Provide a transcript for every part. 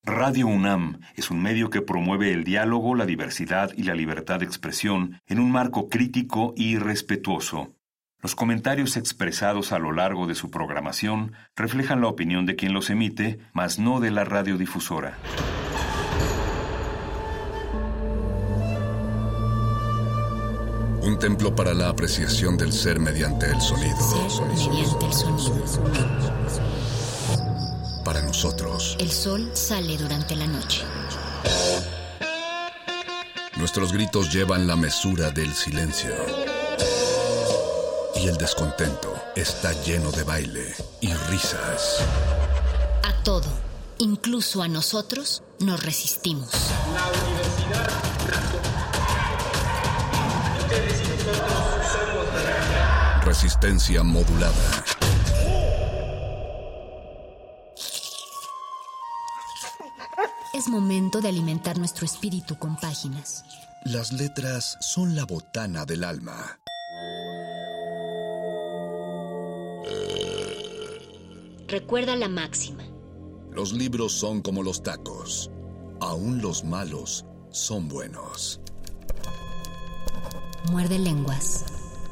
Radio UNAM es un medio que promueve el diálogo, la diversidad y la libertad de expresión en un marco crítico y respetuoso. Los comentarios expresados a lo largo de su programación reflejan la opinión de quien los emite, mas no de la radiodifusora. Un templo para la apreciación del ser mediante el sonido. Mediante el sonido. Para nosotros, el sol sale durante la noche. Nuestros gritos llevan la mesura del silencio. Y el descontento está lleno de baile y risas. A todo, incluso a nosotros, nos resistimos. La universidad. Ustedes y nosotros somos de la... Resistencia modulada. Es momento de alimentar nuestro espíritu con páginas. Las letras son la botana del alma. Recuerda la máxima. Los libros son como los tacos. Aún los malos son buenos. Muerde lenguas.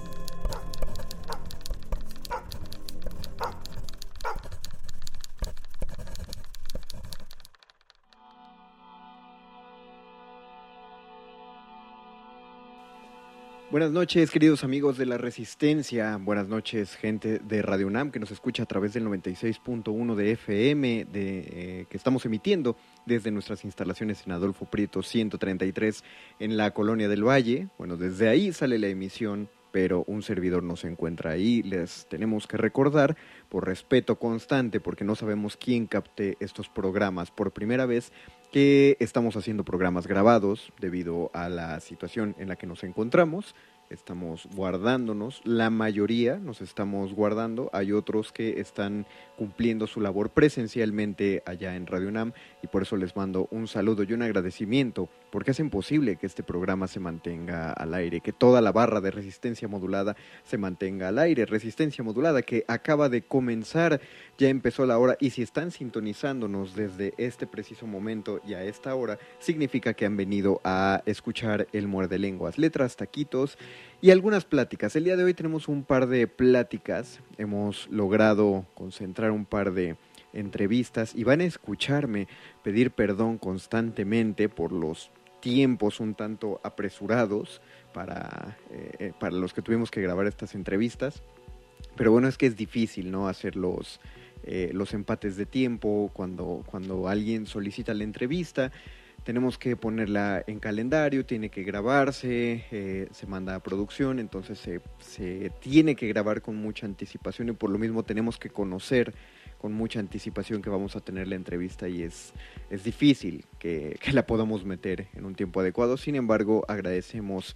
Buenas noches, queridos amigos de la Resistencia. Buenas noches, gente de Radio UNAM que nos escucha a través del 96.1 de FM, que estamos emitiendo desde nuestras instalaciones en Adolfo Prieto 133 en la Colonia del Valle. Bueno, desde ahí sale la emisión, pero un servidor no se encuentra ahí. Les tenemos que recordar, por respeto constante, porque no sabemos quién capte estos programas por primera vez, que estamos haciendo programas grabados debido a la situación en la que nos encontramos. Estamos guardándonos, la mayoría nos estamos guardando, hay otros que están cumpliendo su labor presencialmente allá en Radio UNAM y por eso les mando un saludo y un agradecimiento porque hacen posible que este programa se mantenga al aire, que toda la barra de Resistencia Modulada se mantenga al aire. Resistencia Modulada que acaba de comenzar, ya empezó la hora y si están sintonizándonos desde este preciso momento y a esta hora, significa que han venido a escuchar el Muerde Lenguas, letras, taquitos y algunas pláticas. El día de hoy tenemos un par de pláticas, hemos logrado concentrar un par de entrevistas y van a escucharme pedir perdón constantemente por los tiempos un tanto apresurados para los que tuvimos que grabar estas entrevistas. Pero bueno, es que es difícil, ¿no?, hacer los empates de tiempo cuando alguien solicita la entrevista. Tenemos que ponerla en calendario, tiene que grabarse, se manda a producción, entonces se tiene que grabar con mucha anticipación y por lo mismo tenemos que conocer con mucha anticipación que vamos a tener la entrevista y es difícil que la podamos meter en un tiempo adecuado. Sin embargo, agradecemos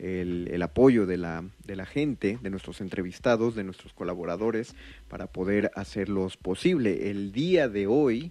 el apoyo de la gente, de nuestros entrevistados, de nuestros colaboradores para poder hacerlos posible. El día de hoy,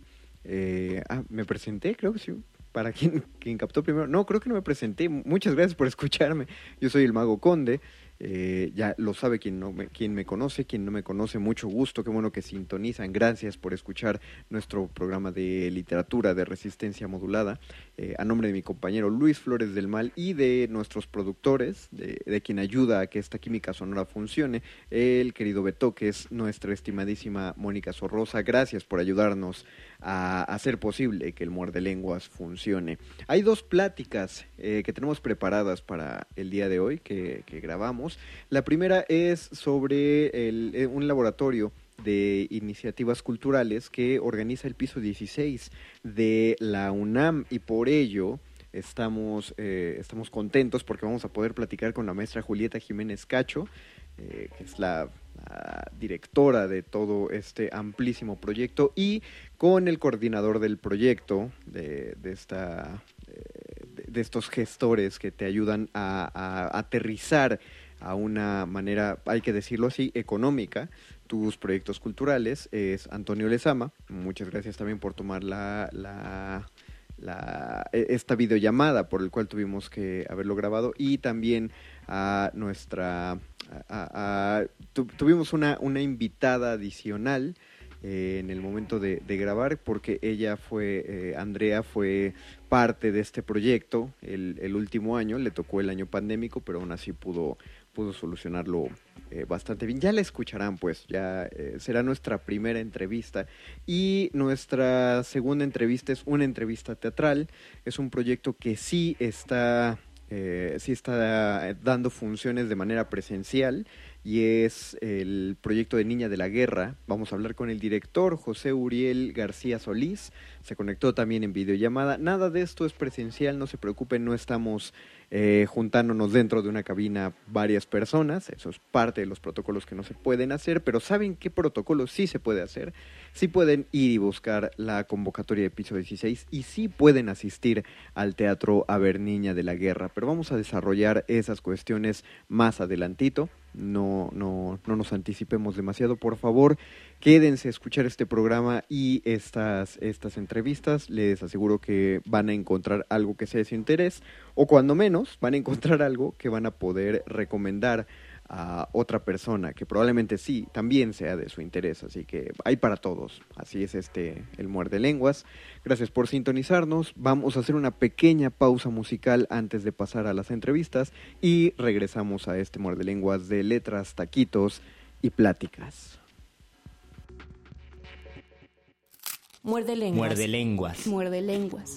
me presenté, creo que sí. Para quien captó primero, no, creo que no me presenté. Muchas gracias por escucharme. Yo soy el Mago Conde. Ya lo sabe quien me conoce, quien no me conoce, mucho gusto, qué bueno que sintonizan, gracias por escuchar nuestro programa de literatura de Resistencia Modulada, a nombre de mi compañero Luis Flores del Mal y de nuestros productores, de quien ayuda a que esta química sonora funcione, el querido Beto, que es nuestra estimadísima Mónica Sorrosa. Gracias por ayudarnos a hacer posible que el Muerde Lenguas funcione. Hay dos pláticas que tenemos preparadas para el día de hoy que grabamos. La primera es sobre un laboratorio de iniciativas culturales que organiza el piso 16 de la UNAM y por ello estamos contentos porque vamos a poder platicar con la maestra Julieta Jiménez Cacho, que es la directora de todo este amplísimo proyecto, y con el coordinador del proyecto de estos gestores que te ayudan a aterrizar a una manera, hay que decirlo así, económica, tus proyectos culturales. Es Antonio Lezama. Muchas gracias también por tomar esta videollamada por el cual tuvimos que haberlo grabado, y también a tuvimos una invitada adicional en el momento de grabar, porque ella Andrea fue parte de este proyecto el último año, le tocó el año pandémico, pero aún así pudo solucionarlo bastante bien. Ya la escucharán, pues, ya será nuestra primera entrevista. Y nuestra segunda entrevista es una entrevista teatral. Es un proyecto que sí está dando funciones de manera presencial, y es el proyecto de Niña de la Guerra. Vamos a hablar con el director, José Uriel García Solís. Se conectó también en videollamada. Nada de esto es presencial, no se preocupen, no estamos juntándonos dentro de una cabina varias personas. Eso es parte de los protocolos que no se pueden hacer, pero ¿saben qué protocolo sí se puede hacer? Sí pueden ir y buscar la convocatoria de Piso 16 y sí pueden asistir al teatro a ver Niña de la Guerra, pero vamos a desarrollar esas cuestiones más adelantito. No nos anticipemos demasiado, por favor. Quédense a escuchar este programa y estas entrevistas. Les aseguro que van a encontrar algo que sea de su interés, o cuando menos van a encontrar algo que van a poder recomendar a otra persona que probablemente sí, también sea de su interés. Así que hay para todos. Así es el Muerde Lenguas. Gracias por sintonizarnos. Vamos a hacer una pequeña pausa musical antes de pasar a las entrevistas y regresamos a este Muerde Lenguas de letras, taquitos y pláticas. Muerde lenguas. Muerde lenguas. Muerde lenguas.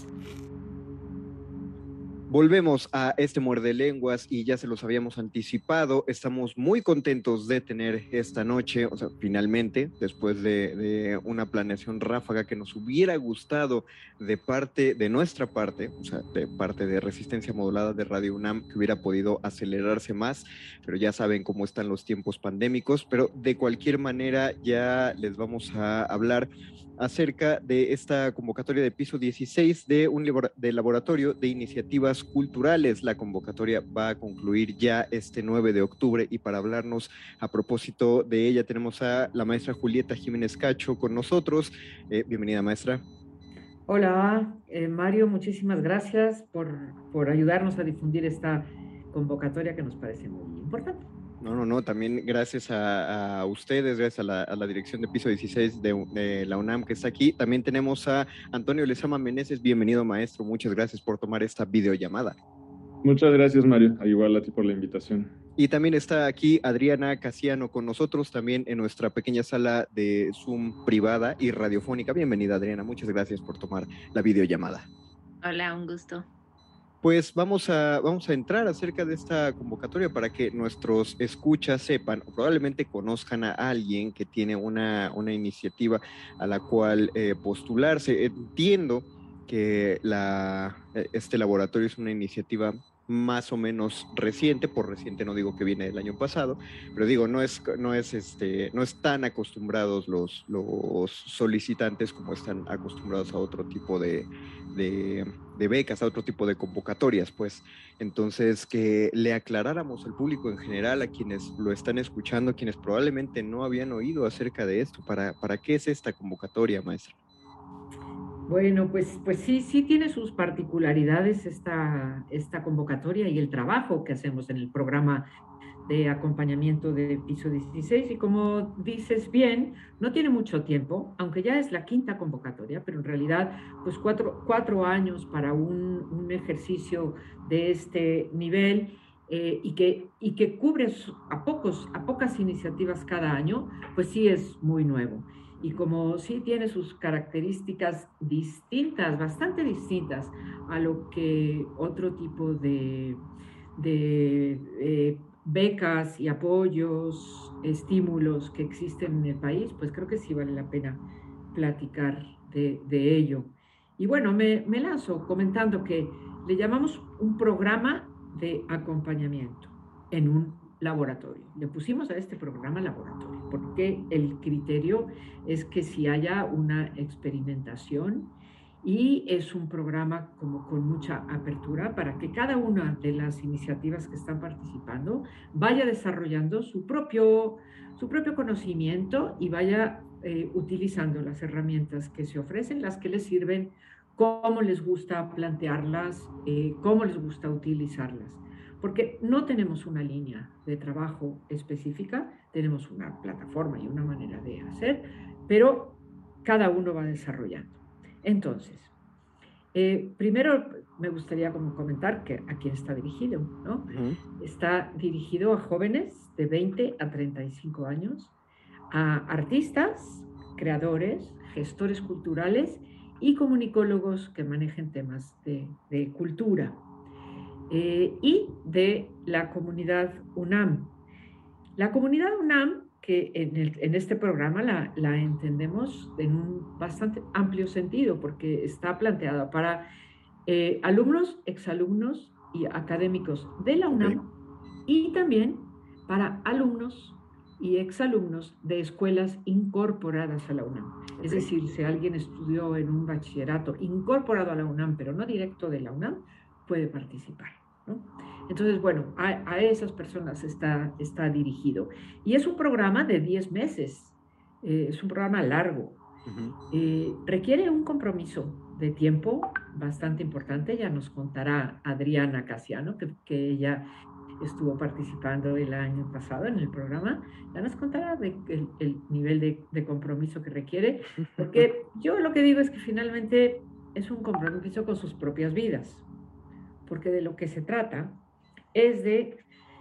Volvemos a este Muerde Lenguas y ya se los habíamos anticipado. Estamos muy contentos de tener esta noche, o sea, finalmente, después de una planeación ráfaga que nos hubiera gustado de nuestra parte, o sea, de parte de Resistencia Modulada de Radio UNAM, que hubiera podido acelerarse más, pero ya saben cómo están los tiempos pandémicos. Pero de cualquier manera ya les vamos a hablar acerca de esta convocatoria de Piso 16 de Laboratorio de Iniciativas Culturales. La convocatoria va a concluir ya este 9 de octubre y para hablarnos a propósito de ella tenemos a la maestra Julieta Jiménez Cacho con nosotros. Bienvenida, maestra. Hola, Mario, muchísimas gracias por ayudarnos a difundir esta convocatoria que nos parece muy importante. No, también gracias a ustedes, gracias a la dirección de Piso 16 de la UNAM que está aquí. También tenemos a Antonio Lezama Meneses. Bienvenido, maestro, muchas gracias por tomar esta videollamada. Muchas gracias, Mario, igual a ti por la invitación. Y también está aquí Adriana Casiano con nosotros, también en nuestra pequeña sala de Zoom privada y radiofónica. Bienvenida, Adriana, muchas gracias por tomar la videollamada. Hola, un gusto. Pues vamos a entrar acerca de esta convocatoria para que nuestros escuchas sepan o probablemente conozcan a alguien que tiene una iniciativa a la cual postularse. Entiendo que este laboratorio es una iniciativa más o menos reciente. Por reciente no digo que viene del año pasado, pero digo, no están acostumbrados los solicitantes como están acostumbrados a otro tipo de becas, a otro tipo de convocatorias, pues. Entonces, que le aclaráramos al público en general, a quienes lo están escuchando, quienes probablemente no habían oído acerca de esto, ¿para qué es esta convocatoria, maestra? Bueno, pues sí tiene sus particularidades esta convocatoria y el trabajo que hacemos en el programa de acompañamiento de Piso 16, y como dices bien, no tiene mucho tiempo, aunque ya es la quinta convocatoria, pero en realidad pues cuatro años para un ejercicio de este nivel, y que cubre a pocas iniciativas cada año, pues sí es muy nuevo. Y como sí tiene sus características distintas, bastante distintas a lo que otro tipo de becas y apoyos, estímulos que existen en el país, pues creo que sí vale la pena platicar de ello. Y bueno, me lanzo comentando que le llamamos un programa de acompañamiento en un laboratorio. Le pusimos a este programa laboratorio porque el criterio es que si haya una experimentación, y es un programa como con mucha apertura para que cada una de las iniciativas que están participando vaya desarrollando su propio conocimiento y vaya utilizando las herramientas que se ofrecen, las que les sirven, cómo les gusta plantearlas, cómo les gusta utilizarlas. Porque no tenemos una línea de trabajo específica, tenemos una plataforma y una manera de hacer, pero cada uno va desarrollando. Entonces, primero me gustaría como comentar que a quién está dirigido, ¿no? Está dirigido a jóvenes de 20 a 35 años, a artistas, creadores, gestores culturales y comunicólogos que manejen temas de cultura y de la comunidad UNAM. La comunidad UNAM, que en este programa la entendemos en un bastante amplio sentido, porque está planteada para alumnos, exalumnos y académicos de la UNAM, y también para alumnos y exalumnos de escuelas incorporadas a la UNAM. Es decir, si alguien estudió en un bachillerato incorporado a la UNAM, pero no directo de la UNAM, puede participar, ¿no? Entonces, bueno, a esas personas está dirigido. Y es un programa de 10 meses, es un programa largo. Requiere un compromiso de tiempo bastante importante. Ya nos contará Adriana Casiano, que ella estuvo participando el año pasado en el programa. Ya nos contará el nivel de compromiso que requiere, porque yo lo que digo es que finalmente es un compromiso con sus propias vidas, porque de lo que se trata es de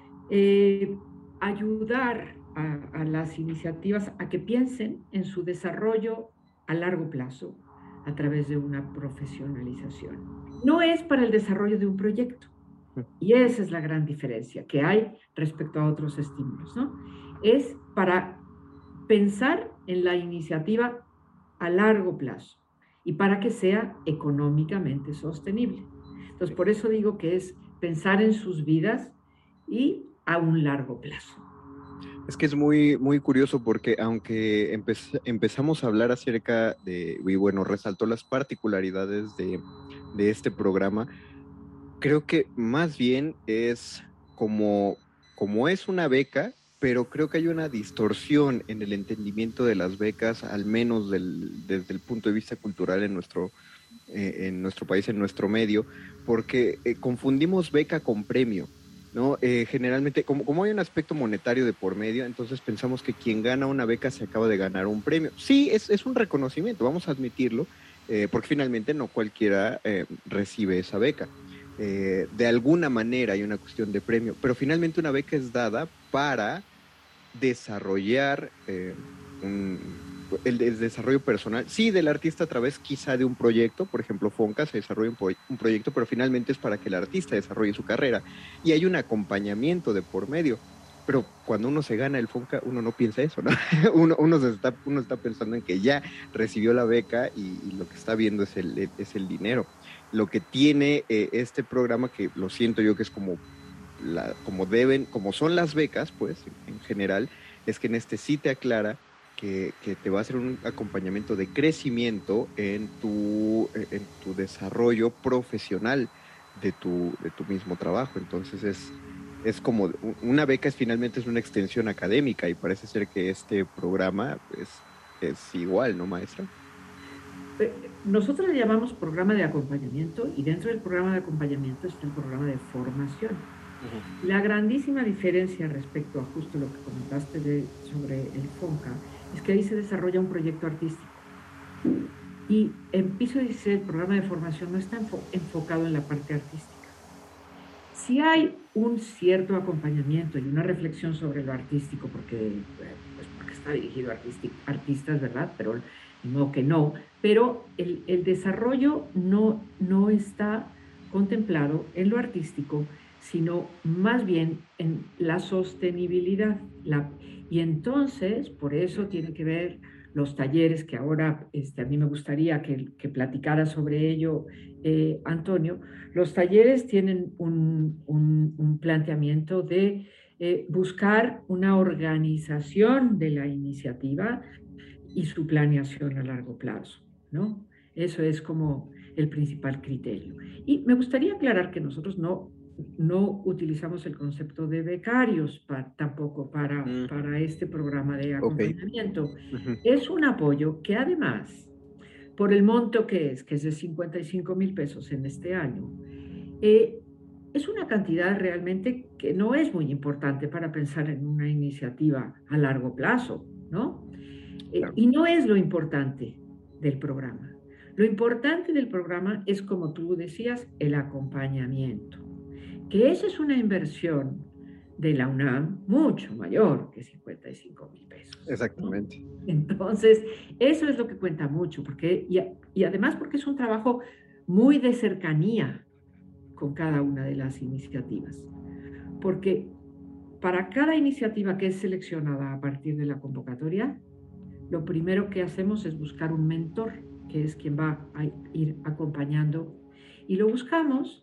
ayudar a las iniciativas a que piensen en su desarrollo a largo plazo a través de una profesionalización. No es para el desarrollo de un proyecto, y esa es la gran diferencia que hay respecto a otros estímulos, ¿no? Es para pensar en la iniciativa a largo plazo y para que sea económicamente sostenible. Entonces, por eso digo que es pensar en sus vidas y a un largo plazo. Es que es muy, muy curioso porque aunque empezamos a hablar acerca de, y bueno, resaltó las particularidades de este programa, creo que más bien es como es una beca, pero creo que hay una distorsión en el entendimiento de las becas, al menos desde el punto de vista cultural en nuestro país, en nuestro medio, porque confundimos beca con premio, ¿no? Generalmente, como hay un aspecto monetario de por medio, entonces pensamos que quien gana una beca se acaba de ganar un premio. Sí, es un reconocimiento, vamos a admitirlo, porque finalmente no cualquiera recibe esa beca. De alguna manera hay una cuestión de premio, pero finalmente una beca es dada para desarrollar el desarrollo personal, sí, del artista a través quizá de un proyecto. Por ejemplo, Fonca se desarrolla un proyecto, pero finalmente es para que el artista desarrolle su carrera y hay un acompañamiento de por medio. Pero cuando uno se gana el Fonca, uno no piensa eso, ¿no? uno está pensando en que ya recibió la beca y lo que está viendo es el dinero. Lo que tiene este programa, que lo siento yo que es como son las becas, pues, en general, es que en este sí te aclara que te va a hacer un acompañamiento de crecimiento en tu desarrollo profesional de tu mismo trabajo. Entonces es como una beca, finalmente es una extensión académica, y parece ser que este programa es igual, ¿no, maestra? Nosotros le llamamos programa de acompañamiento, y dentro del programa de acompañamiento está el programa de formación. La grandísima diferencia respecto a justo lo que comentaste sobre el Fonca es que ahí se desarrolla un proyecto artístico, y en piso 16 el programa de formación no está enfocado en la parte artística. Sí hay un cierto acompañamiento y una reflexión sobre lo artístico, porque está dirigido a artistas, ¿verdad? Pero no que no, pero el desarrollo no está contemplado en lo artístico, sino más bien en la sostenibilidad. Y entonces, por eso tiene que ver los talleres, que ahora a mí me gustaría que platicara sobre ello Antonio. Los talleres tienen un planteamiento de buscar una organización de la iniciativa y su planeación a largo plazo, ¿no? Eso es como el principal criterio. Y me gustaría aclarar que nosotros no utilizamos el concepto de becarios tampoco para este programa de acompañamiento. Okay. Es un apoyo que además, por el monto que es de 55,000 pesos en este año, es una cantidad realmente que no es muy importante para pensar en una iniciativa a largo plazo, ¿no? Claro. Y no es lo importante. del programa. Lo importante del programa es, como tú decías, el acompañamiento, que esa es una inversión de la UNAM mucho mayor que 55,000 pesos. Exactamente. ¿No? Entonces, eso es lo que cuenta mucho, porque, y además porque es un trabajo muy de cercanía con cada una de las iniciativas. Porque para cada iniciativa que es seleccionada a partir de la convocatoria, lo primero que hacemos es buscar un mentor, que es quien va a ir acompañando, y lo buscamos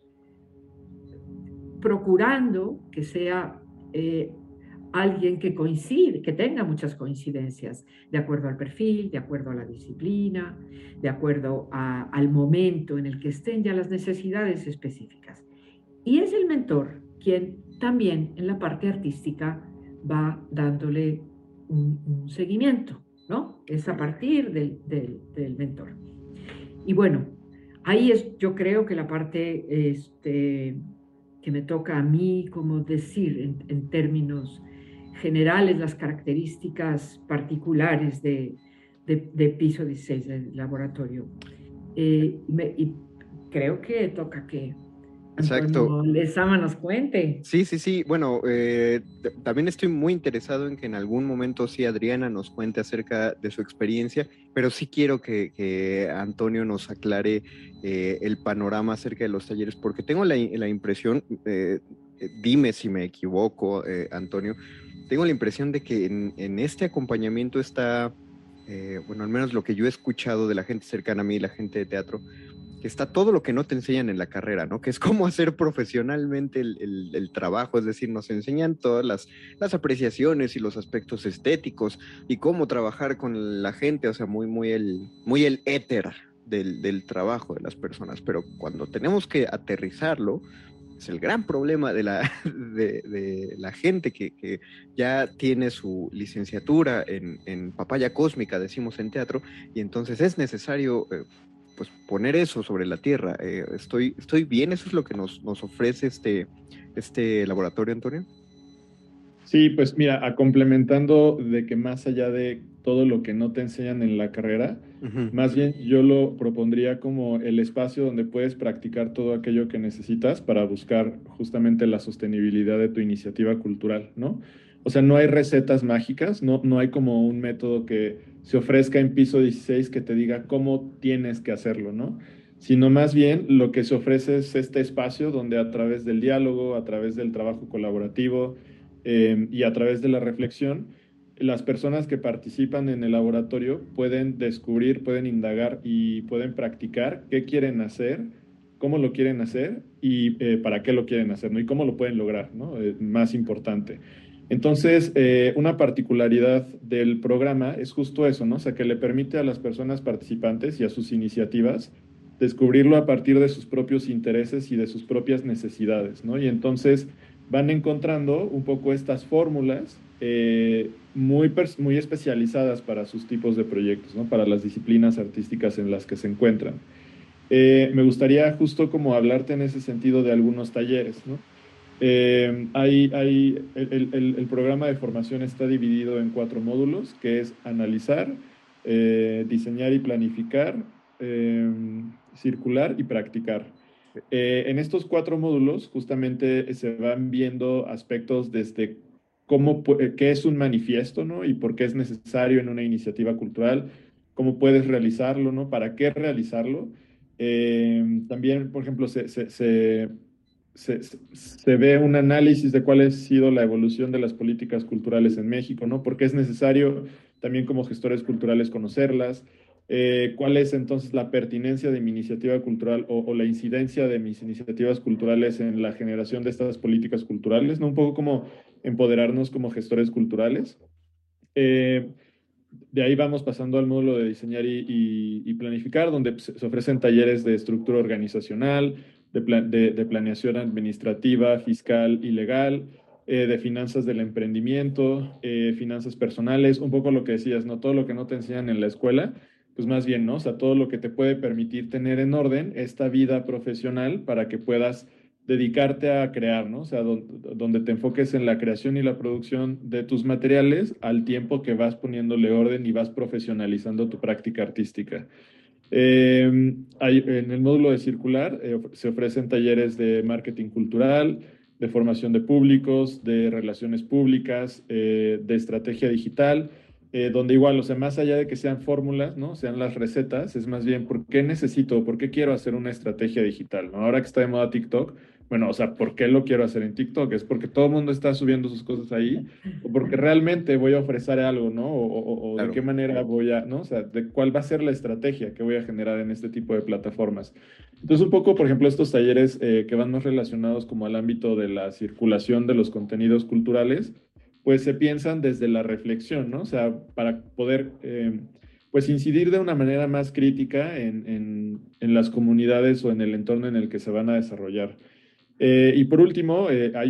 procurando que sea alguien que coincide, que tenga muchas coincidencias, de acuerdo al perfil, de acuerdo a la disciplina, de acuerdo al momento en el que estén ya las necesidades específicas. Y es el mentor quien también en la parte artística va dándole un seguimiento, ¿no? Es a partir del mentor. Y bueno, ahí es, yo creo que la parte que me toca a mí, como decir en términos generales, las características particulares de piso 16 del laboratorio. Y creo que toca que Antonio Lezama nos cuente. Sí. Bueno, también estoy muy interesado en que en algún momento sí Adriana nos cuente acerca de su experiencia, pero sí quiero que Antonio nos aclare el panorama acerca de los talleres, porque tengo la impresión, dime si me equivoco, Antonio, tengo la impresión de que en este acompañamiento está, bueno, al menos lo que yo he escuchado de la gente cercana a mí, la gente de teatro, que está todo lo que no te enseñan en la carrera, ¿no? Que es cómo hacer profesionalmente el trabajo, es decir, nos enseñan todas las apreciaciones y los aspectos estéticos y cómo trabajar con la gente, o sea, muy el éter del trabajo de las personas, pero cuando tenemos que aterrizarlo, es el gran problema de la gente que ya tiene su licenciatura en papaya cósmica, decimos en teatro, y entonces es necesario pues poner eso sobre la tierra. ¿Estoy bien? ¿Eso es lo que nos ofrece este laboratorio, Antonio? Sí, pues mira, complementando de que más allá de todo lo que no te enseñan en la carrera, más bien yo lo propondría como el espacio donde puedes practicar todo aquello que necesitas para buscar justamente la sostenibilidad de tu iniciativa cultural, ¿no? O sea, no hay recetas mágicas, no hay como un método que se ofrezca en piso 16 que te diga cómo tienes que hacerlo, ¿no? Sino más bien lo que se ofrece es este espacio donde a través del diálogo, a través del trabajo colaborativo, y a través de la reflexión, las personas que participan en el laboratorio pueden descubrir, pueden indagar y pueden practicar qué quieren hacer, cómo lo quieren hacer y para qué lo quieren hacer, ¿no? Y cómo lo pueden lograr, ¿no? Más importante. Entonces, una particularidad del programa es justo eso, ¿no? O sea, que le permite a las personas participantes y a sus iniciativas descubrirlo a partir de sus propios intereses y de sus propias necesidades, ¿no? Y entonces van encontrando un poco estas fórmulas muy especializadas para sus tipos de proyectos, ¿no? Para las disciplinas artísticas en las que se encuentran. Me gustaría justo como hablarte en ese sentido de algunos talleres, ¿no? El programa de formación está dividido en 4 módulos, que es analizar, diseñar y planificar, circular y practicar. En estos 4 módulos justamente se van viendo aspectos desde qué es un manifiesto, ¿no? Y por qué es necesario en una iniciativa cultural, cómo puedes realizarlo, ¿no? ¿Para qué realizarlo? También, por ejemplo, se ve un análisis de cuál ha sido la evolución de las políticas culturales en México, ¿no? Porque es necesario también como gestores culturales conocerlas. ¿Cuál es entonces la pertinencia de mi iniciativa cultural o la incidencia de mis iniciativas culturales en la generación de estas políticas culturales, ¿no? Un poco como empoderarnos como gestores culturales. De ahí vamos pasando al módulo de diseñar y planificar, donde se ofrecen talleres de estructura organizacional, de planeación administrativa, fiscal y legal, de finanzas del emprendimiento, finanzas personales, un poco lo que decías, ¿no? Todo lo que no te enseñan en la escuela, pues más bien, ¿no? O sea, todo lo que te puede permitir tener en orden esta vida profesional para que puedas dedicarte a crear, ¿no? O sea, donde te enfoques en la creación y la producción de tus materiales al tiempo que vas poniéndole orden y vas profesionalizando tu práctica artística. En el módulo de circular se ofrecen talleres de marketing cultural, de formación de públicos, de relaciones públicas, de estrategia digital, donde igual, o sea, más allá de que sean fórmulas, ¿no? Sean las recetas, es más bien por qué necesito, por qué quiero hacer una estrategia digital, ¿no? Ahora que está de moda TikTok, bueno, o sea, ¿por qué lo quiero hacer en TikTok? ¿Es porque todo el mundo está subiendo sus cosas ahí? ¿O porque realmente voy a ofrecer algo, ¿no? O Claro. de qué manera voy a, ¿no? O sea, de cuál va a ser la estrategia que voy a generar en este tipo de plataformas. Entonces, un poco, por ejemplo, estos talleres que van más relacionados como al ámbito de la circulación de los contenidos culturales, pues se piensan desde la reflexión, ¿no? O sea, para poder, pues, incidir de una manera más crítica en las comunidades o en el entorno en el que se van a desarrollar. Y por último, hay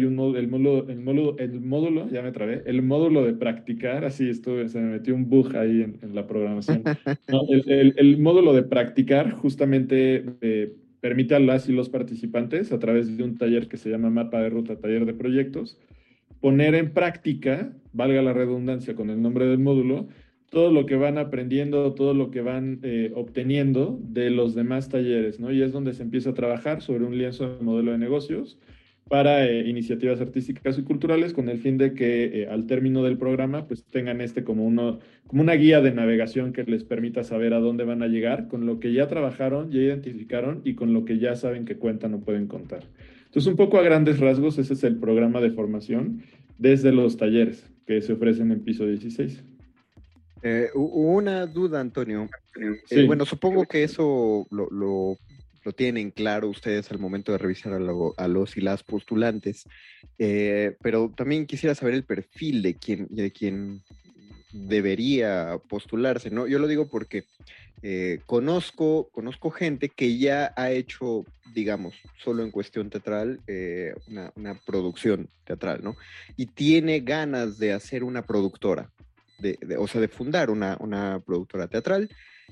el módulo, ya me trabé, el módulo de practicar, así estuve, se me metió un bug ahí en la programación. No, el módulo de practicar justamente permite a las y los participantes, a través de un taller que se llama Mapa de Ruta, Taller de Proyectos, poner en práctica, valga la redundancia con el nombre del módulo, todo lo que van aprendiendo, todo lo que van obteniendo de los demás talleres, ¿no? Y es donde se empieza a trabajar sobre un lienzo de modelo de negocios para iniciativas artísticas y culturales con el fin de que al término del programa pues tengan como una guía de navegación que les permita saber a dónde van a llegar con lo que ya trabajaron, ya identificaron y con lo que ya saben que cuentan o pueden contar. Entonces, un poco a grandes rasgos, ese es el programa de formación desde los talleres que se ofrecen en piso 16. Una duda, Antonio. Sí. Bueno, supongo que eso lo tienen claro ustedes al momento de revisar a los y las postulantes, pero también quisiera saber el perfil de quien debería postularse, ¿no? Yo lo digo porque conozco gente que ya ha hecho, digamos, solo en cuestión teatral, una producción teatral, ¿no? Y tiene ganas de hacer una productora. O sea, de fundar una productora teatral.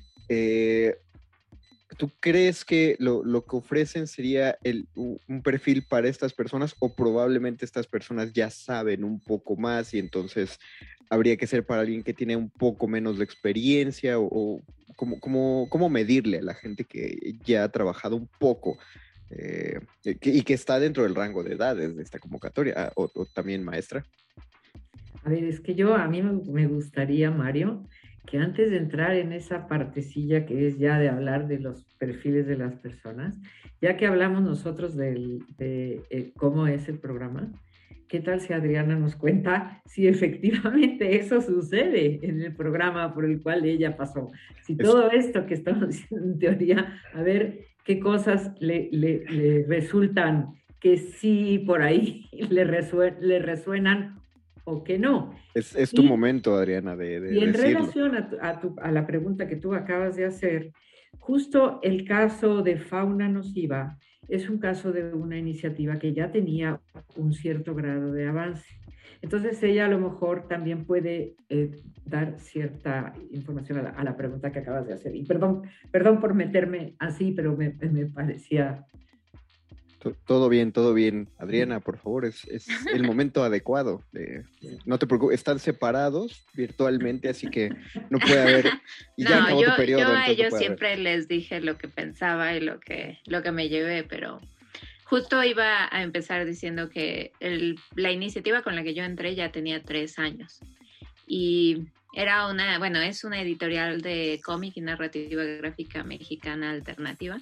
¿Tú crees que lo que ofrecen sería un perfil para estas personas o probablemente estas personas ya saben un poco más y entonces habría que ser para alguien que tiene un poco menos de experiencia o cómo medirle a la gente que ya ha trabajado un poco y que está dentro del rango de edades de esta convocatoria o también maestra? A ver, es que a mí me gustaría, Mario, que antes de entrar en esa partecilla que es ya de hablar de los perfiles de las personas, ya que hablamos nosotros de cómo es el programa, ¿qué tal si Adriana nos cuenta si efectivamente eso sucede en el programa por el cual ella pasó? Si todo esto que estamos diciendo en teoría, a ver qué cosas le resultan que sí por ahí le resuenan o que no. Es tu momento, Adriana, de y en decirlo. relación a la pregunta que tú acabas de hacer, justo el caso de Fauna Nociva es un caso de una iniciativa que ya tenía un cierto grado de avance. Entonces ella a lo mejor también puede dar cierta información a la pregunta que acabas de hacer. Y perdón por meterme así, pero me parecía... Todo bien. Adriana, por favor, es el momento adecuado. No te preocupes, están separados virtualmente, así que no puede haber... Y ya acabó tu periodo. Yo a ellos siempre les dije lo que pensaba y lo que me llevé, pero justo iba a empezar diciendo que la iniciativa con la que yo entré ya tenía 3 años. Y era es una editorial de cómic y narrativa gráfica mexicana alternativa.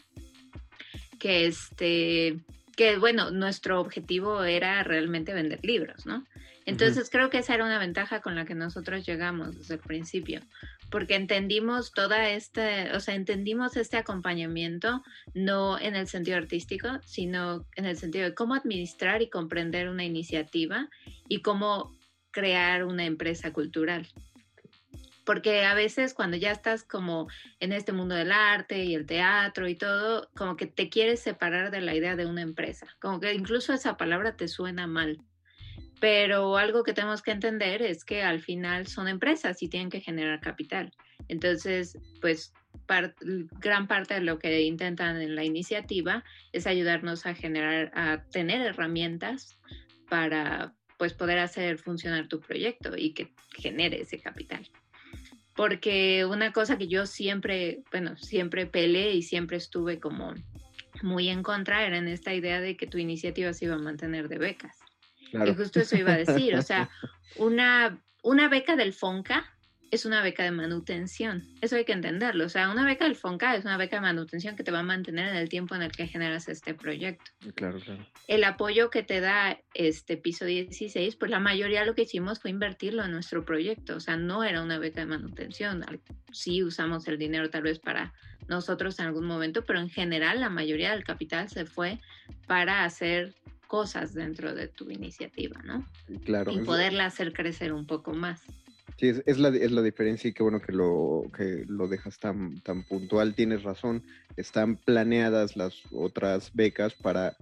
Que bueno, nuestro objetivo era realmente vender libros, ¿no? Entonces creo que esa era una ventaja con la que nosotros llegamos desde el principio, porque entendimos entendimos este acompañamiento no en el sentido artístico, sino en el sentido de cómo administrar y comprender una iniciativa y cómo crear una empresa cultural. Porque a veces cuando ya estás como en este mundo del arte y el teatro y todo, como que te quieres separar de la idea de una empresa. Como que incluso esa palabra te suena mal. Pero algo que tenemos que entender es que al final son empresas y tienen que generar capital. Entonces, pues gran parte de lo que intentan en la iniciativa es ayudarnos a tener herramientas para pues poder hacer funcionar tu proyecto y que genere ese capital. Porque una cosa que yo siempre peleé y siempre estuve como muy en contra era en esta idea de que tu iniciativa se iba a mantener de becas. Claro. Y justo eso iba a decir, o sea, una beca del FONCA es una beca de manutención. Eso hay que entenderlo. O sea, una beca del FONCA es una beca de manutención que te va a mantener en el tiempo en el que generas este proyecto. Claro, claro. El apoyo que te da Piso 16, pues la mayoría lo que hicimos fue invertirlo en nuestro proyecto. O sea, no era una beca de manutención. Sí usamos el dinero tal vez para nosotros en algún momento, pero en general la mayoría del capital se fue para hacer cosas dentro de tu iniciativa, ¿no? Claro. Y poderla hacer crecer un poco más. Sí, es la diferencia y qué bueno que lo dejas tan puntual. Tienes razón, están planeadas las otras becas para,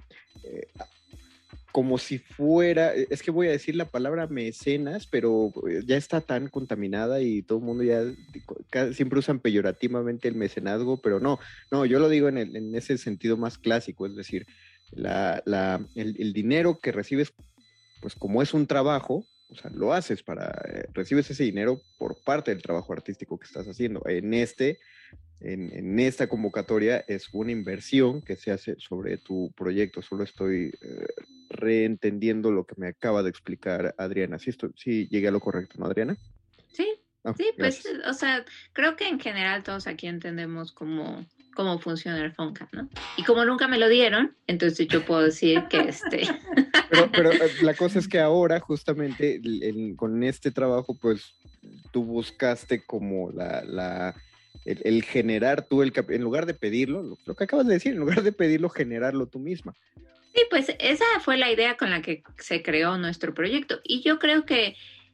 como si fuera, es que voy a decir la palabra mecenas, pero ya está tan contaminada y todo el mundo ya siempre usan peyorativamente el mecenazgo, pero no, yo lo digo en ese sentido más clásico, es decir, el dinero que recibes, pues como es un trabajo, o sea, lo haces recibes ese dinero por parte del trabajo artístico que estás haciendo. En esta convocatoria es una inversión que se hace sobre tu proyecto. Solo estoy reentendiendo lo que me acaba de explicar Adriana. Sí llegué a lo correcto, ¿no, Adriana? Sí, sí, pues, o sea, creo que en general todos aquí entendemos cómo funciona el FONCA, ¿no? Y como nunca me lo dieron, entonces yo puedo decir que Pero la cosa es que ahora, justamente, con este trabajo, pues, tú buscaste como el generar tú en lugar de pedirlo, lo que acabas de decir, en lugar de pedirlo, generarlo tú misma. Sí, pues esa fue la idea con la que se creó nuestro proyecto. Y yo creo que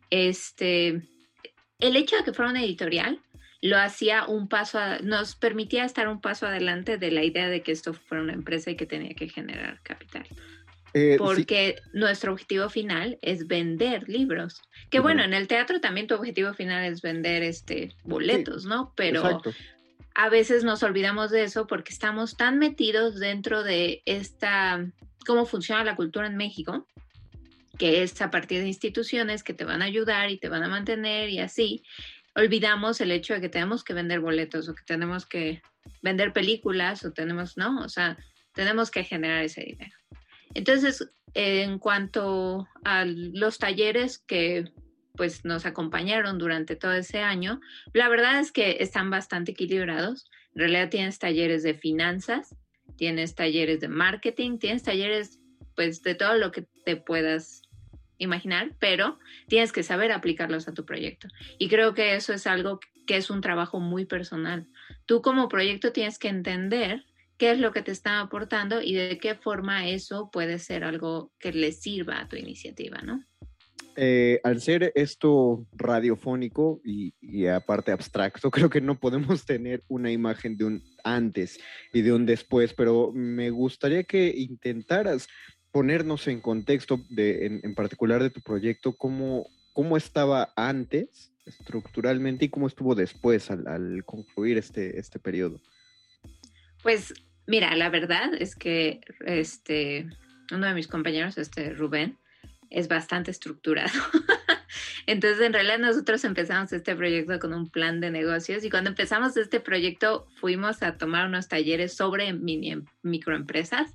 el hecho de que fuera una editorial lo hacía nos permitía estar un paso adelante de la idea de que esto fuera una empresa y que tenía que generar capital. Porque nuestro objetivo final es vender libros. Que bueno, en el teatro también tu objetivo final es vender boletos, ¿no? Pero exacto. A veces nos olvidamos de eso porque estamos tan metidos dentro de cómo funciona la cultura en México, que es a partir de instituciones que te van a ayudar y te van a mantener y así. Olvidamos el hecho de que tenemos que vender boletos o que tenemos que vender películas o tenemos que generar ese dinero. Entonces, en cuanto a los talleres que pues nos acompañaron durante todo ese año, la verdad es que están bastante equilibrados. En realidad tienes talleres de finanzas, tienes talleres de marketing, tienes talleres pues de todo lo que te puedas imaginar, pero tienes que saber aplicarlos a tu proyecto. Y creo que eso es algo que es un trabajo muy personal. Tú como proyecto tienes que entender qué es lo que te está aportando y de qué forma eso puede ser algo que le sirva a tu iniciativa, ¿no? Al ser esto radiofónico y aparte abstracto, creo que no podemos tener una imagen de un antes y de un después, pero me gustaría que intentaras ponernos en contexto en particular de tu proyecto, cómo estaba antes estructuralmente y cómo estuvo después al concluir este periodo. Pues mira, la verdad es que uno de mis compañeros, Rubén, es bastante estructurado. Entonces, en realidad nosotros empezamos este proyecto con un plan de negocios y cuando empezamos este proyecto fuimos a tomar unos talleres sobre microempresas,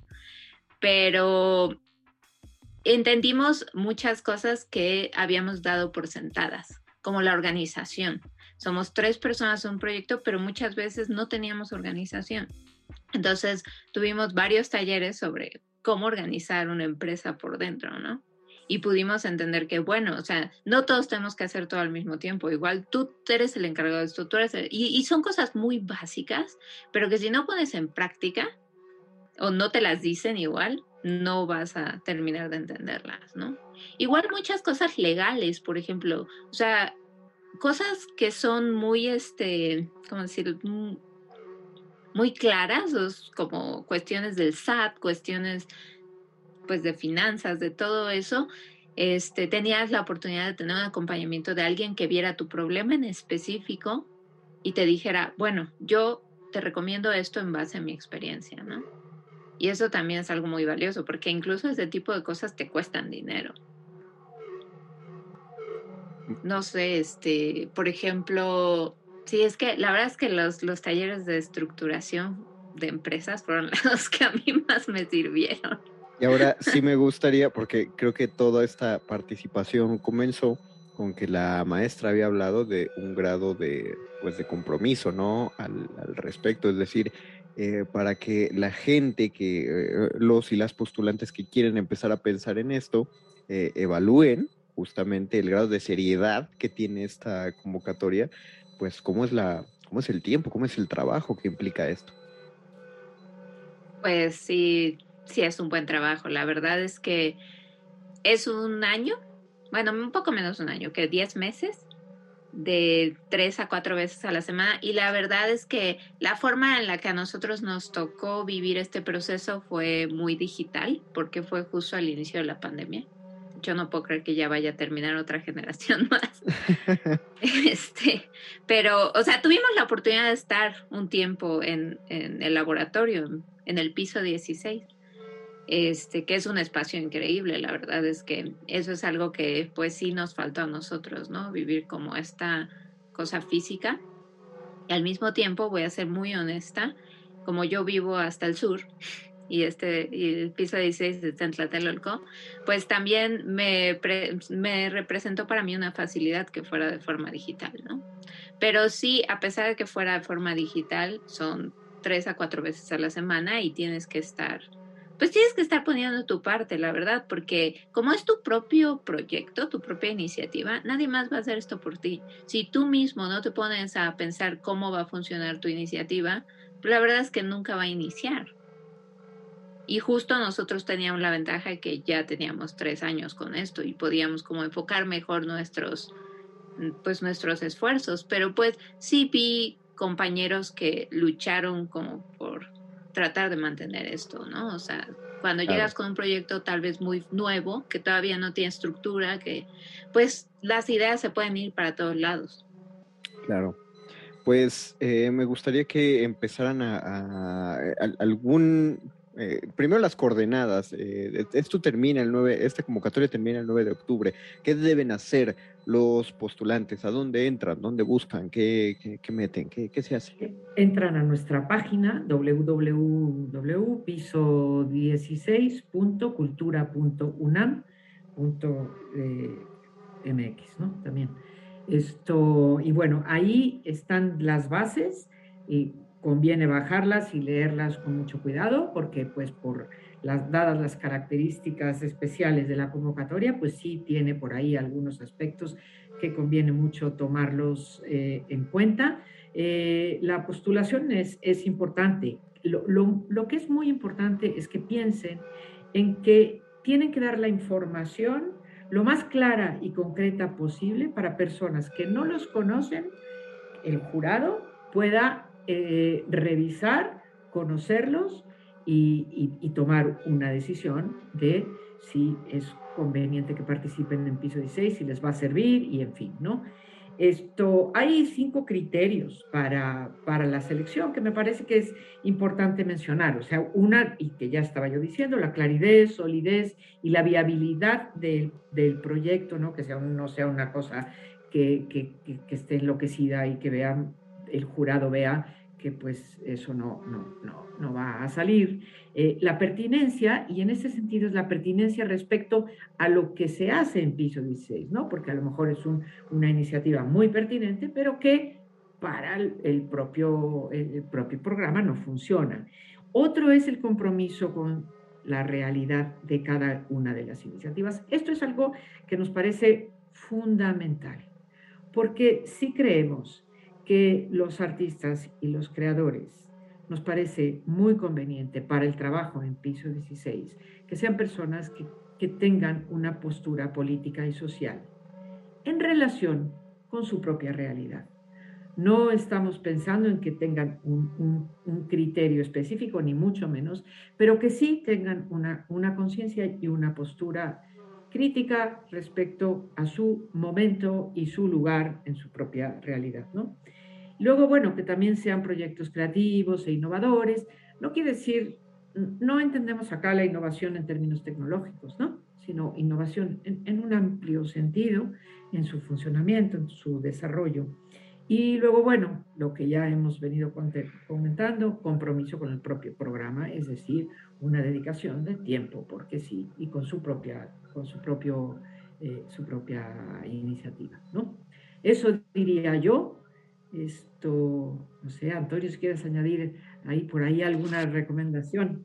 pero entendimos muchas cosas que habíamos dado por sentadas, como la organización. Somos 3 personas en un proyecto, pero muchas veces no teníamos organización. Entonces, tuvimos varios talleres sobre cómo organizar una empresa por dentro, ¿no? Y pudimos entender que, bueno, o sea, no todos tenemos que hacer todo al mismo tiempo. Igual tú eres el encargado de esto, y son cosas muy básicas, pero que si no pones en práctica o no te las dicen igual, no vas a terminar de entenderlas, ¿no? Igual muchas cosas legales, por ejemplo, o sea, cosas que son muy, ¿cómo decir? Muy claras, como cuestiones del SAT, cuestiones pues de finanzas, de todo eso, tenías la oportunidad de tener un acompañamiento de alguien que viera tu problema en específico y te dijera, bueno, yo te recomiendo esto en base a mi experiencia, ¿no? Y eso también es algo muy valioso, porque incluso ese tipo de cosas te cuestan dinero. No sé, por ejemplo, sí, es que la verdad es que los talleres de estructuración de empresas fueron los que a mí más me sirvieron. Y ahora sí me gustaría, porque creo que toda esta participación comenzó con que la maestra había hablado de un grado de compromiso, ¿no? Al respecto, es decir, para que la gente, los y las postulantes que quieren empezar a pensar en esto, evalúen justamente el grado de seriedad que tiene esta convocatoria, pues cómo es el tiempo, cómo es el trabajo que implica esto. Pues sí es un buen trabajo. La verdad es que es un año, bueno, un poco menos de un año, que 10 meses, de 3 a 4 veces a la semana. Y la verdad es que la forma en la que a nosotros nos tocó vivir este proceso fue muy digital, porque fue justo al inicio de la pandemia. Yo no puedo creer que ya vaya a terminar otra generación más. Pero, o sea, tuvimos la oportunidad de estar un tiempo en el laboratorio, en el piso 16, que es un espacio increíble. La verdad es que eso es algo que pues sí nos faltó a nosotros, ¿no? Vivir como esta cosa física. Y al mismo tiempo, voy a ser muy honesta, como yo vivo hasta el sur, y el piso 16 está en Tlatelolco, pues también me representó para mí una facilidad que fuera de forma digital, ¿no? Pero sí, a pesar de que fuera de forma digital, son 3 a 4 veces a la semana y tienes que estar poniendo tu parte, la verdad, porque como es tu propio proyecto, tu propia iniciativa, nadie más va a hacer esto por ti. Si tú mismo no te pones a pensar cómo va a funcionar tu iniciativa, la verdad es que nunca va a iniciar. Y justo nosotros teníamos la ventaja de que ya teníamos 3 años con esto y podíamos como enfocar mejor nuestros esfuerzos. Pero pues sí vi compañeros que lucharon como por tratar de mantener esto, ¿no? O sea, cuando llegas con un proyecto tal vez muy nuevo, que todavía no tiene estructura, que pues las ideas se pueden ir para todos lados. Claro. Pues me gustaría que empezaran primero las coordenadas. Esta convocatoria termina el 9 de octubre. ¿Qué deben hacer los postulantes? ¿A dónde entran? ¿Dónde buscan? ¿Qué meten? ¿Qué se hace? Entran a nuestra página www.piso16.cultura.unam.mx, ¿no? También. Y bueno, ahí están las bases y conviene bajarlas y leerlas con mucho cuidado porque pues dadas las características especiales de la convocatoria, pues sí tiene por ahí algunos aspectos que conviene mucho tomarlos en cuenta. La postulación es importante. Lo que es muy importante es que piensen en que tienen que dar la información lo más clara y concreta posible para personas que no los conocen, el jurado pueda revisar, conocerlos y tomar una decisión de si es conveniente que participen en piso 16, si les va a servir y en fin, ¿no? Hay 5 criterios para la selección que me parece que es importante mencionar. O sea, una, y que ya estaba yo diciendo, la claridad, solidez y la viabilidad del proyecto, ¿no? Que no sea una cosa que esté enloquecida y que el jurado vea que pues eso no va a salir. La pertinencia, y en ese sentido es la pertinencia respecto a lo que se hace en piso 16, ¿no? Porque a lo mejor es una iniciativa muy pertinente, pero que para el propio programa no funciona. Otro es el compromiso con la realidad de cada una de las iniciativas. Esto es algo que nos parece fundamental, porque si creemos que los artistas y los creadores nos parece muy conveniente para el trabajo en piso 16 que sean personas que tengan una postura política y social en relación con su propia realidad. No estamos pensando en que tengan un criterio específico, ni mucho menos, pero que sí tengan una conciencia y una postura crítica respecto a su momento y su lugar en su propia realidad, ¿no? Luego, bueno, que también sean proyectos creativos e innovadores. No quiere decir, no entendemos acá la innovación en términos tecnológicos, ¿no? Sino innovación en un amplio sentido, en su funcionamiento, en su desarrollo. Y luego, bueno, lo que ya hemos venido comentando, compromiso con el propio programa, es decir, una dedicación de tiempo, porque sí, y con su propia iniciativa, ¿no? Eso diría yo. No sé, Antonio, si quieres añadir ahí por ahí alguna recomendación.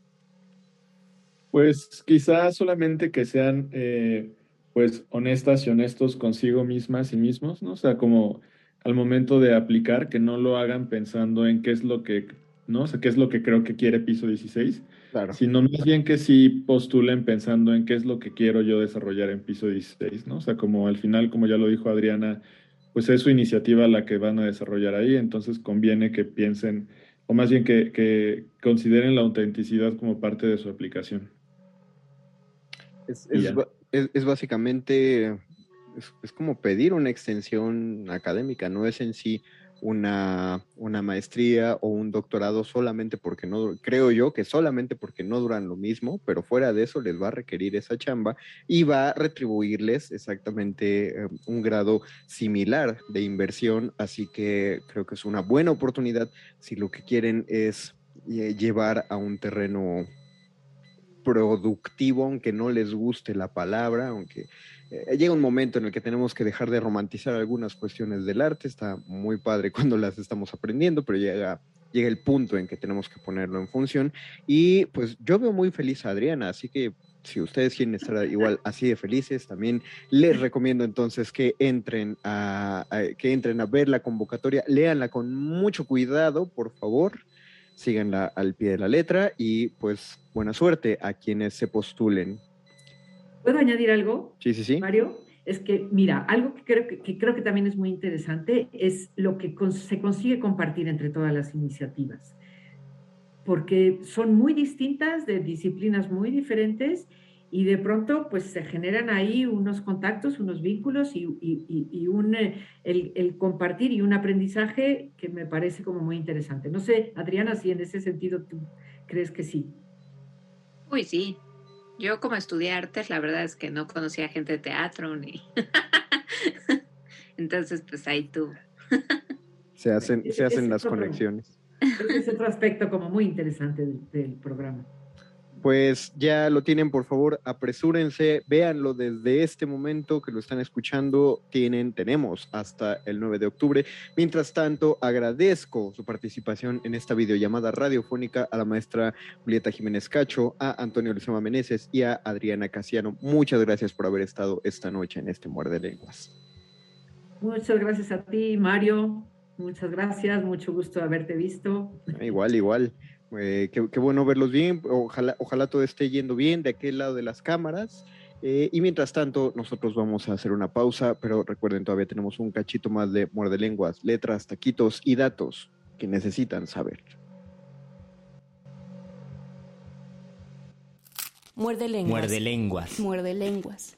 Pues quizás solamente que sean pues honestas y honestos consigo mismas y mismos, ¿no? O sea, como al momento de aplicar, que no lo hagan pensando en qué es lo que, ¿no? O sea, qué es lo que creo que quiere piso 16, Claro. sino más bien que sí postulen pensando en qué es lo que quiero yo desarrollar en piso 16, ¿no? O sea, como al final, como ya lo dijo Adriana, pues es su iniciativa la que van a desarrollar ahí, entonces conviene que piensen, o más bien que consideren la autenticidad como parte de su aplicación. Es básicamente, es como pedir una extensión académica, no es en sí una maestría o un doctorado solamente porque no, creo yo que solamente porque no duran lo mismo, pero fuera de eso les va a requerir esa chamba y va a retribuirles exactamente un grado similar de inversión, así que creo que es una buena oportunidad si lo que quieren es llevar a un terreno productivo, aunque no les guste la palabra, aunque llega un momento en el que tenemos que dejar de romantizar algunas cuestiones del arte, está muy padre cuando las estamos aprendiendo, pero llega el punto en que tenemos que ponerlo en función, y pues yo veo muy feliz a Adriana, así que si ustedes quieren estar igual así de felices, también les recomiendo entonces que entren a ver la convocatoria, léanla con mucho cuidado, por favor, síganla al pie de la letra y pues buena suerte a quienes se postulen. ¿Puedo añadir algo? Sí. Mario, es que, mira, algo que creo que también es muy interesante es lo que se consigue compartir entre todas las iniciativas, porque son muy distintas, de disciplinas muy diferentes, y de pronto pues se generan ahí unos contactos, unos vínculos y el compartir y un aprendizaje que me parece como muy interesante. No sé, Adriana, si en ese sentido tú crees que sí. Uy, sí. Yo como estudié artes, la verdad es que no conocía gente de teatro ni... Entonces, pues ahí tú. Se hacen las conexiones. Ese es otro aspecto como muy interesante del programa. Pues ya lo tienen, por favor, apresúrense, véanlo desde este momento que lo están escuchando, tenemos hasta el 9 de octubre. Mientras tanto, agradezco su participación en esta videollamada radiofónica a la maestra Julieta Jiménez Cacho, a Antonio Lezama Meneses y a Adriana Casiano. Muchas gracias por haber estado esta noche en este Muerde Lenguas. Muchas gracias a ti, Mario. Muchas gracias, mucho gusto haberte visto. Igual. Qué bueno verlos bien, ojalá todo esté yendo bien de aquel lado de las cámaras, y mientras tanto nosotros vamos a hacer una pausa, pero recuerden, todavía tenemos un cachito más de Muerde Lenguas, letras, taquitos y datos que necesitan saber. Muerde Lenguas. Muerde Lenguas. Muerde Lenguas.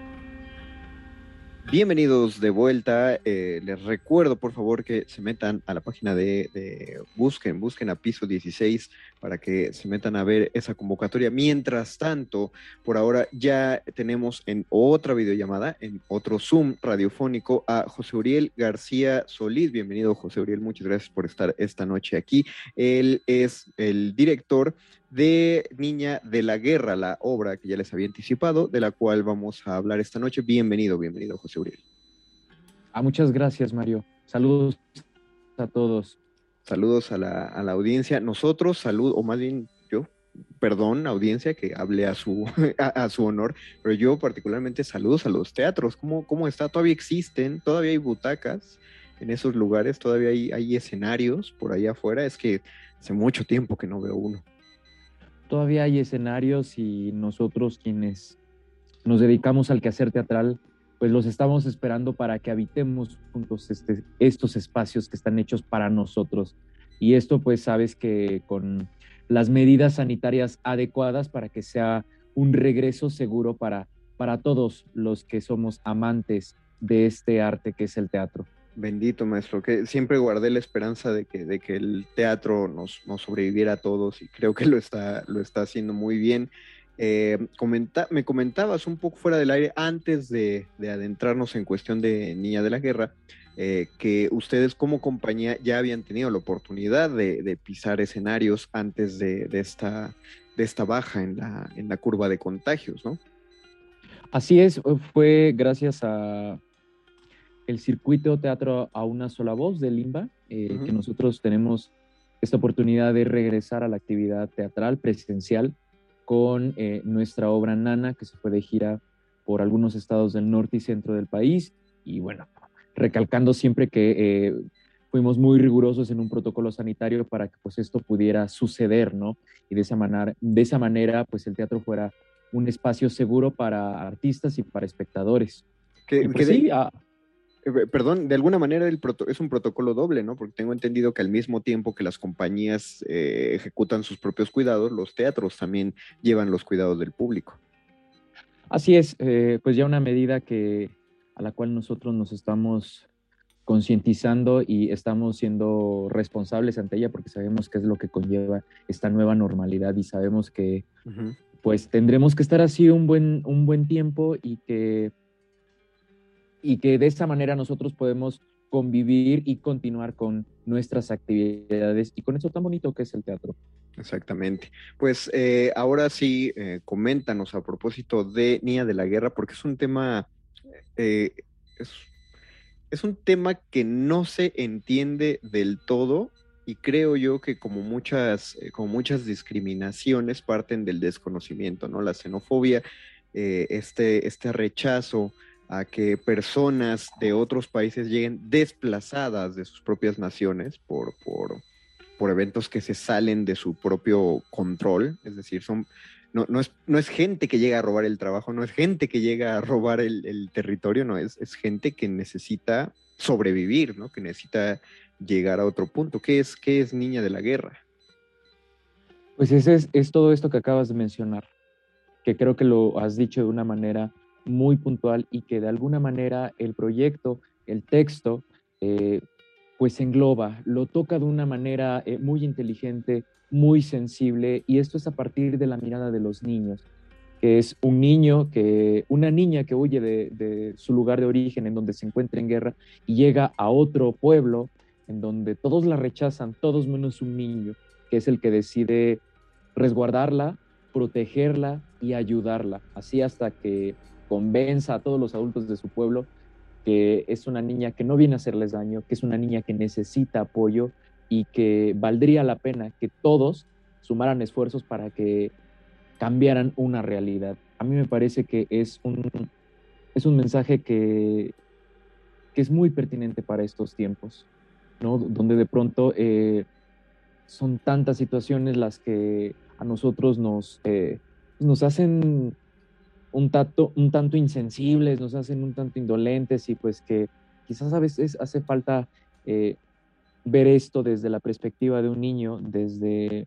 Bienvenidos de vuelta. Les recuerdo, por favor, que se metan a la página de busquen a Piso 16 para que se metan a ver esa convocatoria. Mientras tanto, por ahora ya tenemos en otra videollamada, en otro Zoom radiofónico, a José Uriel García Solís. Bienvenido, José Uriel. Muchas gracias por estar esta noche aquí. Él es el director de Niña de la Guerra, la obra que ya les había anticipado, de la cual vamos a hablar esta noche. Bienvenido, José Uriel. Muchas gracias, Mario. Saludos a todos. Saludos a la audiencia. Nosotros, o más bien yo, perdón, audiencia, que hable a su honor, pero yo particularmente saludos a los teatros. ¿Cómo está? ¿Todavía existen? ¿Todavía hay butacas en esos lugares? ¿Todavía hay escenarios por ahí afuera? Es que hace mucho tiempo que no veo uno. Todavía hay escenarios y nosotros quienes nos dedicamos al quehacer teatral, pues los estamos esperando para que habitemos juntos estos espacios que están hechos para nosotros. Y esto pues sabes que con las medidas sanitarias adecuadas para que sea un regreso seguro para todos los que somos amantes de este arte que es el teatro. Bendito maestro, que siempre guardé la esperanza de que el teatro nos sobreviviera a todos y creo que lo está haciendo muy bien. Me comentabas un poco fuera del aire antes de adentrarnos en cuestión de Niña de la Guerra, que ustedes como compañía ya habían tenido la oportunidad de pisar escenarios antes de esta baja en la curva de contagios, ¿no? Así es, fue gracias a el circuito Teatro a una sola voz de Limba, que nosotros tenemos esta oportunidad de regresar a la actividad teatral presencial con nuestra obra Nana, que se fue de gira por algunos estados del norte y centro del país. Y bueno, recalcando siempre que fuimos muy rigurosos en un protocolo sanitario para que pues esto pudiera suceder, ¿no? Y de esa manera pues el teatro fuera un espacio seguro para artistas y para espectadores. Perdón, de alguna manera es un protocolo doble, ¿no? Porque tengo entendido que al mismo tiempo que las compañías ejecutan sus propios cuidados, los teatros también llevan los cuidados del público. Así es, pues ya una medida a la cual nosotros nos estamos concientizando y estamos siendo responsables ante ella porque sabemos qué es lo que conlleva esta nueva normalidad y sabemos que pues tendremos que estar así un buen tiempo y que de esta manera nosotros podemos convivir y continuar con nuestras actividades y con eso tan bonito que es el teatro. Exactamente. Pues ahora sí, coméntanos a propósito de Niña de la Guerra, porque es un tema, es un tema que no se entiende del todo y creo yo que como muchas discriminaciones parten del desconocimiento, ¿no? La xenofobia, este rechazo a que personas de otros países lleguen desplazadas de sus propias naciones por eventos que se salen de su propio control, es decir, no es gente que llega a robar el trabajo, no es gente que llega a robar el territorio, no, es gente que necesita sobrevivir, ¿no? Que necesita llegar a otro punto. ¿Qué es Niña de la Guerra? Pues es todo esto que acabas de mencionar, que creo que lo has dicho de una manera muy puntual y que de alguna manera el proyecto, el texto, pues engloba, lo toca de una manera muy inteligente, muy sensible, y esto es a partir de la mirada de los niños, que es una niña que huye de su lugar de origen, en donde se encuentra en guerra, y llega a otro pueblo en donde todos la rechazan, todos menos un niño, que es el que decide resguardarla, protegerla y ayudarla, así hasta que convenza a todos los adultos de su pueblo que es una niña que no viene a hacerles daño, que es una niña que necesita apoyo y que valdría la pena que todos sumaran esfuerzos para que cambiaran una realidad. A mí me parece que es un mensaje que es muy pertinente para estos tiempos, ¿no? Donde de pronto son tantas situaciones las que a nosotros nos hacen un tanto insensibles, nos hacen un tanto indolentes y pues que quizás a veces hace falta ver esto desde la perspectiva de un niño, desde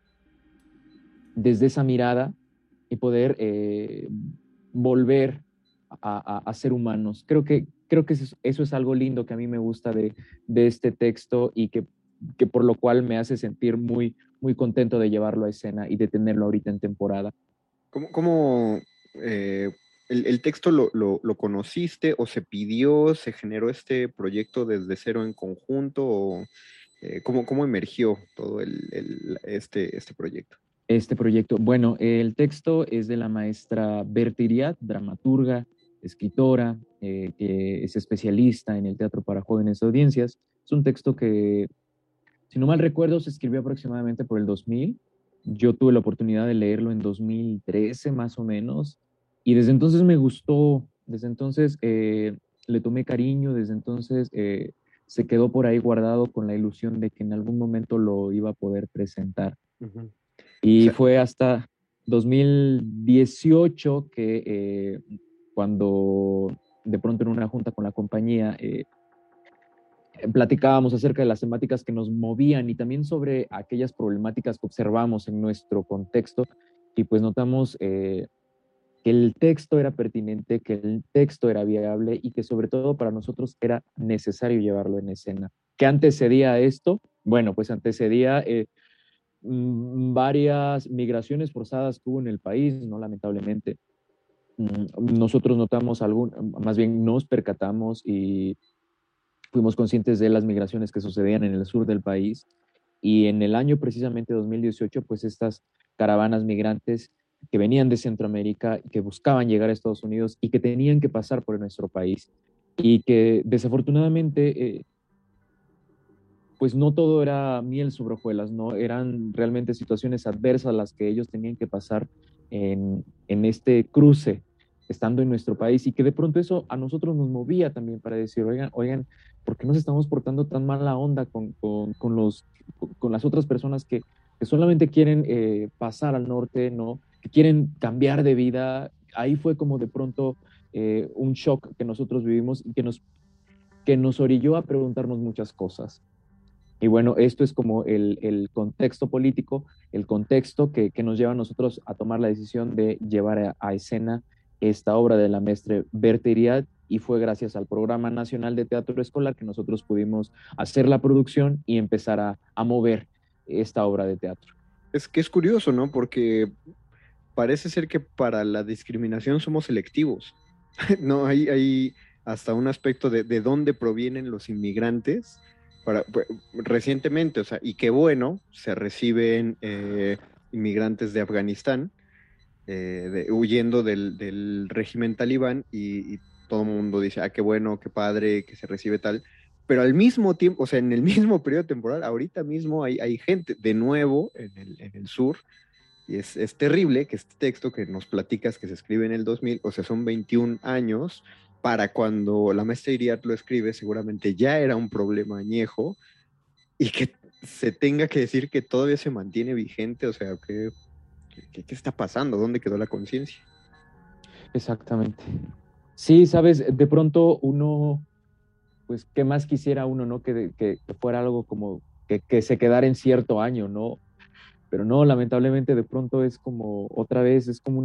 esa mirada y poder volver a ser humanos. Creo que eso es algo lindo que a mí me gusta de este texto y que por lo cual me hace sentir muy, muy contento de llevarlo a escena y de tenerlo ahorita en temporada. ¿Cómo el texto lo conociste o se pidió, se generó este proyecto desde cero en conjunto o cómo emergió todo este proyecto? Este proyecto, bueno, el texto es de la maestra Berta Iriart, dramaturga, escritora, que es especialista en el teatro para jóvenes de audiencias. Es un texto que, si no mal recuerdo, se escribió aproximadamente por el 2000. Yo tuve la oportunidad de leerlo en 2013 más o menos y desde entonces me gustó, desde entonces le tomé cariño, desde entonces se quedó por ahí guardado con la ilusión de que en algún momento lo iba a poder presentar. Uh-huh. Y fue hasta 2018 que cuando de pronto en una junta con la compañía platicábamos acerca de las temáticas que nos movían y también sobre aquellas problemáticas que observamos en nuestro contexto y pues notamos que el texto era pertinente, que el texto era viable y que sobre todo para nosotros era necesario llevarlo en escena. ¿Qué antecedía a esto? Bueno, pues antecedía varias migraciones forzadas que hubo en el país, ¿no? Lamentablemente. Nosotros notamos más bien nos percatamos y fuimos conscientes de las migraciones que sucedían en el sur del país. Y en el año precisamente 2018, pues estas caravanas migrantes que venían de Centroamérica, que buscaban llegar a Estados Unidos y que tenían que pasar por nuestro país y que desafortunadamente, pues no todo era miel sobre hojuelas, ¿no? Eran realmente situaciones adversas las que ellos tenían que pasar en este cruce, estando en nuestro país, y que de pronto eso a nosotros nos movía también para decir, oigan, ¿por qué nos estamos portando tan mala onda con las otras personas que solamente quieren pasar al norte, ¿no? Que quieren cambiar de vida? Ahí fue como de pronto un shock que nosotros vivimos y que nos orilló a preguntarnos muchas cosas. Y bueno, esto es como el contexto político, el contexto que nos lleva a nosotros a tomar la decisión de llevar a escena esta obra de la maestra Berta Iriart, y fue gracias al Programa Nacional de Teatro Escolar que nosotros pudimos hacer la producción y empezar a mover esta obra de teatro. Es que es curioso, ¿no? Porque parece ser que para la discriminación somos selectivos. No, hay hasta un aspecto de dónde provienen los inmigrantes. Recientemente, o sea, y qué bueno, se reciben inmigrantes de Afganistán huyendo del régimen talibán y todo el mundo dice, qué bueno, qué padre, que se recibe tal. Pero al mismo tiempo, o sea, en el mismo periodo temporal, ahorita mismo hay gente de nuevo en el sur. Y es terrible que este texto que nos platicas que se escribe en el 2000, o sea, son 21 años, para cuando la maestra Iriart lo escribe, seguramente ya era un problema añejo, y que se tenga que decir que todavía se mantiene vigente, o sea, ¿qué está pasando? ¿Dónde quedó la conciencia? Exactamente. Sí, sabes, de pronto uno, pues, ¿qué más quisiera uno, no? Que fuera algo como que se quedara en cierto año, ¿no? Pero no, lamentablemente de pronto es como, otra vez, es como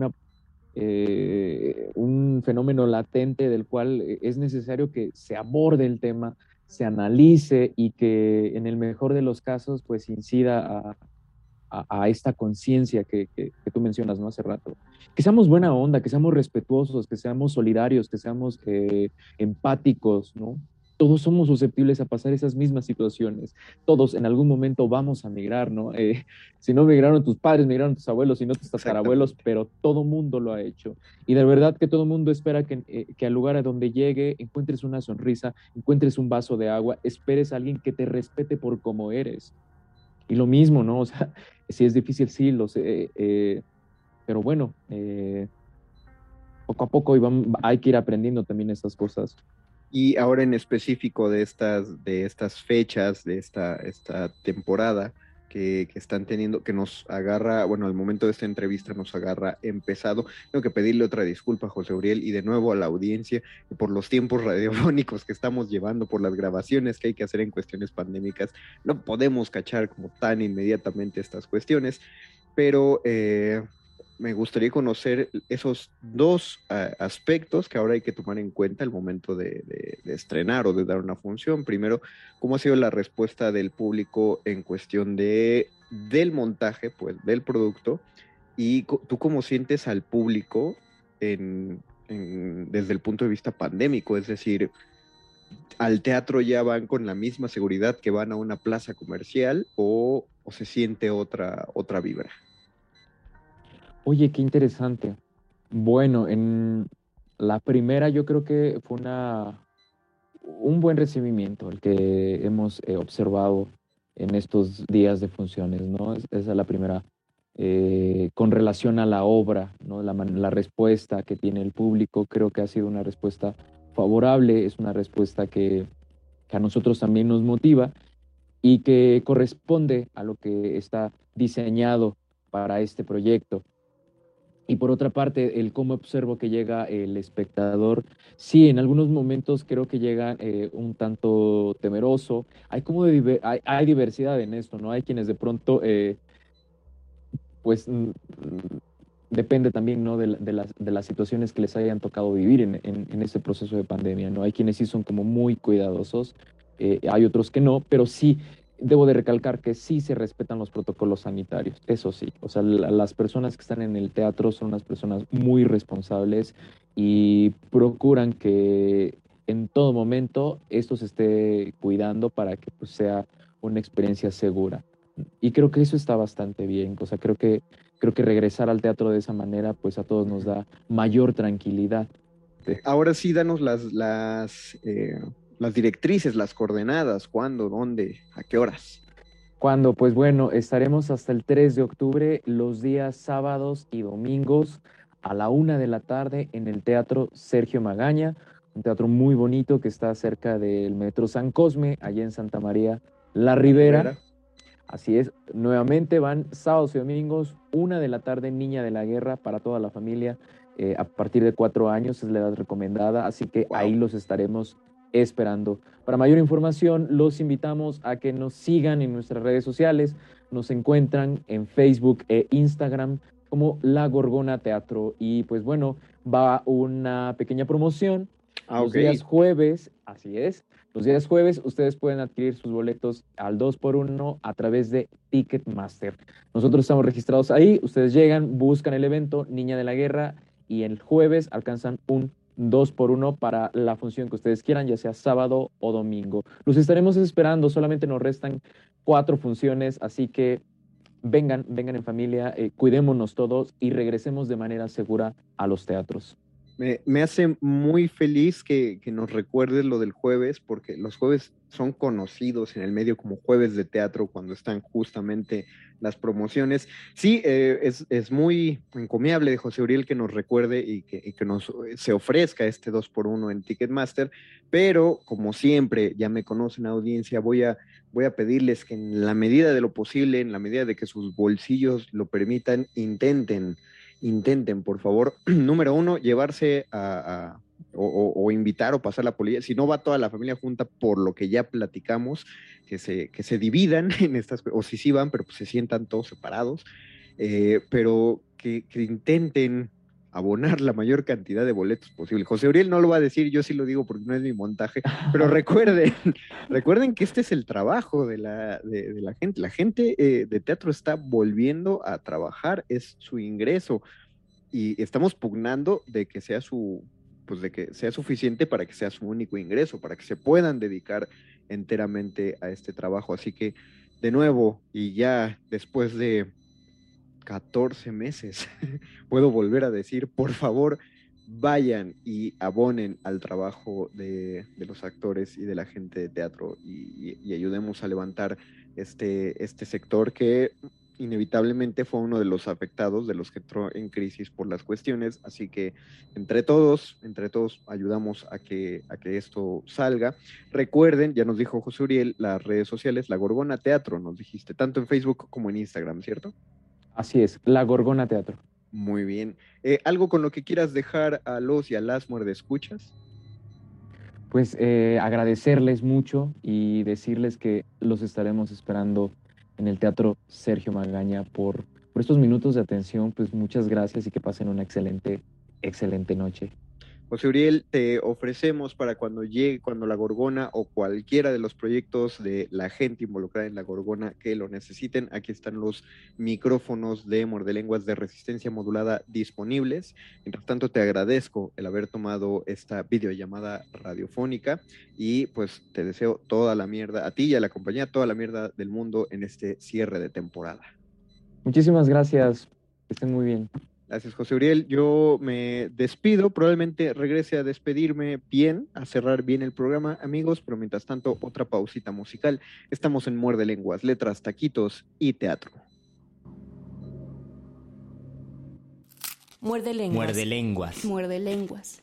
un fenómeno latente del cual es necesario que se aborde el tema, se analice y que en el mejor de los casos pues incida a esta conciencia que tú mencionas, ¿no? Hace rato. Que seamos buena onda, que seamos respetuosos, que seamos solidarios, que seamos empáticos, ¿no? Todos somos susceptibles a pasar esas mismas situaciones. Todos en algún momento vamos a migrar, ¿no? Si no migraron tus padres, migraron tus abuelos, si no tus tatarabuelos, pero todo mundo lo ha hecho. Y de verdad que todo mundo espera que al lugar a donde llegue encuentres una sonrisa, encuentres un vaso de agua, esperes a alguien que te respete por cómo eres. Y lo mismo, ¿no? O sea, si es difícil, sí, lo sé, pero bueno, poco a poco hay que ir aprendiendo también estas cosas. Y ahora en específico de estas fechas, de esta temporada que están teniendo, que nos agarra, bueno, al momento de esta entrevista nos agarra empezado. Tengo que pedirle otra disculpa a José Uriel y de nuevo a la audiencia por los tiempos radiofónicos que estamos llevando, por las grabaciones que hay que hacer en cuestiones pandémicas. No podemos cachar como tan inmediatamente estas cuestiones, pero me gustaría conocer esos dos aspectos que ahora hay que tomar en cuenta al momento de estrenar o de dar una función. Primero, ¿cómo ha sido la respuesta del público en cuestión del montaje, pues, del producto? Y tú cómo sientes al público desde el punto de vista pandémico, es decir, ¿al teatro ya van con la misma seguridad que van a una plaza comercial o se siente otra vibra? Oye, qué interesante. Bueno, en la primera yo creo que fue un buen recibimiento el que hemos observado en estos días de funciones, ¿no? Esa es la primera. Con relación a la obra, ¿no? La respuesta que tiene el público creo que ha sido una respuesta favorable, es una respuesta que a nosotros también nos motiva y que corresponde a lo que está diseñado para este proyecto. Y por otra parte, el cómo observo que llega el espectador, sí, en algunos momentos creo que llega un tanto temeroso. Hay diversidad en esto, ¿no? Hay quienes de pronto, pues, depende también, ¿no?, de las situaciones que les hayan tocado vivir en este proceso de pandemia, ¿no? Hay quienes sí son como muy cuidadosos, hay otros que no, pero sí debo de recalcar que sí se respetan los protocolos sanitarios, eso sí. O sea, las personas que están en el teatro son unas personas muy responsables y procuran que en todo momento esto se esté cuidando para que pues, sea una experiencia segura. Y creo que eso está bastante bien. O sea, creo que regresar al teatro de esa manera, pues a todos nos da mayor tranquilidad. Ahora sí, danos las directrices, las coordenadas, cuándo, dónde, a qué horas. Cuando, pues bueno, estaremos hasta el 3 de octubre, los días sábados y domingos a la 1 de la tarde en el Teatro Sergio Magaña, un teatro muy bonito que está cerca del Metro San Cosme, allá en Santa María La Ribera. Así es, nuevamente van sábados y domingos, 1 de la tarde, Niña de la Guerra, para toda la familia, a partir de 4 años es la edad recomendada, así que ahí los estaremos esperando. Para mayor información, los invitamos a que nos sigan en nuestras redes sociales, nos encuentran en Facebook e Instagram como La Gorgona Teatro, y pues bueno, va una pequeña promoción, los días jueves, así es, los días jueves ustedes pueden adquirir sus boletos al 2x1 a través de Ticketmaster. Nosotros estamos registrados ahí, ustedes llegan, buscan el evento Niña de la Guerra y el jueves alcanzan un 2x1 para la función que ustedes quieran, ya sea sábado o domingo. Los estaremos esperando, solamente nos restan 4 funciones, así que vengan en familia, cuidémonos todos y regresemos de manera segura a los teatros. Me hace muy feliz que nos recuerdes lo del jueves, porque los jueves son conocidos en el medio como jueves de teatro cuando están justamente las promociones. Sí, es muy encomiable de José Uriel que nos recuerde y que se ofrezca este 2x1 en Ticketmaster, pero como siempre, ya me conocen audiencia, voy a pedirles que en la medida de lo posible, en la medida de que sus bolsillos lo permitan, intenten, por favor, número 1, llevarse o invitar o pasar la polilla. Si no va toda la familia junta, por lo que ya platicamos, que se dividan en estas, o si sí van, pero pues se sientan todos separados, pero que intenten abonar la mayor cantidad de boletos posible. José Uriel no lo va a decir, yo sí lo digo porque no es mi montaje, pero recuerden que este es el trabajo de la gente. La gente de teatro está volviendo a trabajar, es su ingreso, y estamos pugnando de que sea de que sea suficiente para que sea su único ingreso, para que se puedan dedicar enteramente a este trabajo. Así que, de nuevo, y ya después de 14 meses, puedo volver a decir, por favor, vayan y abonen al trabajo de los actores y de la gente de teatro y ayudemos a levantar este sector que inevitablemente fue uno de los afectados, de los que entró en crisis por las cuestiones. Así que entre todos ayudamos a que esto salga. Recuerden, ya nos dijo José Uriel, las redes sociales, La Gorgona Teatro, nos dijiste, tanto en Facebook como en Instagram, ¿cierto? Así es, La Gorgona Teatro. Muy bien. ¿Algo con lo que quieras dejar a los y a las muerdescuchas? Pues agradecerles mucho y decirles que los estaremos esperando en el Teatro Sergio Magaña por estos minutos de atención. Pues muchas gracias y que pasen una excelente noche. José Uriel, te ofrecemos para cuando La Gorgona o cualquiera de los proyectos de la gente involucrada en La Gorgona que lo necesiten, aquí están los micrófonos de Muerdelenguas de resistencia modulada disponibles. Mientras tanto, te agradezco el haber tomado esta videollamada radiofónica y pues te deseo toda la mierda, a ti y a la compañía, toda la mierda del mundo en este cierre de temporada. Muchísimas gracias, que estén muy bien. Gracias, José Uriel. Yo me despido, probablemente regrese a despedirme bien, a cerrar bien el programa, amigos, pero mientras tanto, otra pausita musical. Estamos en Muerde Lenguas, letras, taquitos y teatro. Muerde lenguas. Muerde lenguas. Muerde lenguas.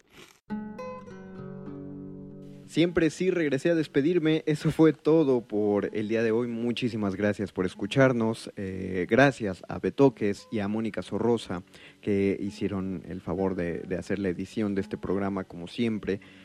Siempre sí regresé a despedirme. Eso fue todo por el día de hoy. Muchísimas gracias por escucharnos. Gracias a Betoques y a Mónica Sorrosa que hicieron el favor de hacer la edición de este programa como siempre.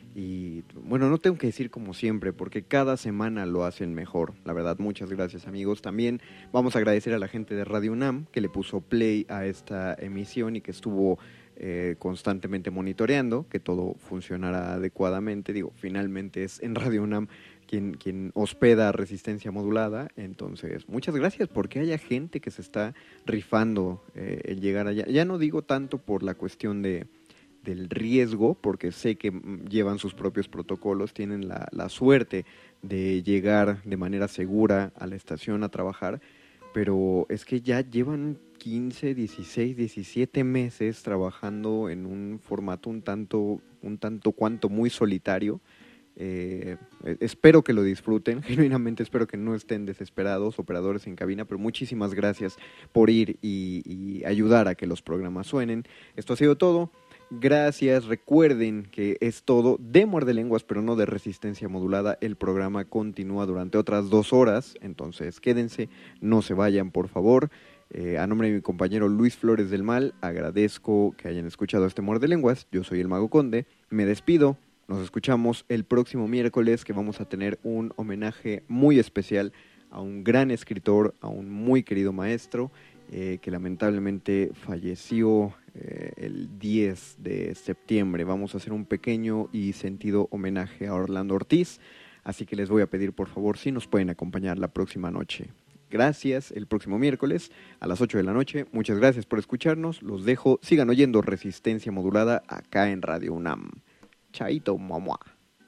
Y bueno, no tengo que decir como siempre, porque cada semana lo hacen mejor. La verdad, muchas gracias, amigos. También vamos a agradecer a la gente de Radio UNAM que le puso play a esta emisión y que estuvo constantemente monitoreando que todo funcionara adecuadamente. Digo, finalmente es en Radio UNAM quien hospeda Resistencia Modulada. Entonces, muchas gracias porque haya gente que se está rifando el llegar allá. Ya no digo tanto por la cuestión del riesgo, porque sé que llevan sus propios protocolos, tienen la suerte de llegar de manera segura a la estación a trabajar, pero es que ya llevan 15, 16, 17 meses trabajando en un formato un tanto cuanto muy solitario. Espero que lo disfruten, genuinamente espero que no estén desesperados, operadores en cabina, pero muchísimas gracias por ir y ayudar a que los programas suenen. Esto ha sido todo. Gracias, recuerden que es todo de Muerde Lenguas, pero no de Resistencia Modulada. El programa continúa durante otras 2 horas, entonces quédense, no se vayan, por favor. A nombre de mi compañero Luis Flores del Mal, agradezco que hayan escuchado este Muerde Lenguas. Yo soy el Mago Conde, me despido. Nos escuchamos el próximo miércoles, que vamos a tener un homenaje muy especial a un gran escritor, a un muy querido maestro, que lamentablemente falleció el 10 de septiembre. Vamos a hacer un pequeño y sentido homenaje a Orlando Ortiz, así que les voy a pedir por favor si nos pueden acompañar la próxima noche. Gracias, el próximo miércoles a las 8 de la noche. Muchas gracias por escucharnos, los dejo, sigan oyendo Resistencia Modulada acá en Radio UNAM. Chaito, mamá.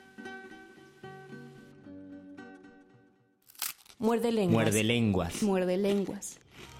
Muerde lenguas. Muerde lenguas. Muerde lenguas.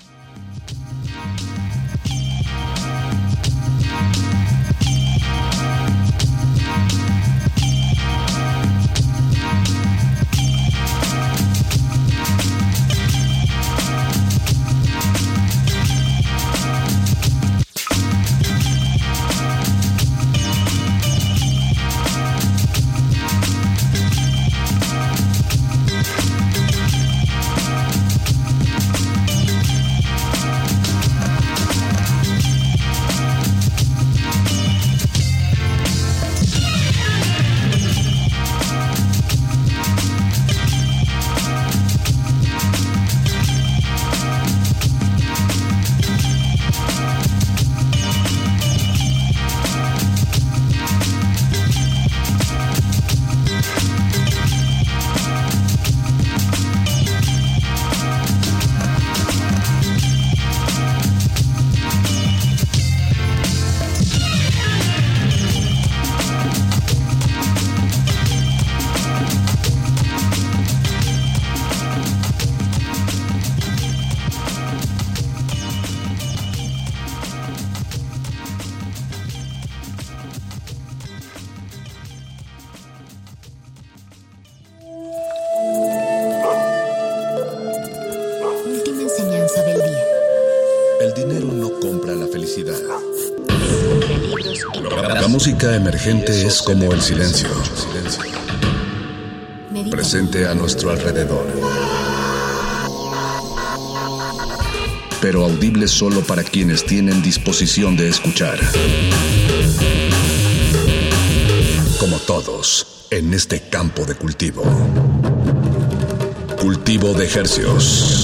La música emergente es como el silencio, presente a nuestro alrededor, pero audible solo para quienes tienen disposición de escuchar. Como todos, en este campo de cultivo. Cultivo de hercios.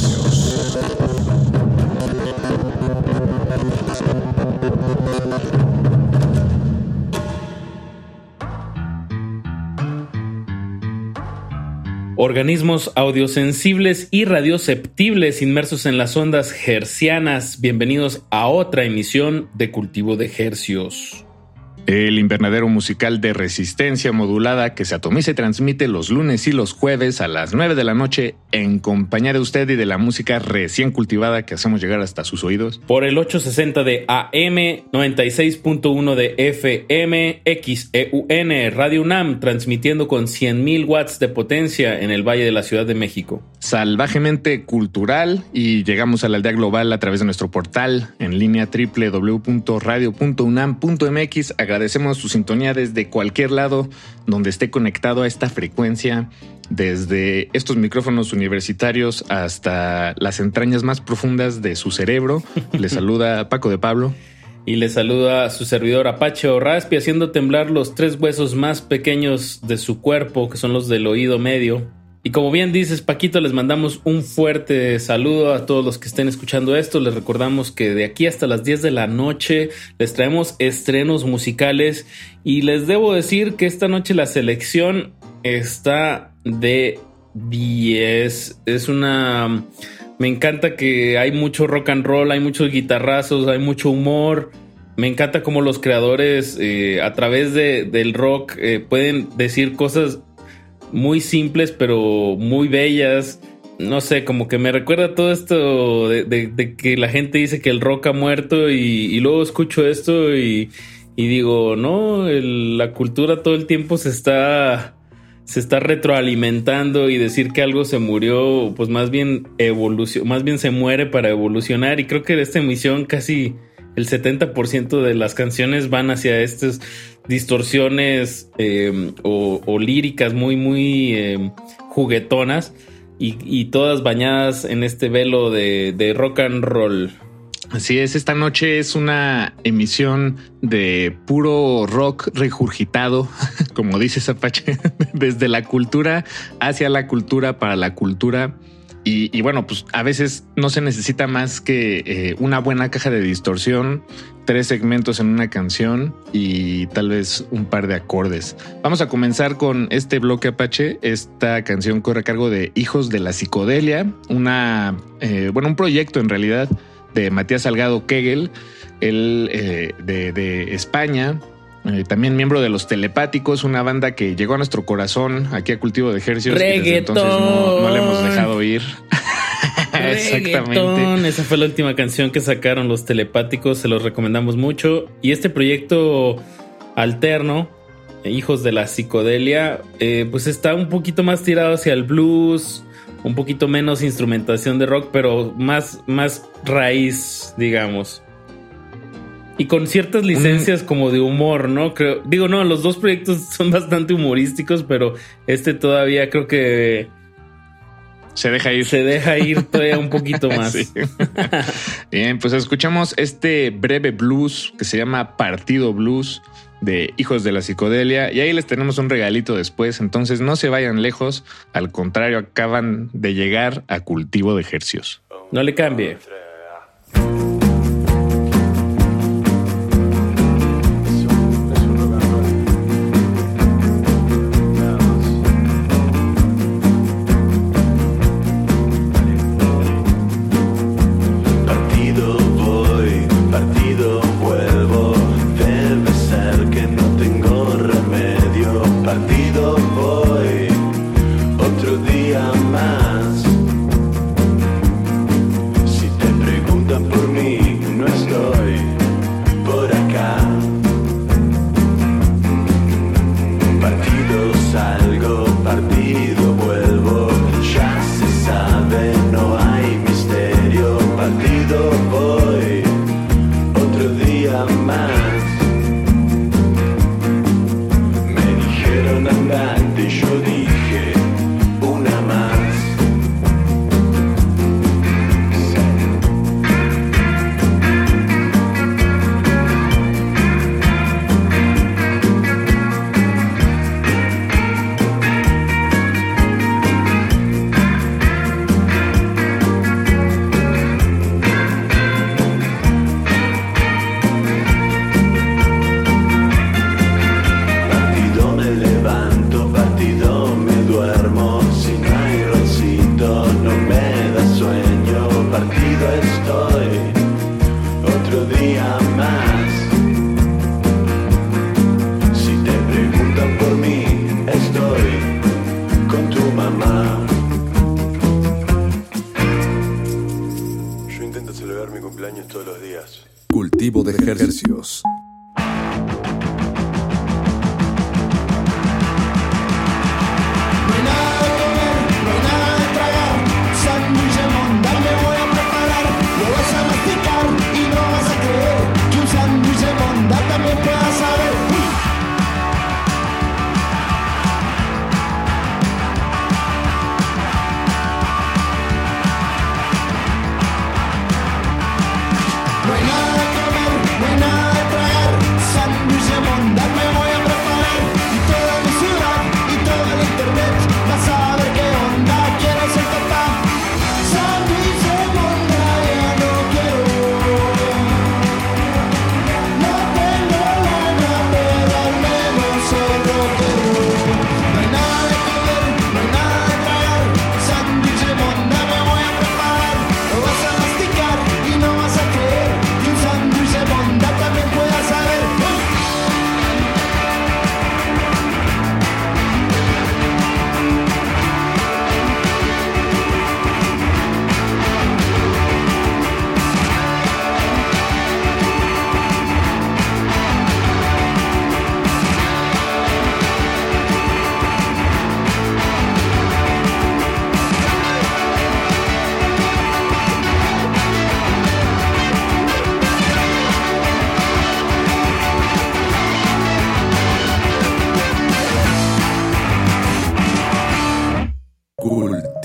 Organismos audiosensibles y radioceptibles inmersos en las ondas hercianas. Bienvenidos a otra emisión de Cultivo de Hercios. El invernadero musical de Resistencia Modulada que se atomiza y transmite los lunes y los jueves a las 9 de la noche en compañía de usted y de la música recién cultivada que hacemos llegar hasta sus oídos. Por el 860 de AM, 96.1 de FM, XEUN, Radio UNAM, transmitiendo con 100,000 watts de potencia en el Valle de la Ciudad de México. Salvajemente cultural, y llegamos a la aldea global a través de nuestro portal en línea www.radio.unam.mx. Agradecemos su sintonía desde cualquier lado donde esté conectado a esta frecuencia, desde estos micrófonos universitarios hasta las entrañas más profundas de su cerebro. Les saluda Paco de Pablo. Y le saluda a su servidor Apache o Raspi, haciendo temblar los 3 huesos más pequeños de su cuerpo, que son los del oído medio. Y como bien dices, Paquito, les mandamos un fuerte saludo a todos los que estén escuchando esto. Les recordamos que de aquí hasta las 10 de la noche les traemos estrenos musicales. Y les debo decir que esta noche la selección está de 10. Me encanta que hay mucho rock and roll, hay muchos guitarrazos, hay mucho humor. Me encanta cómo los creadores a través del rock pueden decir cosas muy simples pero muy bellas. No sé, como que me recuerda todo esto de que la gente dice que el rock ha muerto y luego escucho esto y digo, no, la cultura todo el tiempo se está retroalimentando, y decir que algo se murió, pues más bien se muere para evolucionar. Y creo que de esta emisión casi el 70% de las canciones van hacia estas distorsiones o líricas muy juguetonas, y todas bañadas en este velo de rock and roll. Así es, esta noche es una emisión de puro rock regurgitado, como dice Apache, desde la cultura hacia la cultura, para la cultura. Y bueno, pues a veces no se necesita más que una buena caja de distorsión, 3 segmentos en una canción y tal vez un par de acordes. Vamos a comenzar con este bloque, Apache. Esta canción corre a cargo de Hijos de la Psicodelia, un proyecto en realidad de Matías Salgado Kegel, él de España. También miembro de Los Telepáticos, una banda que llegó a nuestro corazón aquí a Cultivo de Hercios. ¡Reggaetón! Y desde entonces no le hemos dejado ir. Exactamente. Esa fue la última canción que sacaron Los Telepáticos, se los recomendamos mucho. Y este proyecto alterno, Hijos de la Psicodelia, pues está un poquito más tirado hacia el blues, un poquito menos instrumentación de rock, pero más raíz, digamos. Y con ciertas licencias como de humor, ¿no? Los dos proyectos son bastante humorísticos, pero este todavía creo que se deja ir todavía un poquito más. Sí. Bien, pues escuchamos este breve blues que se llama Partido Blues de Hijos de la Psicodelia, y ahí les tenemos un regalito después, entonces no se vayan lejos, al contrario, acaban de llegar a Cultivo de Hercios. No le cambie. Si te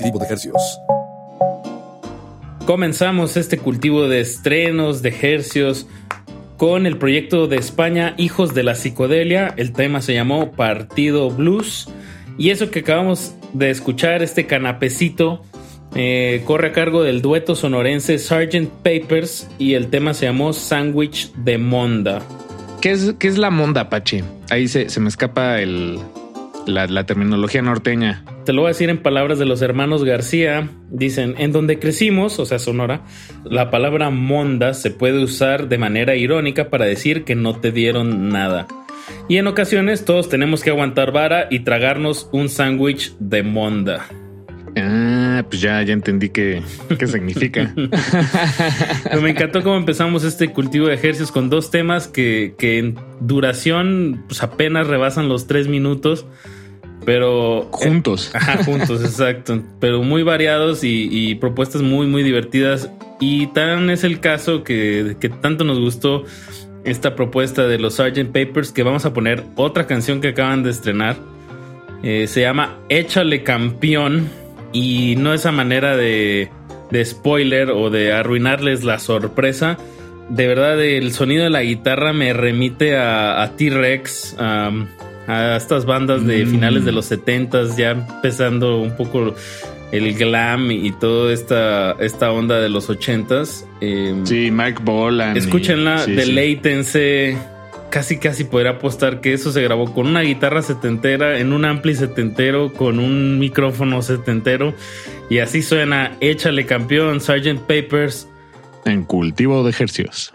cultivo de hercios. Comenzamos este cultivo de estrenos, de hercios, con el proyecto de España Hijos de la Psicodelia. El tema se llamó Partido Blues. Y eso que acabamos de escuchar, este canapecito, corre a cargo del dueto sonorense Sgt. Papers y el tema se llamó Sándwich de Monda. ¿Qué es la monda, Pachi? Ahí se me escapa la terminología norteña. Te lo voy a decir en palabras de los hermanos García. Dicen, en donde crecimos, o sea, Sonora, la palabra monda se puede usar de manera irónica para decir que no te dieron nada. Y en ocasiones todos tenemos que aguantar vara y tragarnos un sándwich de monda. Ah, pues ya entendí qué significa. Me encantó cómo empezamos este cultivo de ejercicios con dos temas que en duración pues apenas rebasan los 3 minutos, pero juntos. Juntos, exacto, pero muy variados y propuestas muy muy divertidas. Y tan es el caso que tanto nos gustó esta propuesta de los Sgt. Papers que vamos a poner otra canción que acaban de estrenar. Se llama Échale Campeón. Y no esa manera de spoiler o de arruinarles la sorpresa. De verdad, el sonido de la guitarra me remite a T-Rex, a estas bandas de finales de los 70s, ya empezando un poco el glam y toda esta onda de los 80s. Sí, Mike Bolan. Escúchenla, deleítense. Casi podría apostar que eso se grabó con una guitarra setentera, en un ampli setentero, con un micrófono setentero. Y así suena Échale Campeón, Sgt. Papers. En cultivo de hercios.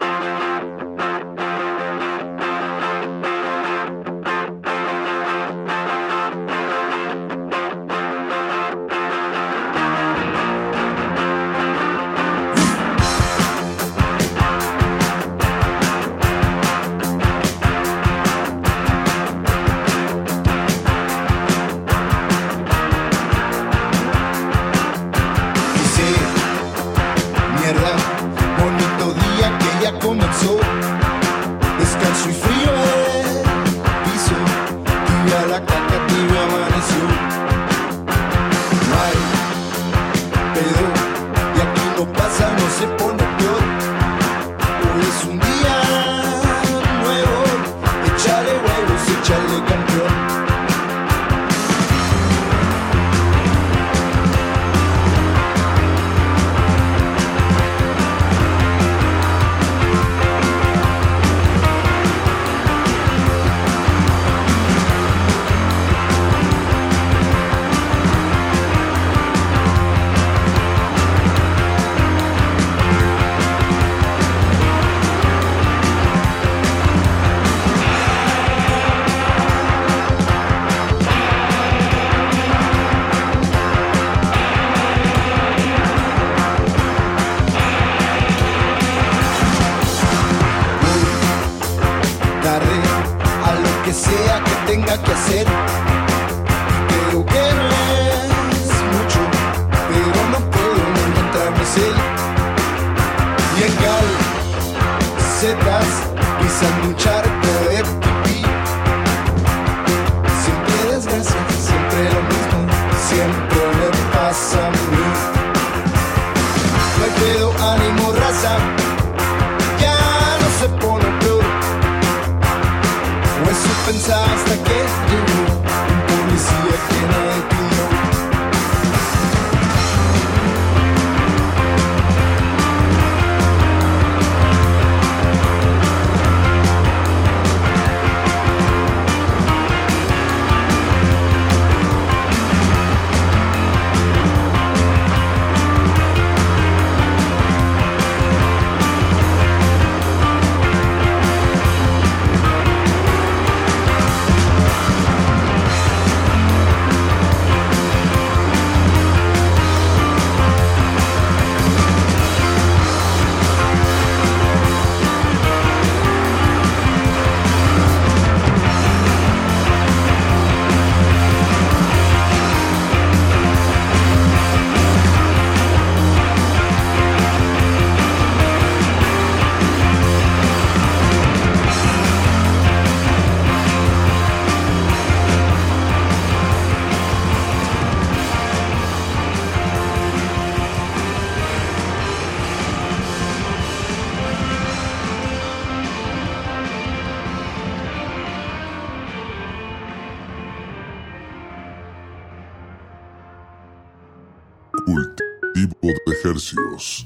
Cultivo de Hercios.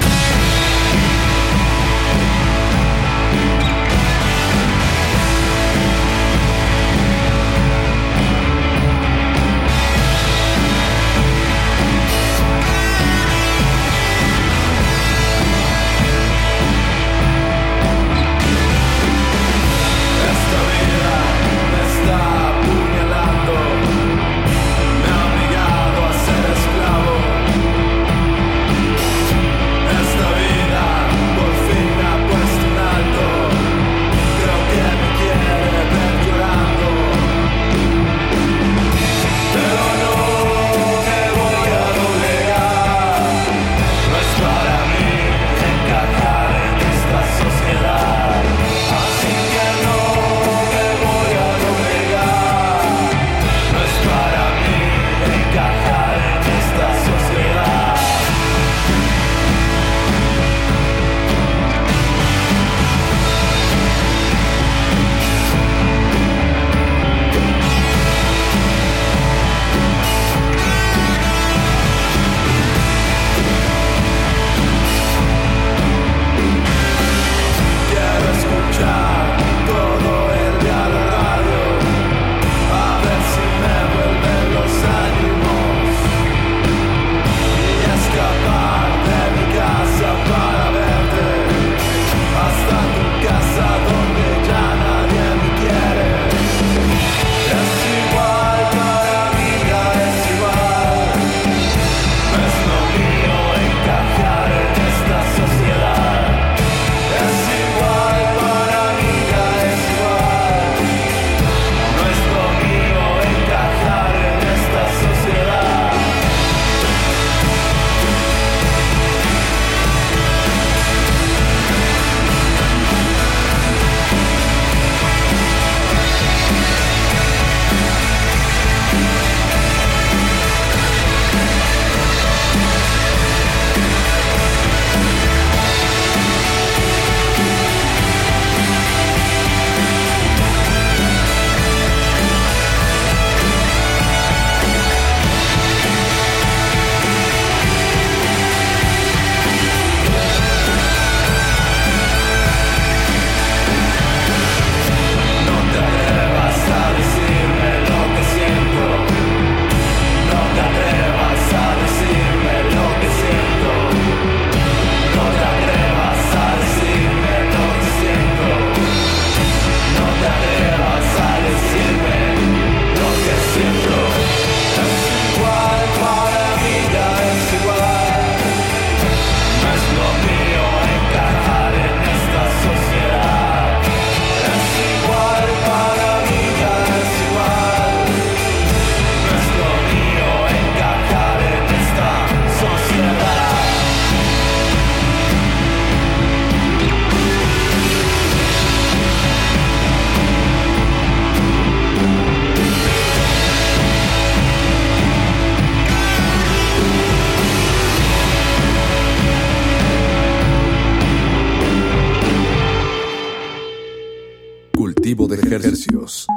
Cultivo de Hercios.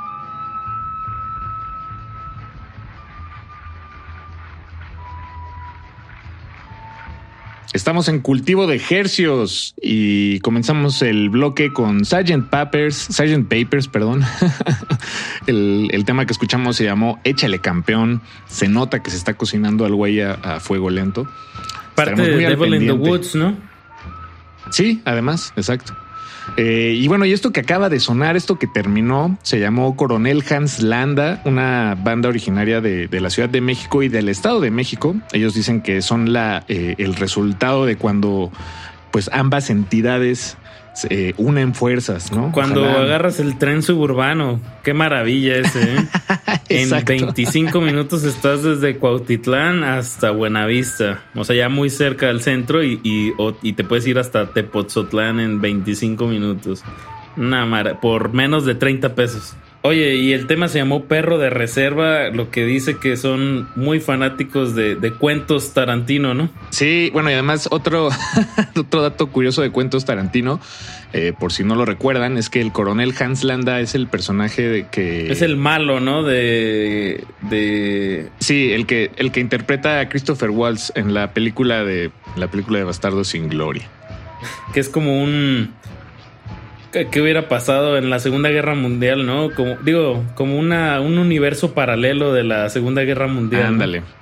Estamos en Cultivo de Hercios y comenzamos el bloque con Sgt. Papers, el tema que escuchamos se llamó Échale Campeón. Se nota que se está cocinando al güey a fuego lento. Parte de Devil in the Woods, ¿no? Sí, además, exacto. Y bueno, y esto que acaba de sonar, esto que terminó, se llamó Coronel Hans Landa, una banda originaria de la Ciudad de México y del Estado de México. Ellos dicen que son el resultado de cuando pues ambas entidades unen fuerzas, ¿no? Cuando agarras el tren suburbano, qué maravilla ese, ¿eh? En 25 minutos estás desde Cuautitlán hasta Buenavista, o sea, ya muy cerca del centro y te puedes ir hasta Tepoztlán en 25 minutos. Por menos de 30 pesos. Oye, y el tema se llamó Perro de Reserva, lo que dice que son muy fanáticos de cuentos Tarantino, ¿no? Sí, bueno, y además otro dato curioso de cuentos Tarantino, por si no lo recuerdan, es que el coronel Hans Landa es el personaje que... Es el malo, ¿no? Sí, el que interpreta a Christopher Waltz en la película de Bastardos sin Gloria. Que es como ¿qué hubiera pasado en la Segunda Guerra Mundial, no? Como un universo paralelo de la Segunda Guerra Mundial. Ándale. ¿No?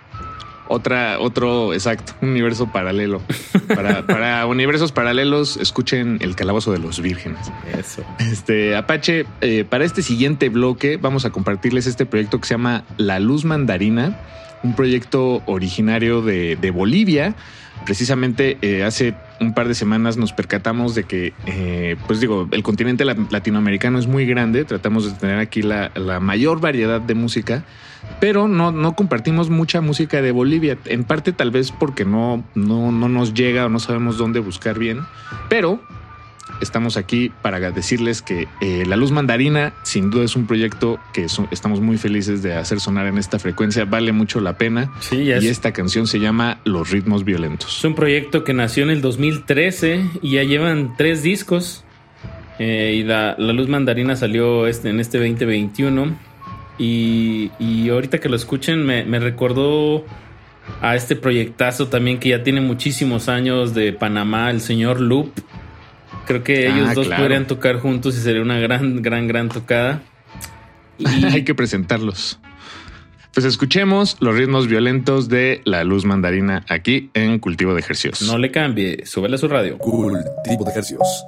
Exacto, un universo paralelo. Para universos paralelos, escuchen El Calabozo de los Vírgenes. Eso. Apache, para este siguiente bloque vamos a compartirles este proyecto que se llama La Luz Mandarina, un proyecto originario de Bolivia. Precisamente hace un par de semanas nos percatamos de que, el continente latinoamericano es muy grande. Tratamos de tener aquí la mayor variedad de música, pero no compartimos mucha música de Bolivia. En parte tal vez porque no nos llega o no sabemos dónde buscar bien, pero estamos aquí para decirles que La Luz Mandarina sin duda es un proyecto que estamos muy felices de hacer sonar en esta frecuencia. Vale mucho la pena. Sí, y esta canción se llama Los Ritmos Violentos. Es un proyecto que nació en el 2013 y ya llevan 3 discos. Y la Luz Mandarina salió en este 2021. Y ahorita que lo escuchen me recordó a este proyectazo también que ya tiene muchísimos años de Panamá, el señor Loop. Creo que ellos dos podrían tocar juntos y sería una gran tocada. Y... Hay que presentarlos. Pues escuchemos Los Ritmos Violentos de La Luz Mandarina aquí en Cultivo de Ejercicios. No le cambie, súbele a su radio. Cultivo de Ejercicios.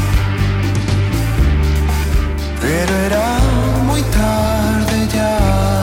Pero era muy tarde ya.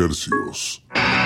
hercios.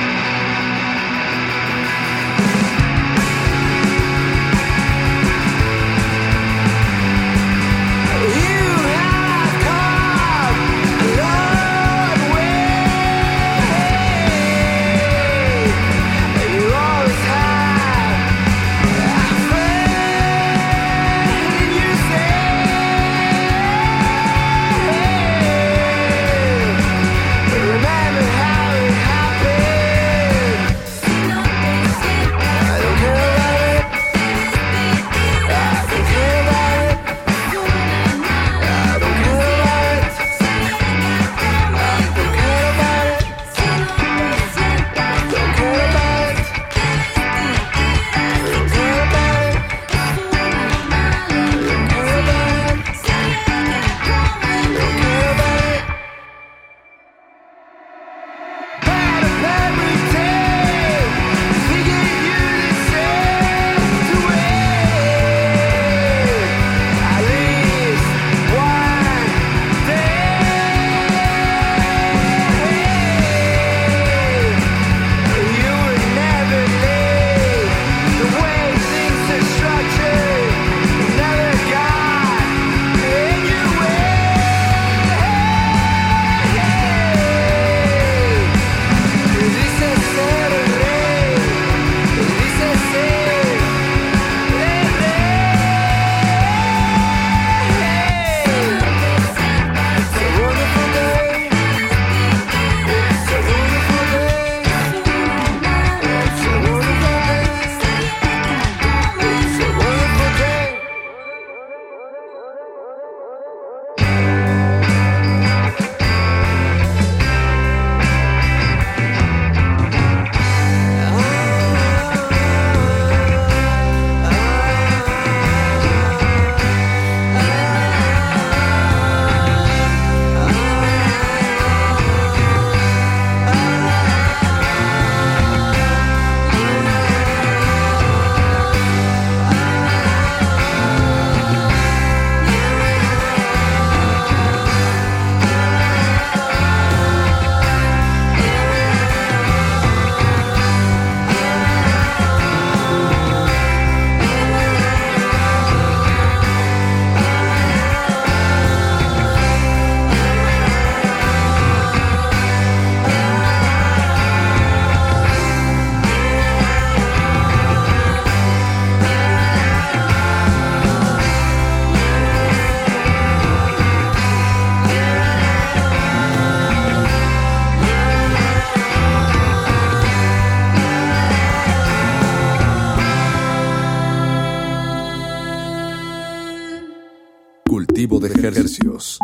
Cultivo de hercios.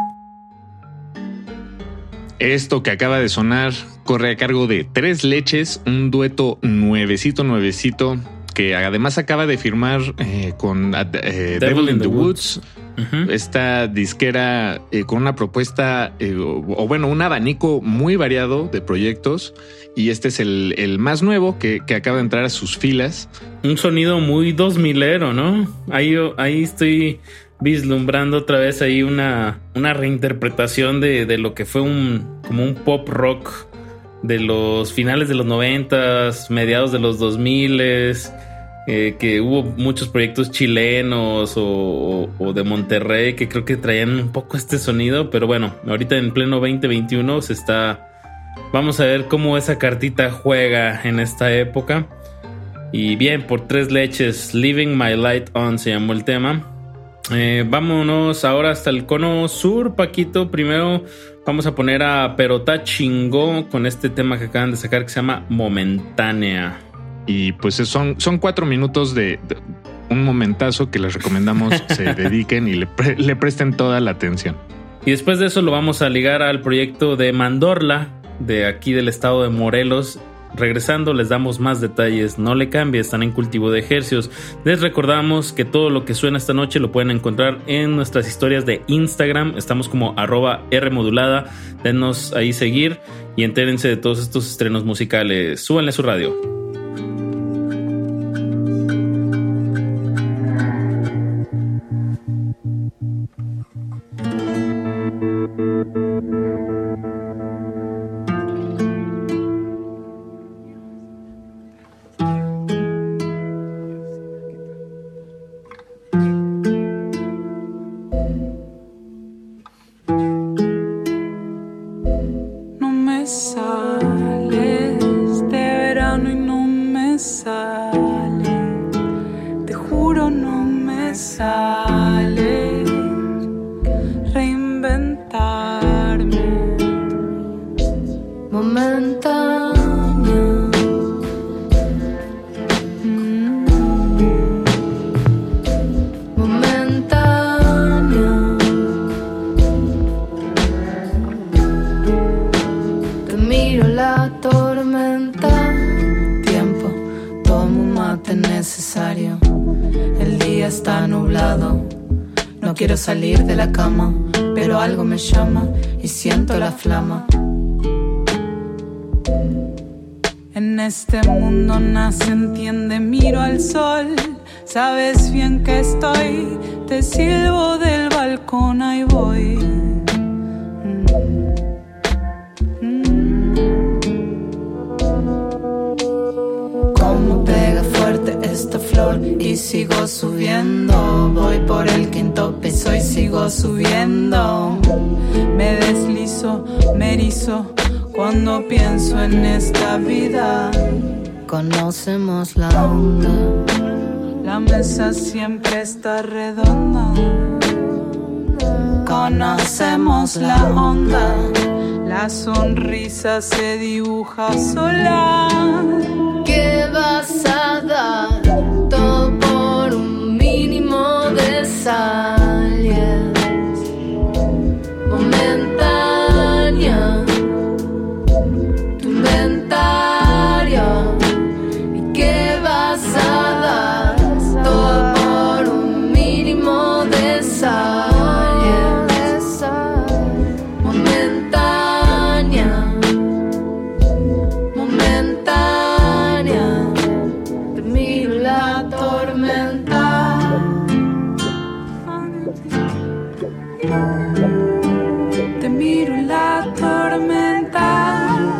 Esto que acaba de sonar corre a cargo de Tres Leches, un dueto nuevecito, que además acaba de firmar con Devil in the Woods. Uh-huh. Esta disquera con una propuesta, un abanico muy variado de proyectos. Y este es el más nuevo que acaba de entrar a sus filas. Un sonido muy 2000ero, ¿no? Ahí estoy vislumbrando otra vez ahí una reinterpretación de lo que fue como un pop rock de los finales de los 90s, mediados de los 2000s, que hubo muchos proyectos chilenos o de Monterrey que creo que traían un poco este sonido, pero bueno, ahorita en pleno 2021 vamos a ver cómo esa cartita juega en esta época. Y bien, por Tres Leches, Leaving My Light On se llamó el tema. Vámonos ahora hasta el cono sur, Paquito. Primero vamos a poner a Perotá Chingó con este tema que acaban de sacar que se llama Momentánea. Y pues son 4 minutos de un momentazo que les recomendamos se dediquen y le presten toda la atención. Y después de eso lo vamos a ligar al proyecto de Mandorla, de aquí del estado de Morelos. Regresando les damos más detalles, no le cambie, están en Cultivo de Hercios. Les recordamos que todo lo que suena esta noche lo pueden encontrar en nuestras historias de Instagram, estamos como @Rmodulada, denos ahí seguir y entérense de todos estos estrenos musicales. Súbanle su radio. mate necesario. El día está nublado, no quiero salir de la cama, pero algo me llama y siento la flama. En este mundo nace, entiende, miro al sol. Sabes bien que estoy, te silbo del balcón, ahí voy. Como pega fuerte esta flor y sigo subiendo. Voy por el quinto piso y sigo subiendo. Me deslizo, me erizo cuando pienso en esta vida. Conocemos la onda, la mesa siempre está redonda. Conocemos la onda, la sonrisa se dibuja sola. ¿Qué vas a dar? Todo por un mínimo de sal, yes. Momentánea, tu inventario. ¿Y qué vas a dar? Todo por un mínimo de sal, yes. Momentánea, momentánea. Te miro la tormenta. Te miro la tormenta.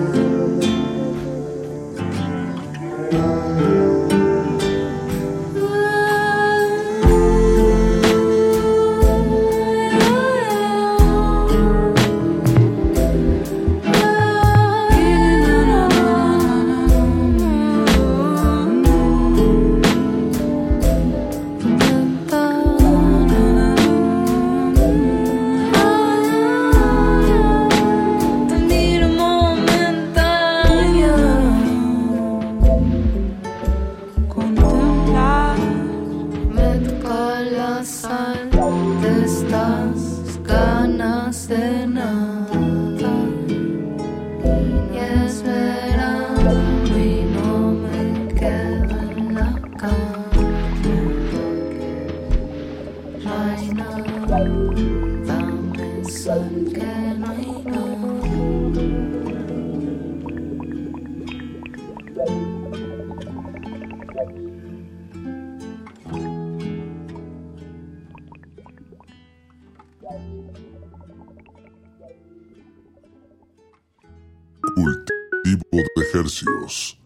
Cultivo de ejercicios.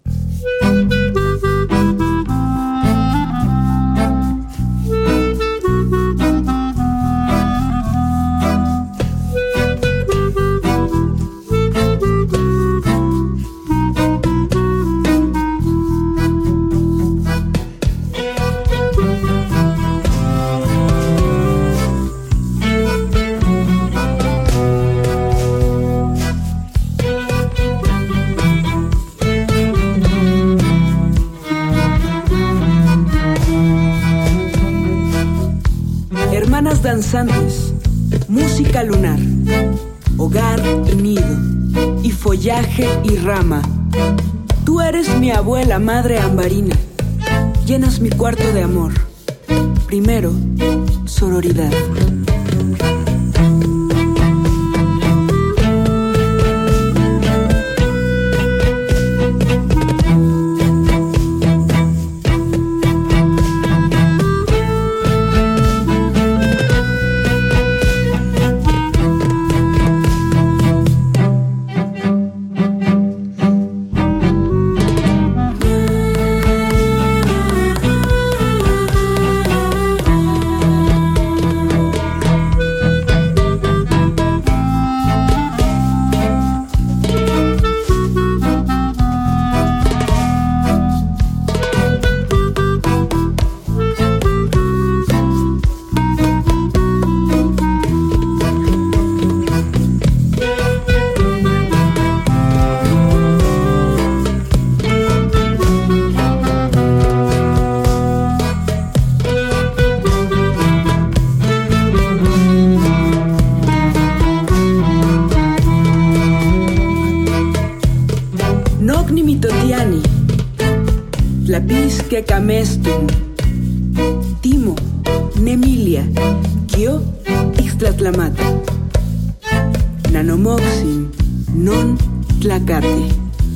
Danzantes, música lunar, hogar y nido, y follaje y rama. Tú eres mi abuela madre ambarina, llenas mi cuarto de amor. Primero, sororidad. Yecamestun, Timo, Nemilia, Kio, Ixtlatlamata, Nanomoxin, Non Tlacate.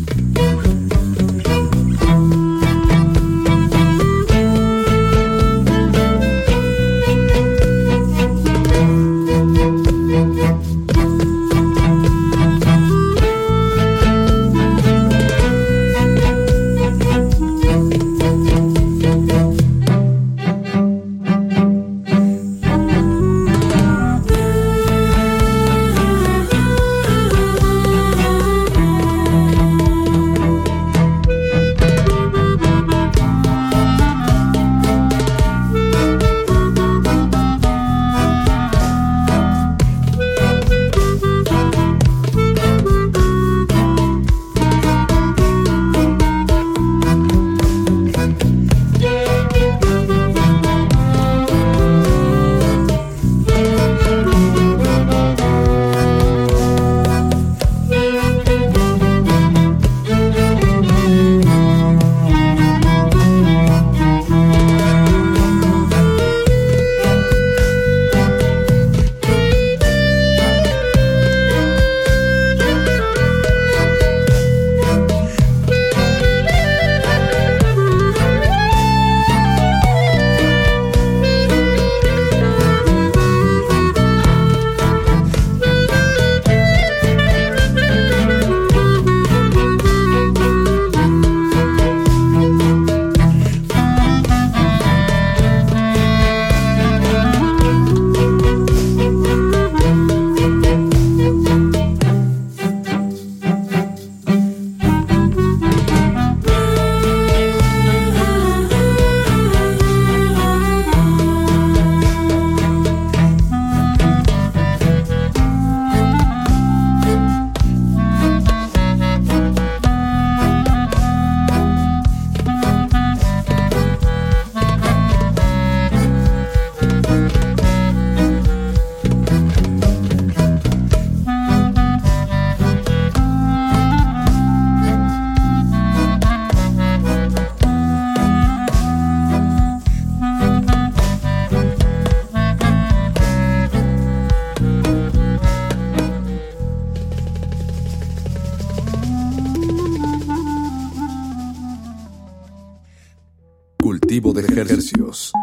Cultivo de hercios.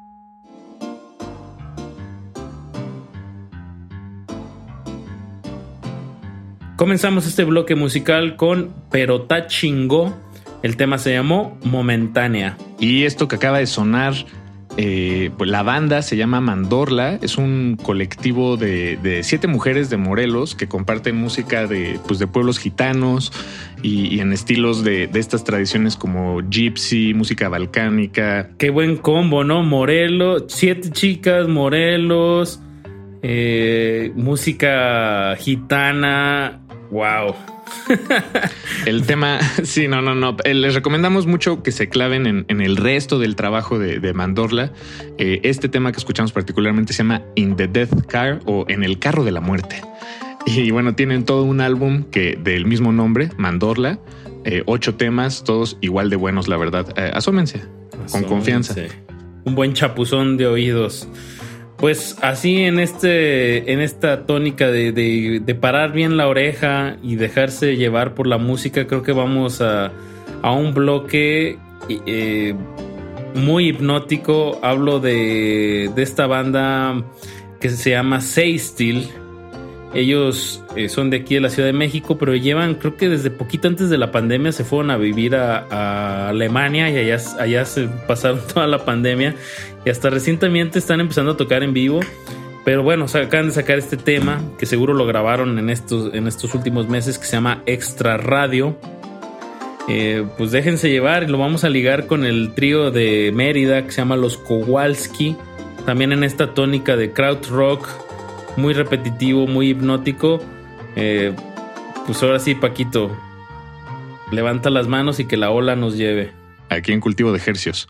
Comenzamos este bloque musical con Pero Ta Chingó. El tema se llamó Momentánea. Y esto que acaba de sonar, pues la banda se llama Mandorla. Es un colectivo de 7 mujeres de Morelos que comparten música de pueblos gitanos y en estilos de estas tradiciones como gypsy, música balcánica. Qué buen combo, ¿no? Morelos, 7 chicas, Morelos, música gitana. Wow. El tema, sí, no. Les recomendamos mucho que se claven en el resto del trabajo de Mandorla. Este tema que escuchamos particularmente se llama In the Death Car o En el Carro de la Muerte. Y bueno, tienen todo un álbum del mismo nombre, Mandorla. 8 temas, todos igual de buenos, la verdad. Asómense con confianza. Un buen chapuzón de oídos. Pues así en esta tónica de parar bien la oreja y dejarse llevar por la música, creo que vamos a un bloque muy hipnótico. Hablo de esta banda que se llama Seistil. Ellos son de aquí de la Ciudad de México, pero llevan, creo que desde poquito antes de la pandemia se fueron a vivir a Alemania y allá se pasaron toda la pandemia y hasta recientemente están empezando a tocar en vivo. Pero bueno, acaban de sacar este tema que seguro lo grabaron en estos últimos meses, que se llama Extra Radio. Pues déjense llevar y lo vamos a ligar con el trío de Mérida que se llama Los Kowalski, también en esta tónica de krautrock, muy repetitivo, muy hipnótico. Pues ahora sí, Paquito, levanta las manos y que la ola nos lleve. Aquí en Cultivo de Hercios.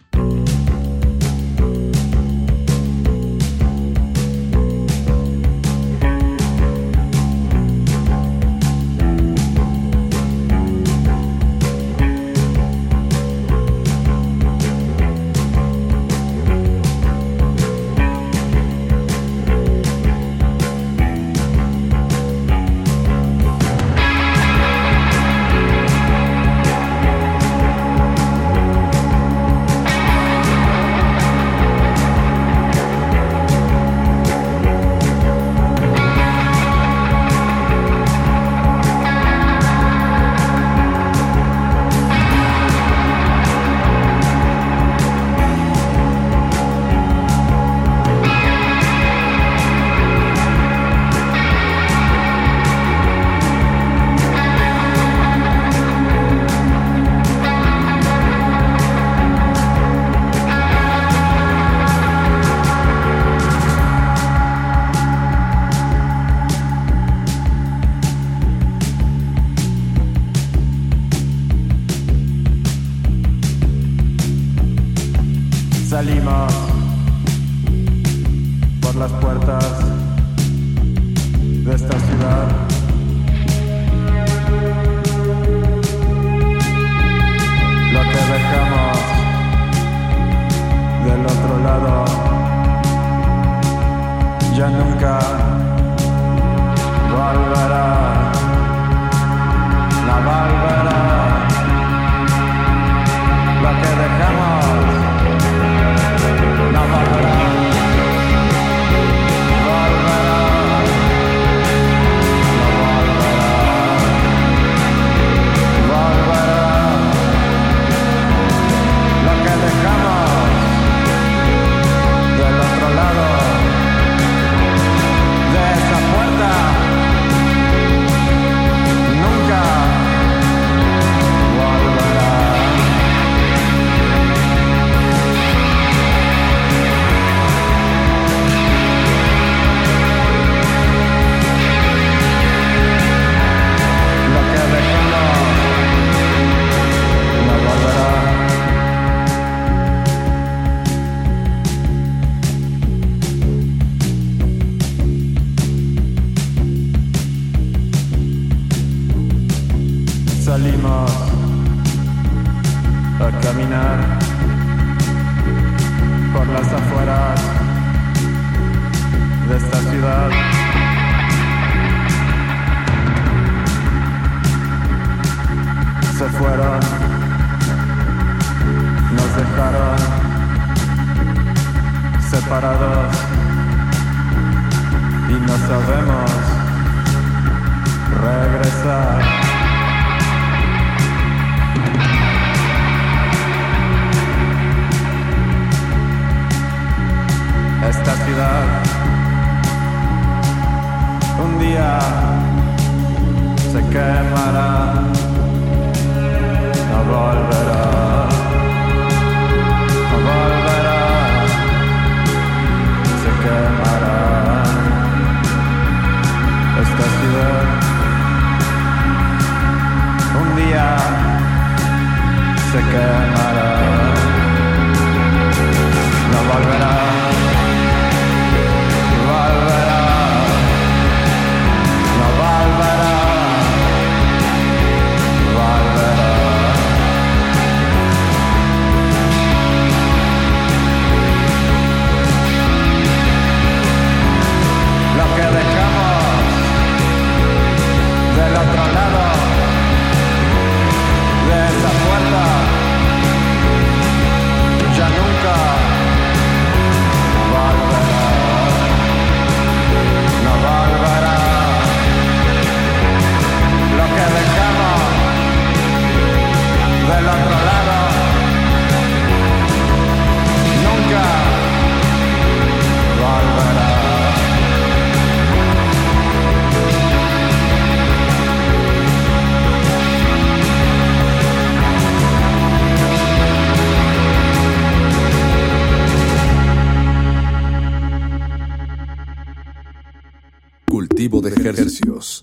Salimos por las puertas de esta ciudad. Lo que dejamos del otro lado ya nunca volverá, no volverá. Lo que dejamos no volverá, volverá, no volverá, volverá. Lo que dejamos del otro lado de esa puerta nunca volverá. Lo que dejamos no volverá. Salimos a caminar por las afueras de esta ciudad. Se fueron, nos dejaron separados y no sabemos regresar. Esta ciudad un día se quemará, no volverá, no volverá, se quemará. Esta ciudad un día se quemará, no volverá. Lo que dejamos del otro lado de esa puerta ya nunca volverá, no volverá. Lo que dejamos del otro lado nunca volverá. Cultivo de ejercicios.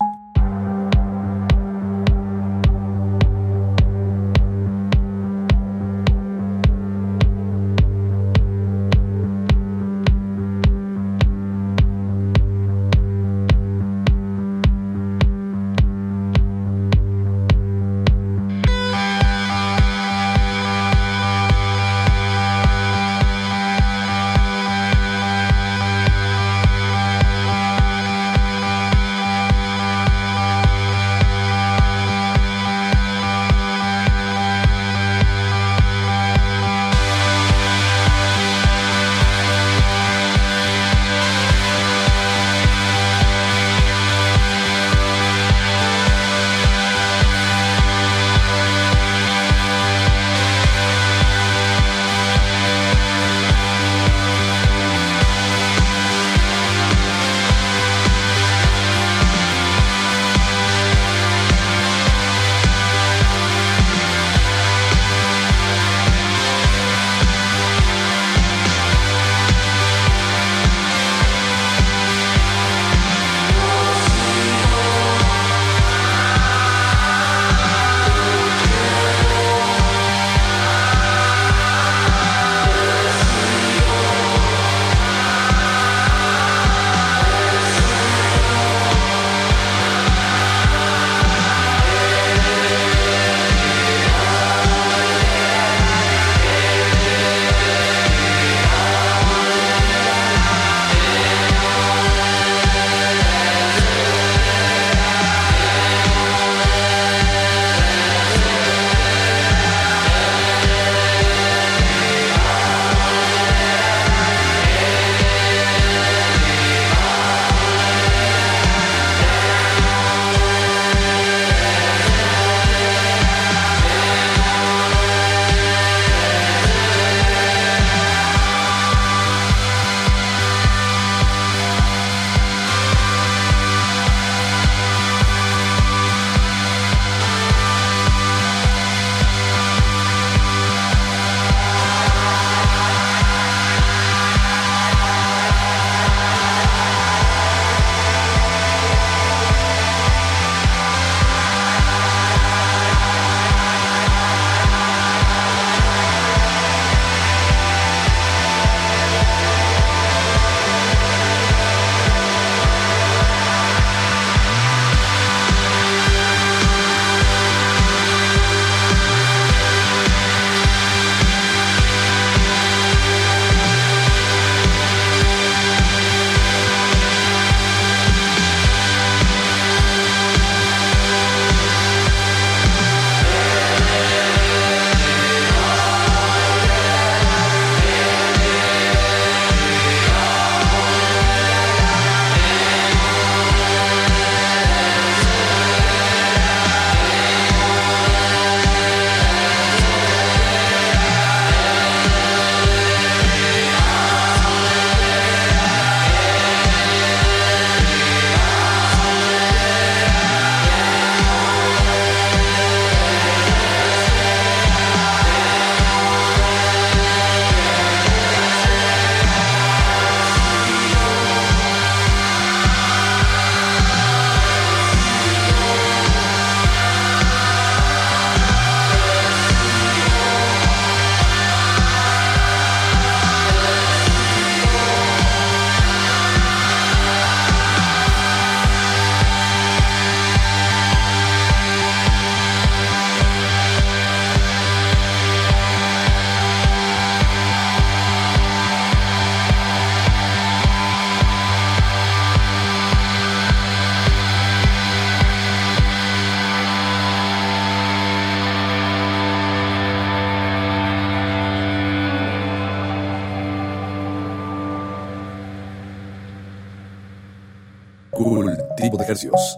cultivo de hercios.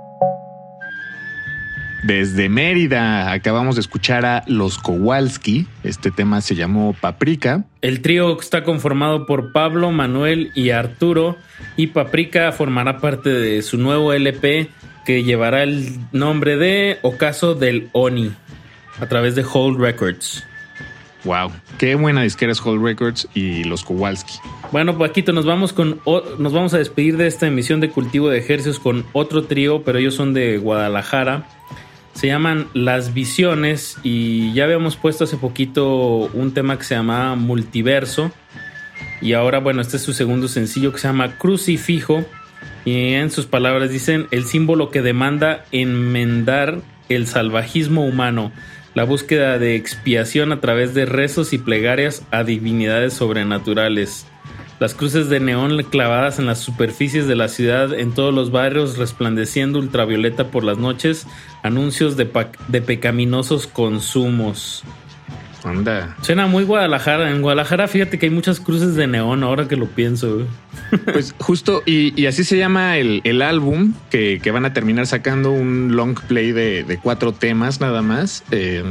Desde Mérida acabamos de escuchar a Los Kowalski. Este tema se llamó Paprika. El trío está conformado por Pablo, Manuel y Arturo, y Paprika formará parte de su nuevo LP que llevará el nombre de Ocaso del Oni a través de Hold Records. Wow, qué buena disquera es Hold Records y Los Kowalski. Bueno, Paquito, nos vamos a despedir de esta emisión de Cultivo de Hercios con otro trío, pero ellos son de Guadalajara. Se llaman Las Visiones y ya habíamos puesto hace poquito un tema que se llamaba Multiverso. Y ahora, bueno, este es su segundo sencillo que se llama Crucifijo. Y en sus palabras dicen: el símbolo que demanda enmendar el salvajismo humano, la búsqueda de expiación a través de rezos y plegarias a divinidades sobrenaturales. Las cruces de neón clavadas en las superficies de la ciudad, en todos los barrios, resplandeciendo ultravioleta por las noches, anuncios de pecaminosos consumos. Anda. Suena muy Guadalajara. En Guadalajara, fíjate que hay muchas cruces de neón, ahora que lo pienso. Pues justo, y así se llama el álbum, que van a terminar sacando un long play de 4 temas nada más.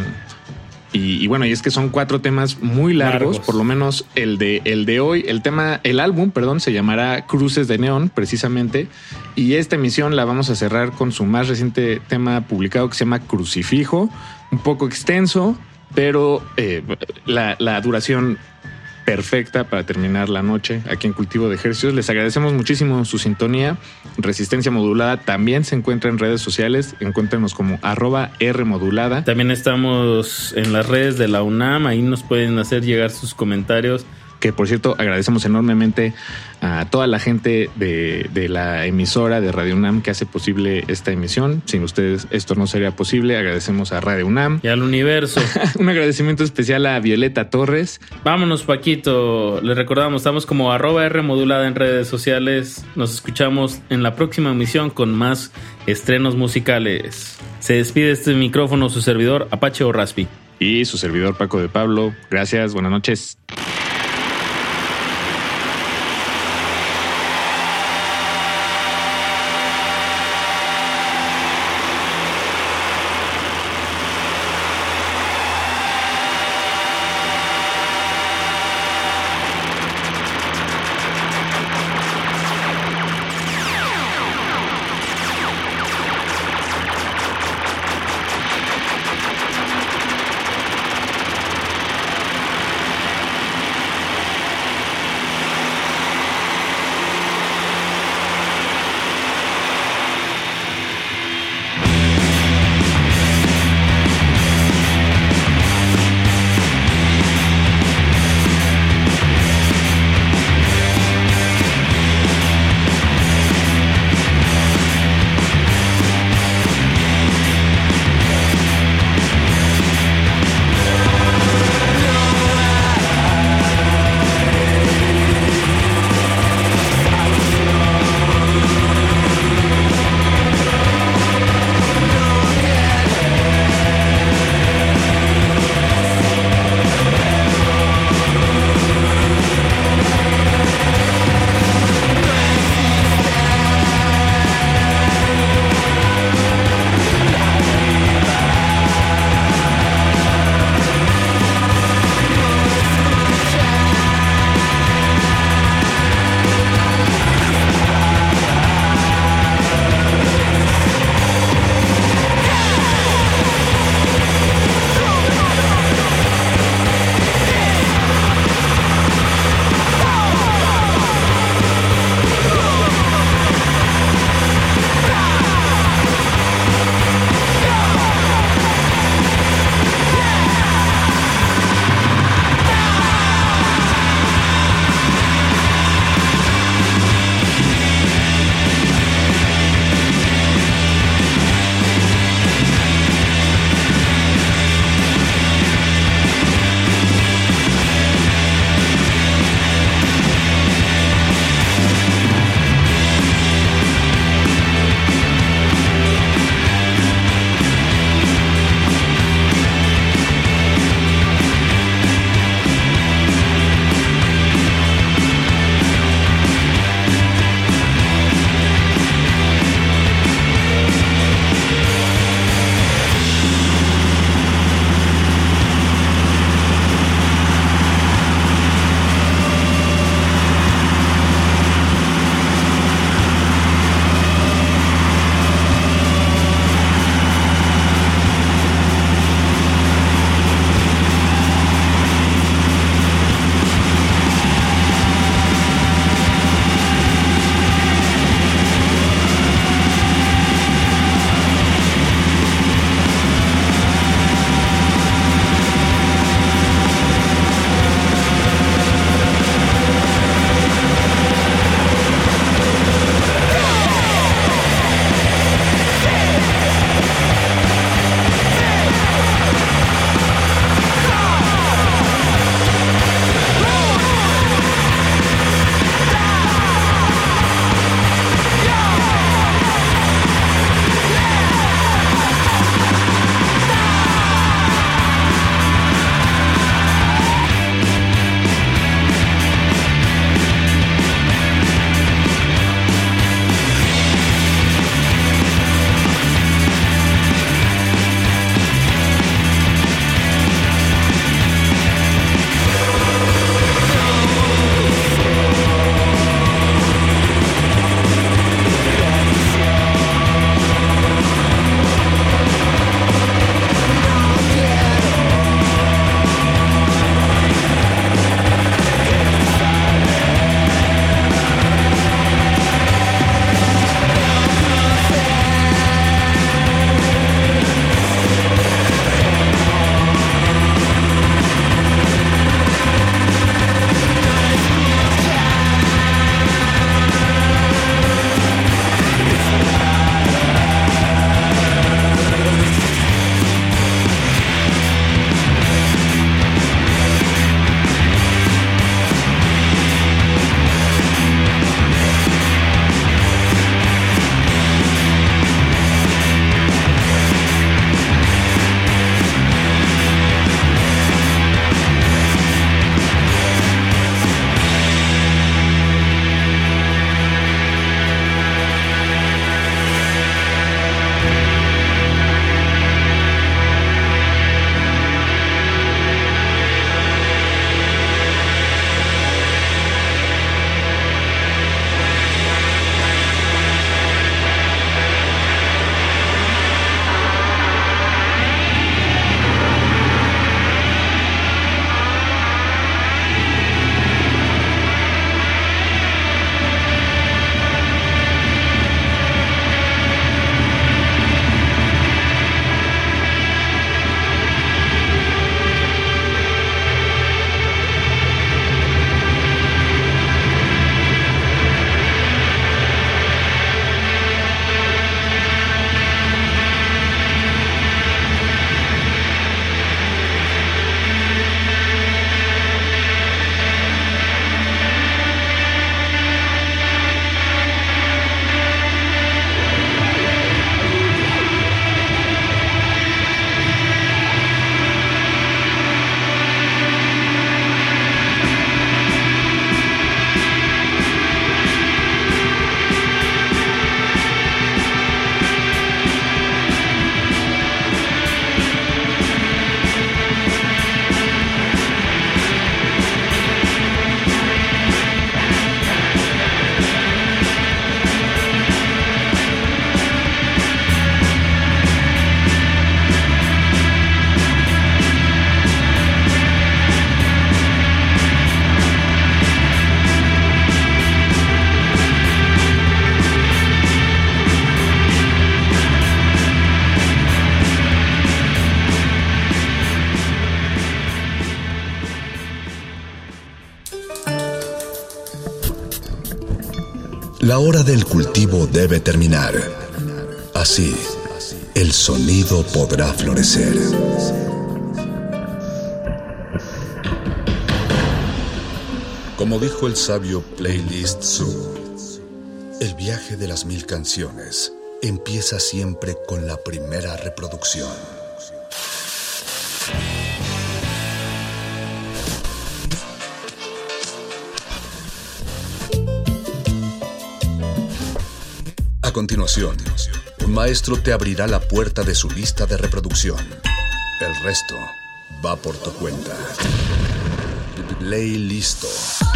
Y bueno, y es que son 4 temas muy largos, por lo menos el de hoy, el álbum, se llamará Cruces de Neón, precisamente. Y esta emisión la vamos a cerrar con su más reciente tema publicado que se llama Crucifijo, un poco extenso, pero la duración perfecta para terminar la noche aquí en Cultivo de Hercios. Les agradecemos muchísimo su sintonía. Resistencia Modulada también se encuentra en redes sociales. Encuéntrenos como @Rmodulada. También estamos en las redes de la UNAM. Ahí nos pueden hacer llegar sus comentarios. Que por cierto, agradecemos enormemente a toda la gente de la emisora de Radio UNAM que hace posible esta emisión. Sin ustedes esto no sería posible. Agradecemos a Radio UNAM. Y al universo. Un agradecimiento especial a Violeta Torres. Vámonos, Paquito. Les recordamos, estamos como @Rmodulada en redes sociales. Nos escuchamos en la próxima emisión con más estrenos musicales. Se despide este micrófono su servidor Apache o Raspi. Y su servidor Paco de Pablo. Gracias, buenas noches. La hora del cultivo debe terminar. Así, el sonido podrá florecer. Como dijo el sabio Playlist Zoo, el viaje de las 1000 canciones empieza siempre con la primera reproducción. A continuación, un maestro te abrirá la puerta de su lista de reproducción. El resto va por tu cuenta. Play listo.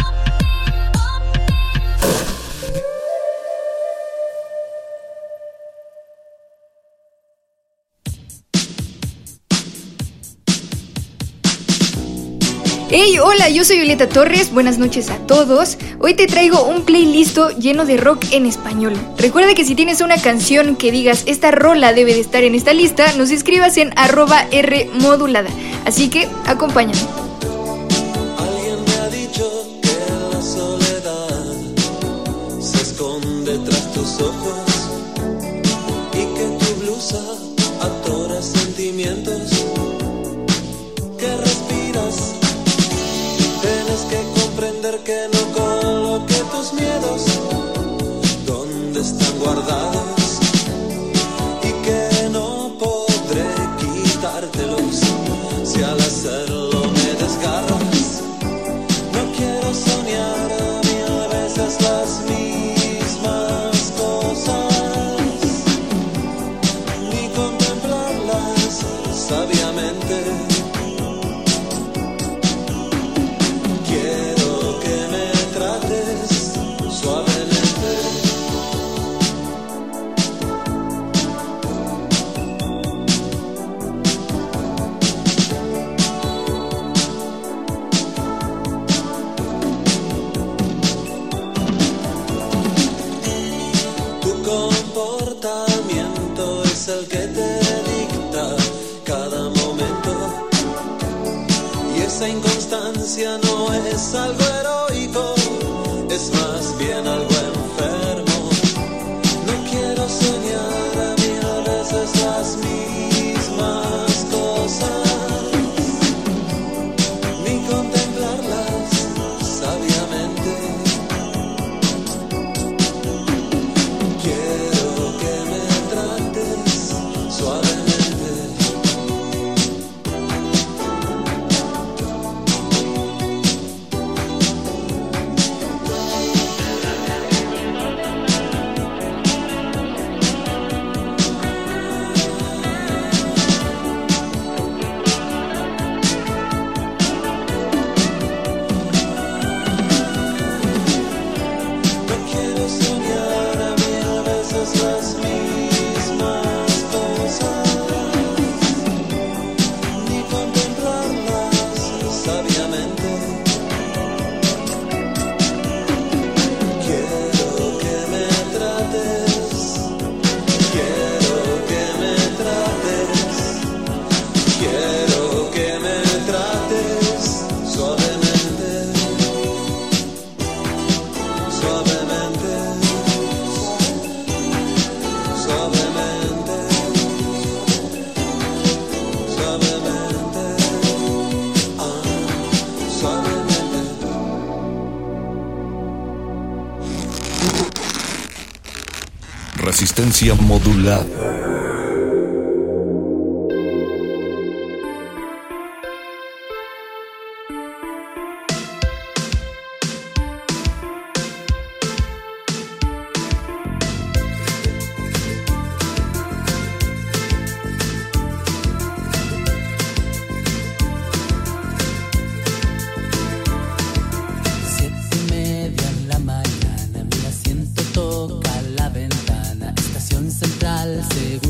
Hey, hola, yo soy Violeta Torres, buenas noches a todos. Hoy te traigo un playlist lleno de rock en español. Recuerda que si tienes una canción que digas esta rola debe de estar en esta lista, nos escribas en @rmodulada. Así que, acompáñame. Alguien me ha dicho que la soledad se esconde tras tus ojos y que tu blusa atora sentimientos que respiras. Tienes que comprender que no coloque tus miedos donde están guardados y que no podré quitártelos si al hacerlo me desgarras. No quiero soñar 1000 veces las mismas cosas ni contemplarlas sabiamente. El que te dicta cada momento y esa inconstancia no es algo heroico, es más bien algo enfermo. No quiero soñar 1000 veces las mismas cosas ni contemplarlas sabiamente. Quiero que me trates suavemente. Resistencia modulada. Seguro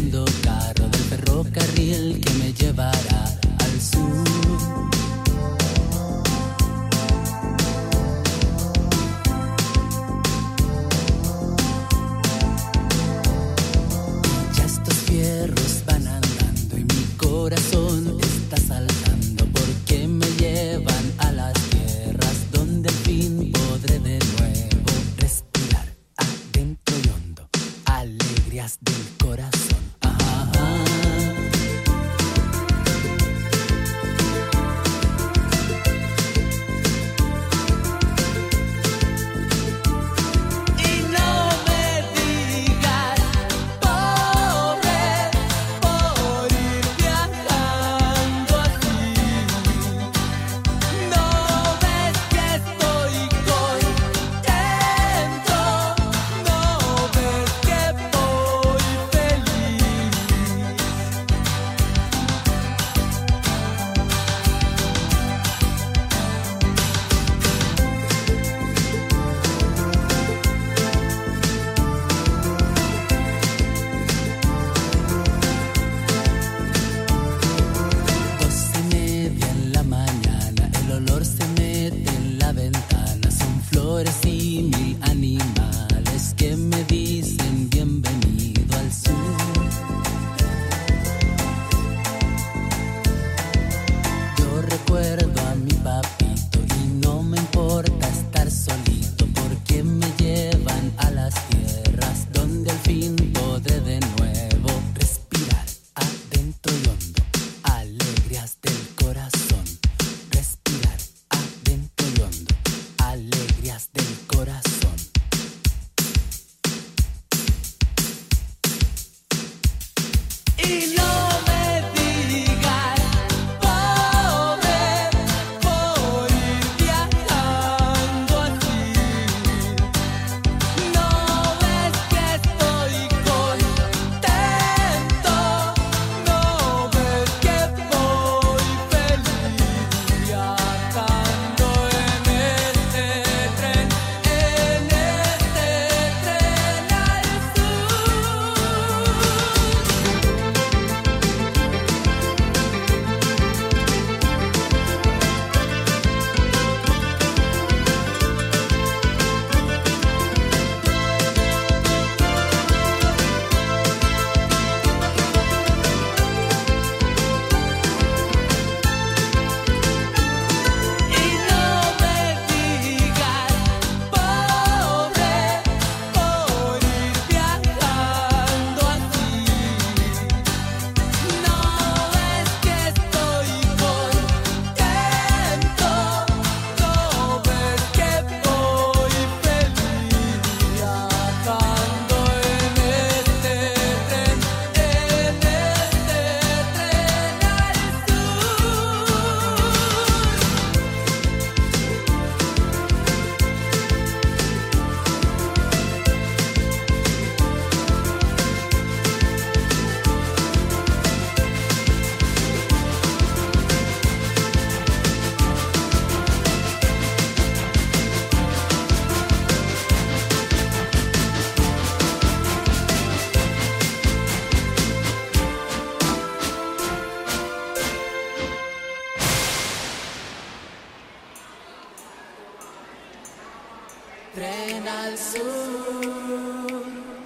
Tren al sur,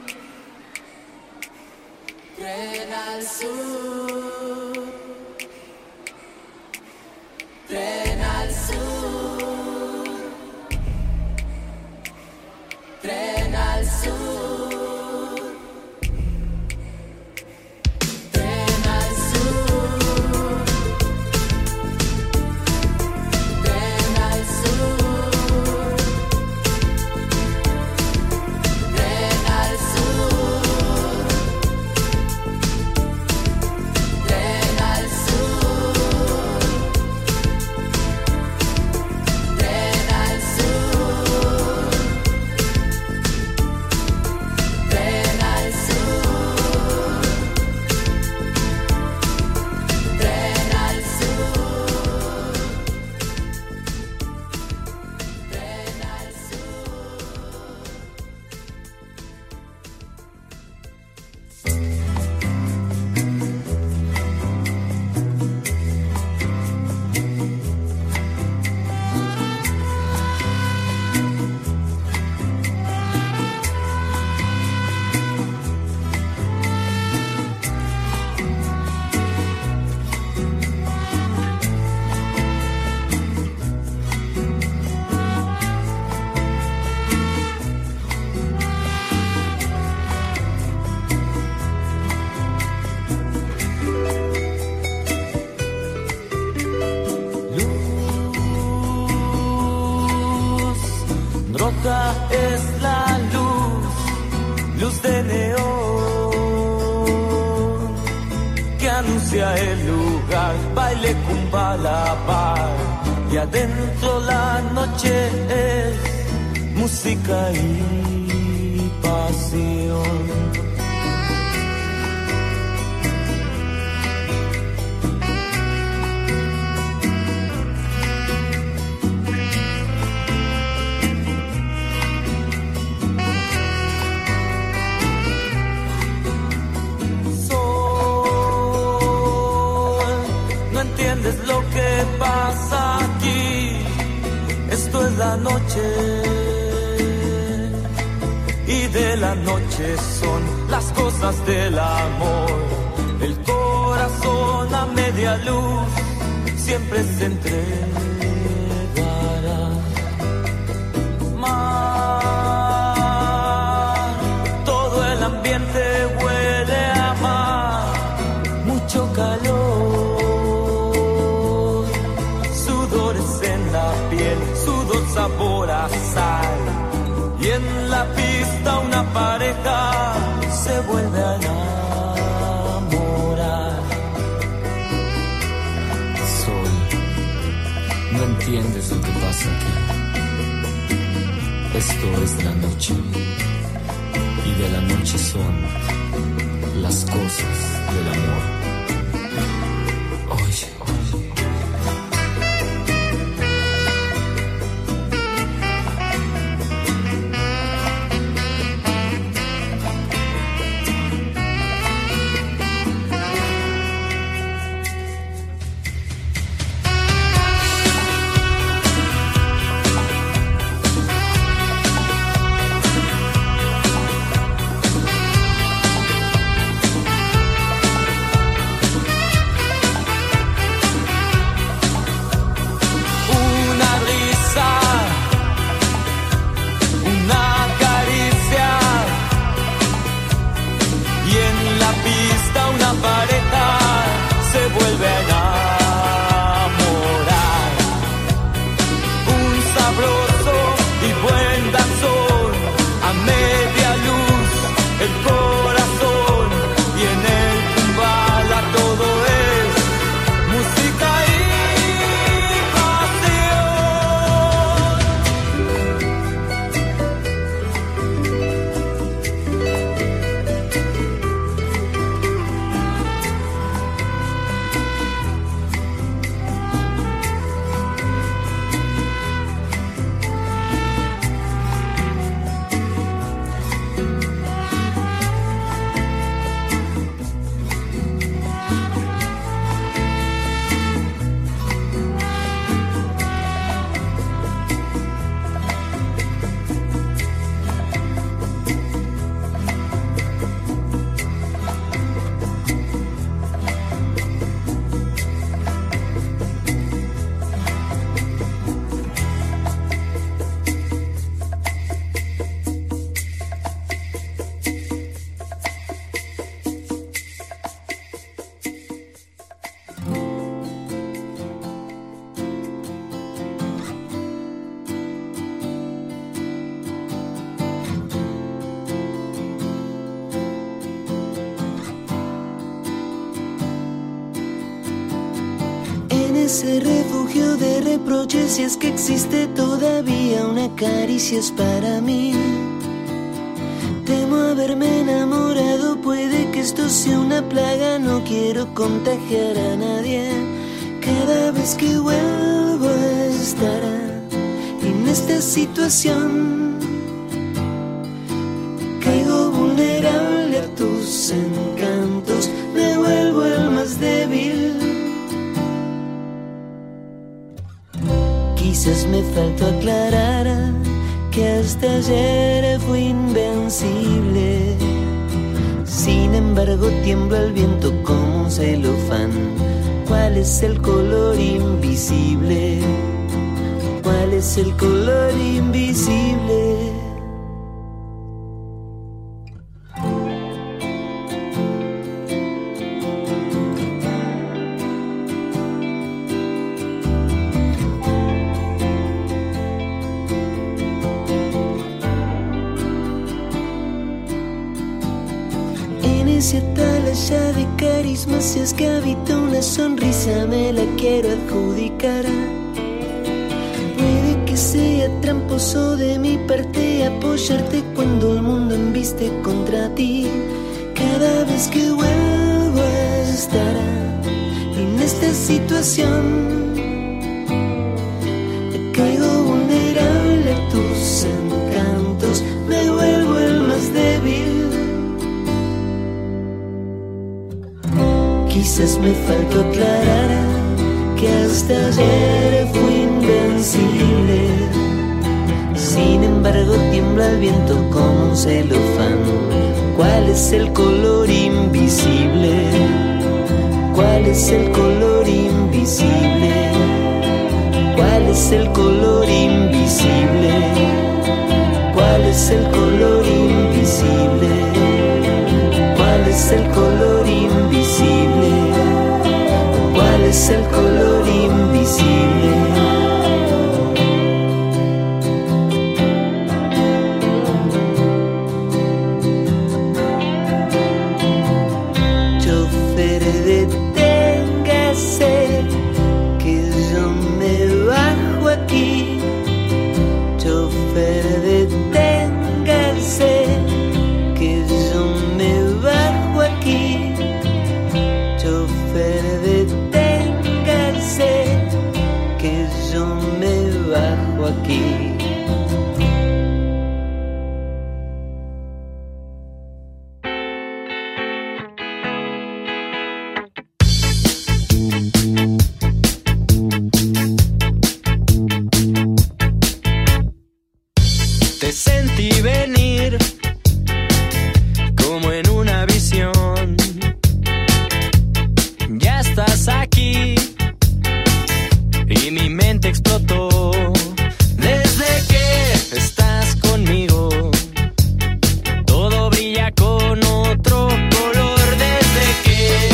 tren al sur, tren al sur, tren al sur. Es la luz de neón que anuncia el lugar, baile cumba la par y adentro la noche es música y pasión. ¿Entiendes lo que pasa aquí? Esto es la noche y de la noche son las cosas del amor. El corazón a media luz siempre se entregará. Mar, todo el ambiente huele a mar, mucho calor. Sabor a sal y en la pista una pareja se vuelve a enamorar. Sol, no entiendes lo que pasa aquí. Esto es de la noche y de la noche son las cosas del amor. Oye. ese refugio de reproches, si es que existe todavía una caricia es para mí. Temo haberme enamorado, puede que esto sea una plaga, no quiero contagiar a nadie. Cada vez que vuelvo a estar en esta situación, caigo vulnerable a tus encantos, me vuelvo el más débil. Quizás me faltó aclarar que hasta ayer fui invencible. Sin embargo tiemblo al viento como un celofán. ¿Cuál es el color invisible? ¿Cuál es el color invisible? Ese atalaya de carisma, si es que habita una sonrisa, me la quiero adjudicar. Puede que sea tramposo de mi parte apoyarte cuando el mundo embiste contra ti. Cada vez que vuelvo a estar en esta situación, caigo vulnerable a tus encantos, me vuelvo el más débil. Quizás me faltó aclarar que hasta ayer fui invencible. Sin embargo tiembla el viento como un celofán. ¿Cuál es el color invisible? ¿Cuál es el color invisible? ¿Cuál es el color invisible? ¿Cuál es el color invisible? ¿Cuál es el color invisible? ¿Cuál es el color invisible? Chofer, deténgase, que yo me bajo aquí. Chofer, deténgase, que yo me bajo aquí. Chofer, deténgase, que yo me bajo aquí. Te sentí venir como en una visión. Ya estás aquí y mi mente explotó. Desde que estás conmigo, todo brilla con otro color. Desde que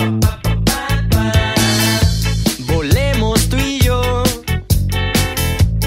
volemos tú y yo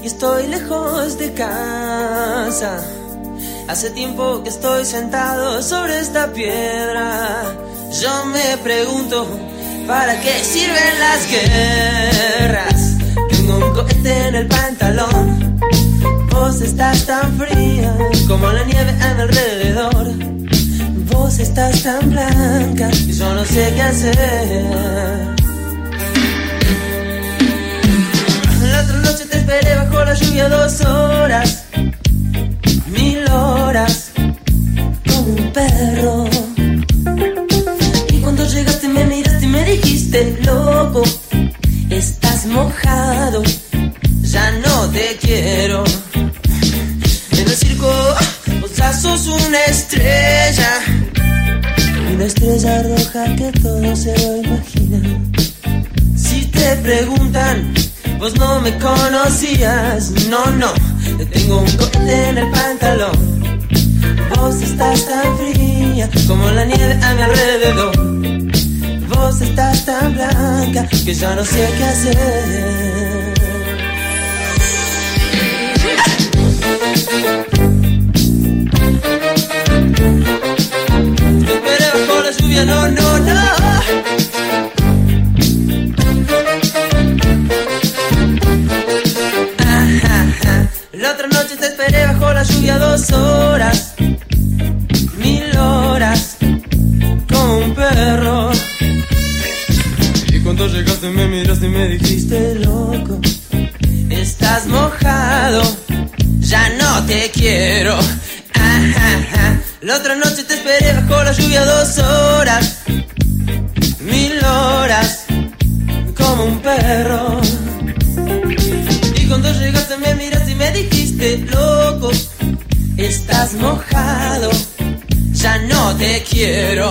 y estoy lejos de casa. Hace tiempo que estoy sentado sobre esta piedra. Yo me pregunto, ¿para qué sirven las guerras? Tengo un cohete en el pantalón. Vos estás tan fría como la nieve a mi alrededor. Vos estás tan blanca y yo no sé qué hacer. La otra noche te esperé bajo la lluvia 2 horas, 1000 horas, como un perro. Y cuando llegaste me miraste y me dijiste, loco, estás mojado, ya no te quiero. En el circo vos ya sos una estrella roja que todo se lo imagina. Si te preguntan, vos no me conocías, no, tengo un cohete en el pantalón. Vos estás tan fría como la nieve a mi alrededor. Vos estás tan blanca que ya no sé qué hacer. Te esperé bajo la lluvia, no. La otra noche te esperé bajo la lluvia 2 horas, 1000 horas, como un perro. Y cuando llegaste me miraste y me dijiste, loco, estás mojado, ya no te quiero. La otra noche te esperé bajo la lluvia 2 horas, 1000 horas, como un perro. Y cuando llegaste me miraste y me dijiste, loco, estás mojado, ya no te quiero.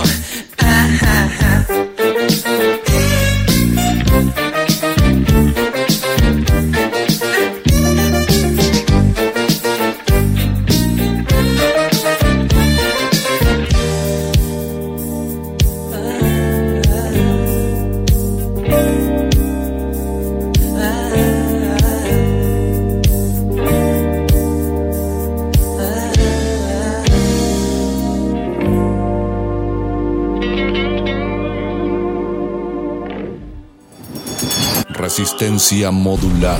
Resistencia modulada.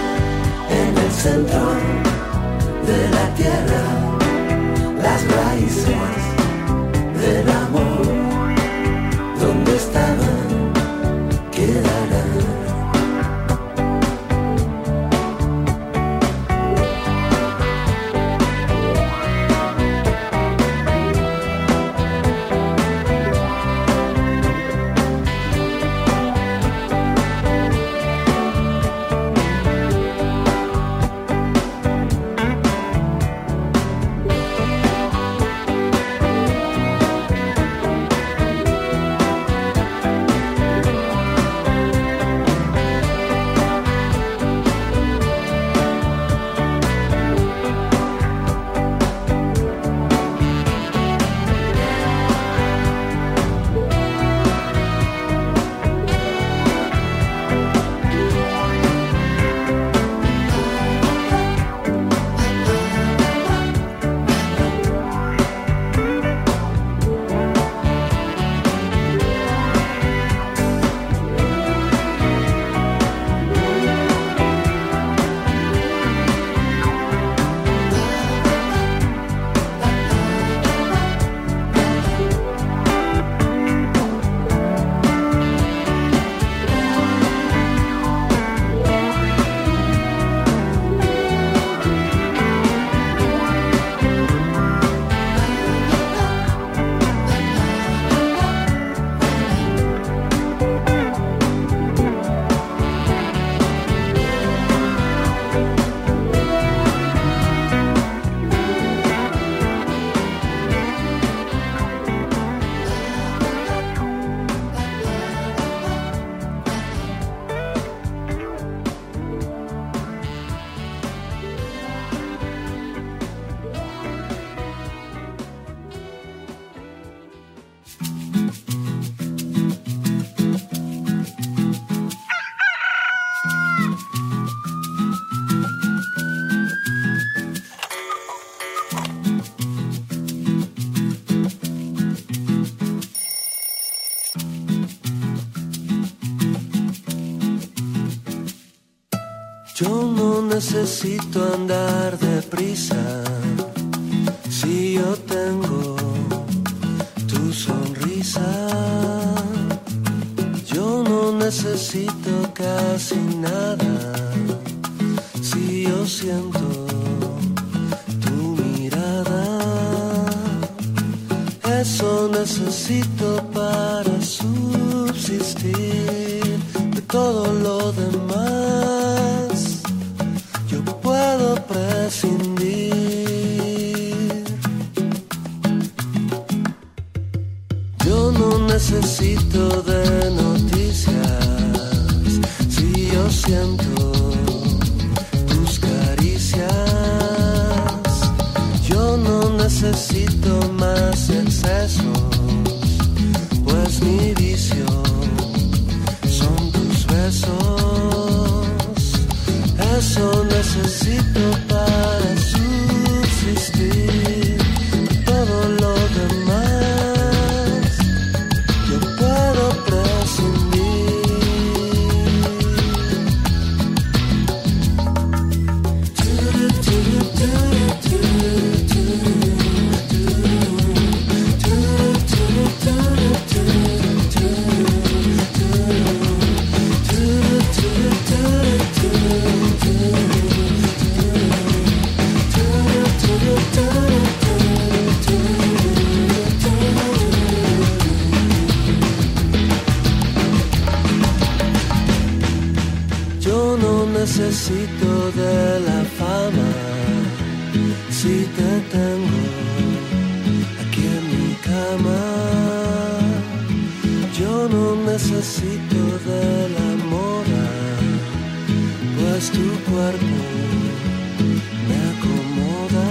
Centro de la tierra, las raíces raíces del amor, donde estaban, quedarán. Yo no necesito andar deprisa si yo tengo tu sonrisa. Yo no necesito casi nada si yo siento tu mirada. Eso necesito para subsistir. De todo lo demás yo puedo prescindir. Yo no necesito de noticias si yo siento tus caricias. Yo no necesito más excesos, pues mi vicio son tus besos. Eso necesito para subsistir. Todo lo demás yo puedo prescindir. Yo no necesito de la fama si te tengo aquí en mi cama. Yo no necesito de la moda, pues tu cuerpo me acomoda.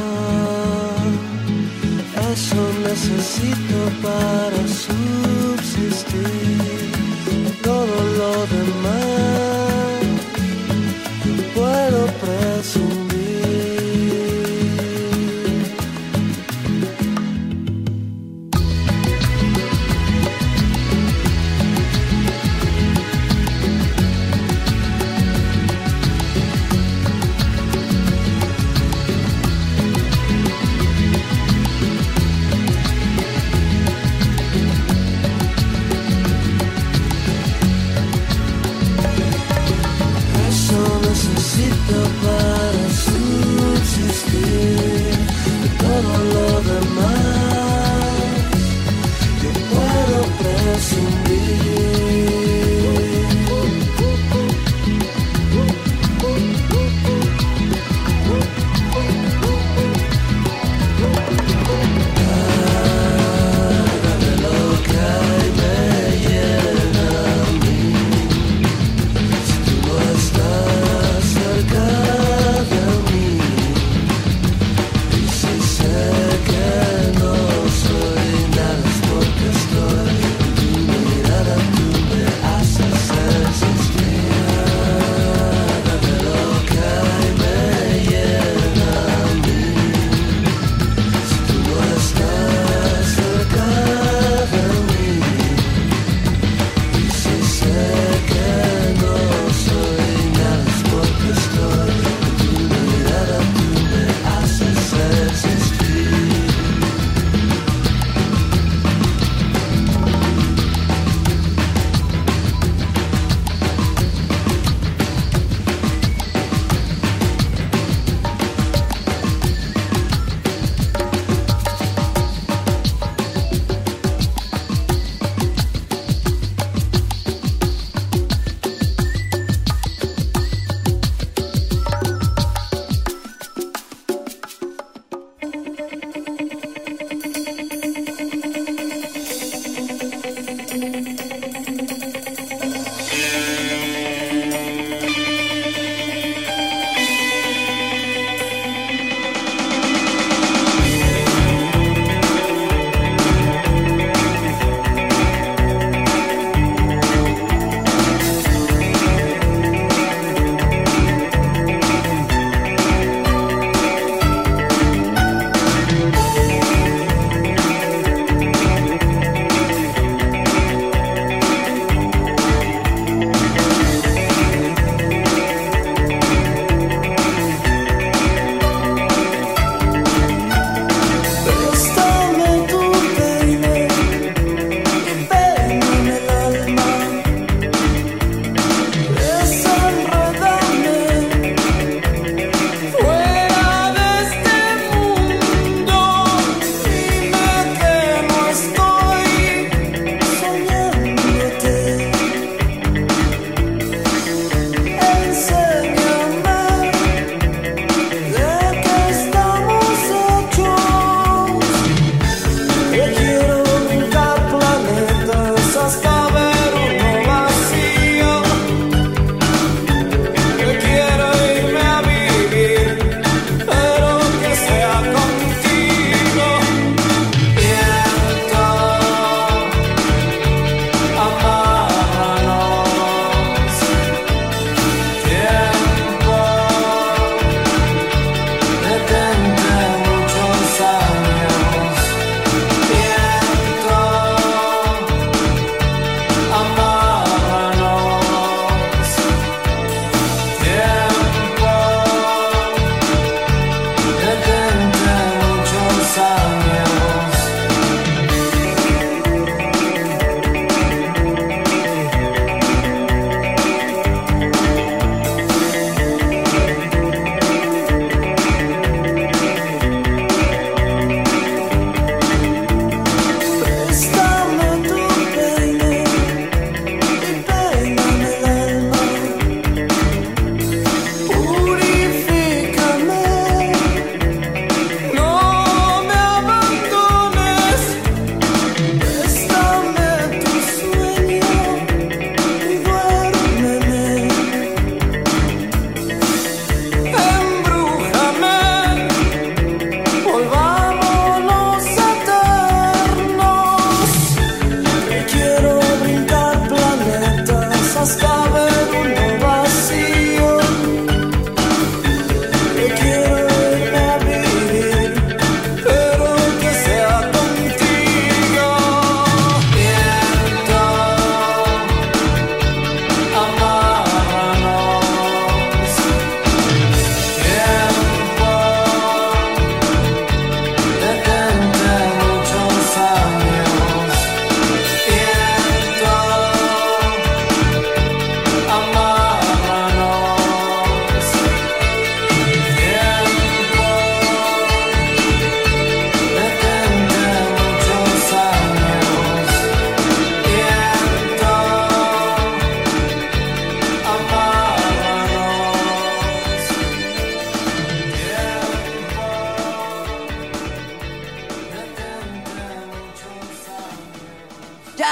Eso necesito para subsistir. Todo lo demás puedo prescindir. necesito para subsistir. De todo lo demás yo puedo prescindir.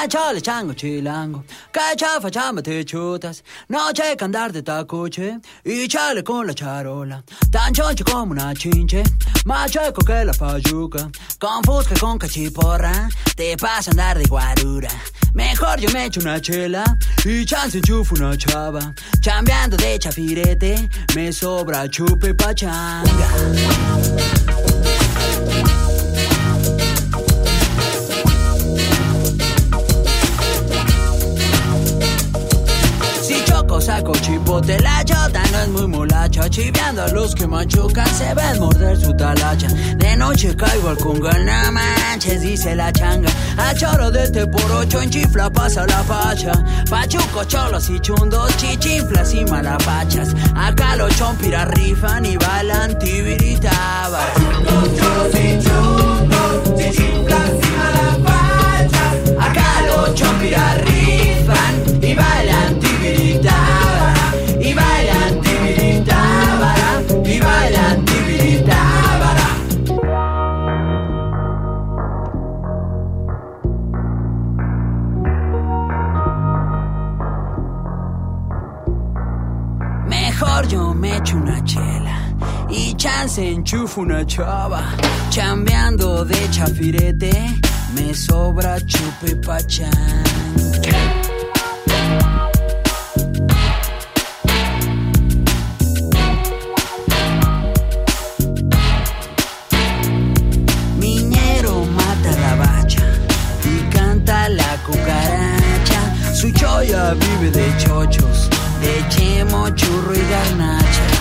Chole, chango, chilango, que chafa, chamba, te chutas. Noche que andar de tacuche y chale con la charola. Tan choncho como una chinche, más chueco que la fayuca. Con fusca, con cachiporra, te pasa a andar de guarura. Mejor yo me echo una chela y chance enchufo una chava. Chambeando de chafirete, me sobra chupe pachanga. Si choco, saco chipote, la chota no es muy molacha. Chiveando a los que machucan, se ven morder su talacha. De noche caigo al congal, no manches, dice la changa. A choro de este por 8 en chifla pasa la pacha. Pachuco, cholos y chundos, chichinflas y malapachas. Acá los chompiras rifan y bailan tibiritabas. Pachucos, cholos y chundos, chichinflas y malapachas. Acá los chompiras rifan y bailan tibiritabas. Y bailan tibiritabas. Y bailan tibiritabas. Mejor yo me echo una chela y chance enchufo una chava. Chambeando de chafirete, me sobra chupe pachán. Miñero mata la bacha y canta la cucaracha. Su choya vive de chochos, de chemo, churro y garnachas.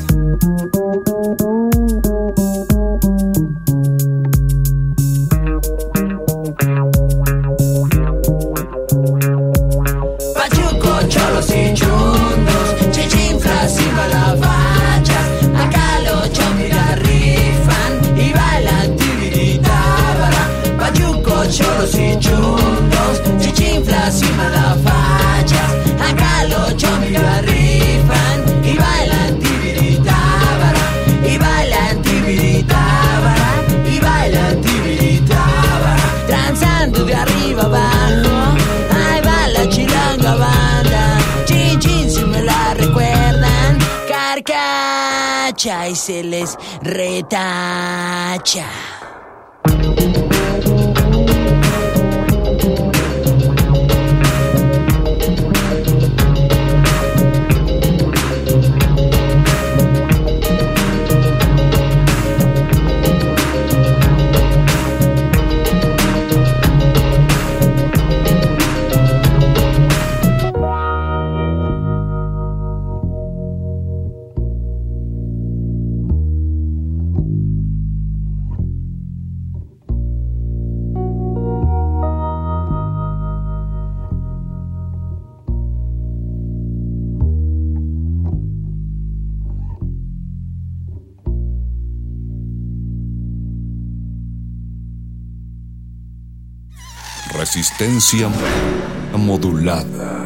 Pachuco, cholos y chundos, chichinflas y balabachas. Acá los chompiras rifan y bailan tibiritábara. Pachuco, cholos y chundos, chichinflas y malafachas. Acá los chompiras rifan y bailan tibiritábara. Y bailan tibiritábara. Y bailan tibiritábara. Transando de arriba abajo, ahí va la chilanga banda. Chin chin si me la recuerdan, carcacha y se les retacha. Resistencia modulada.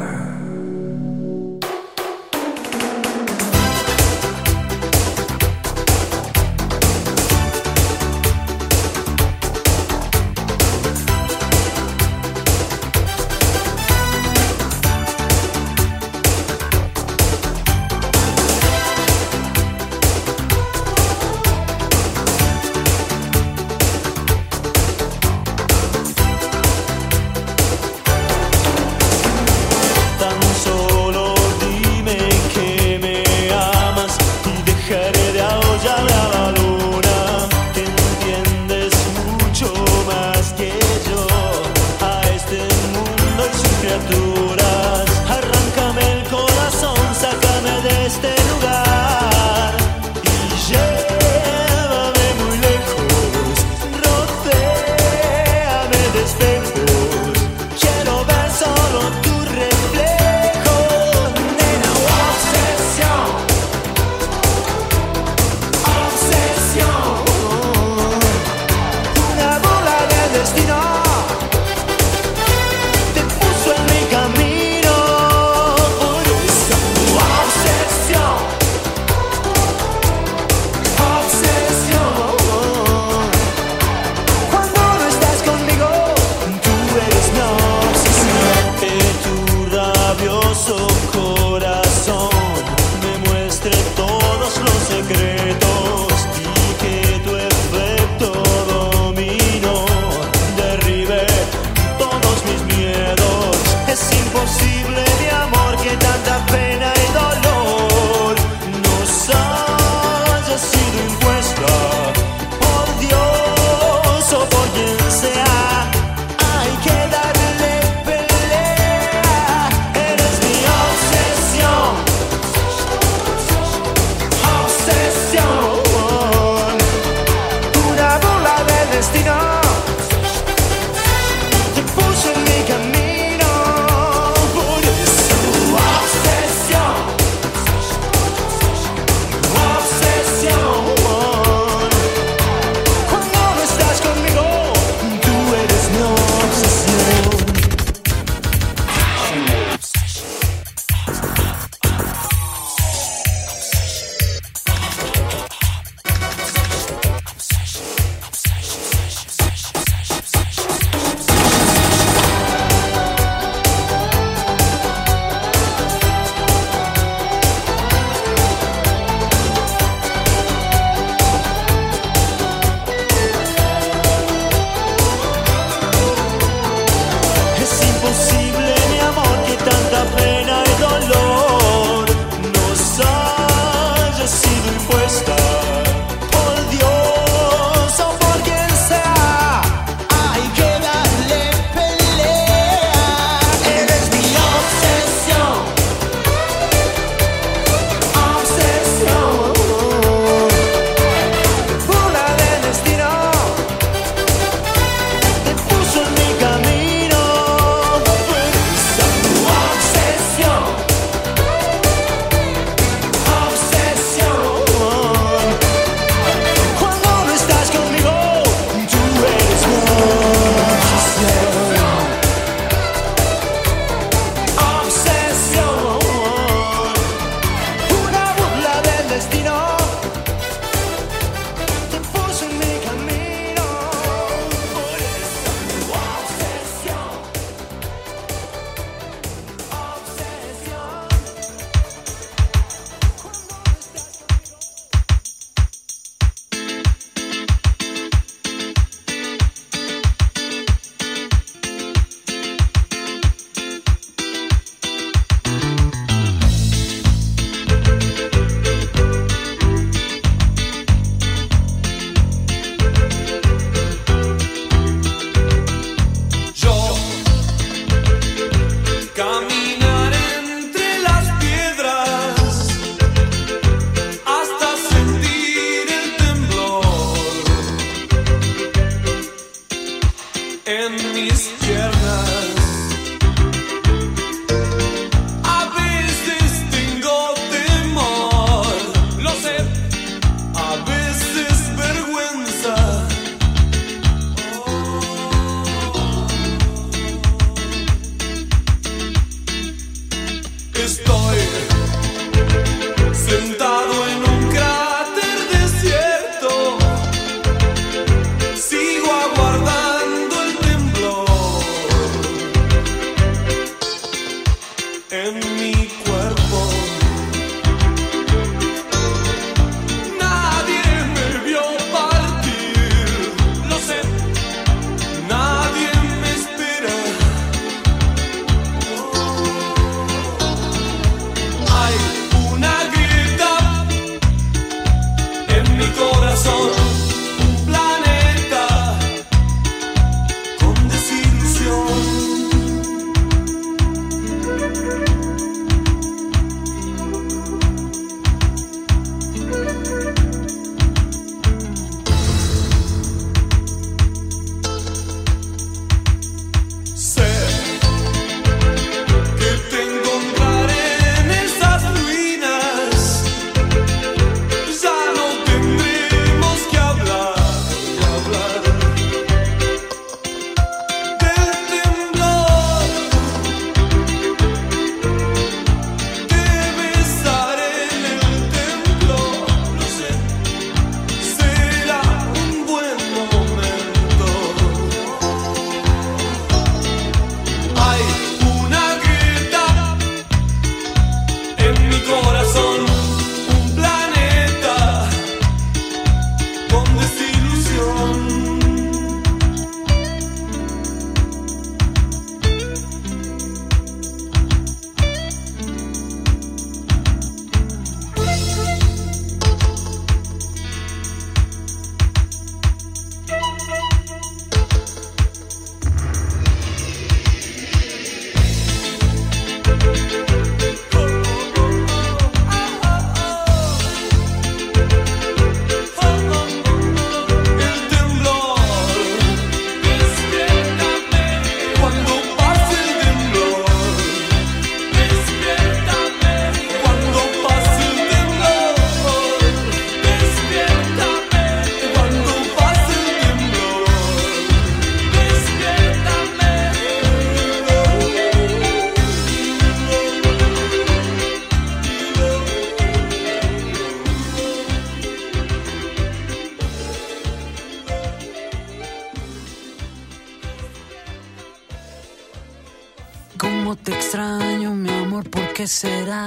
Cómo te extraño, mi amor, ¿por qué será?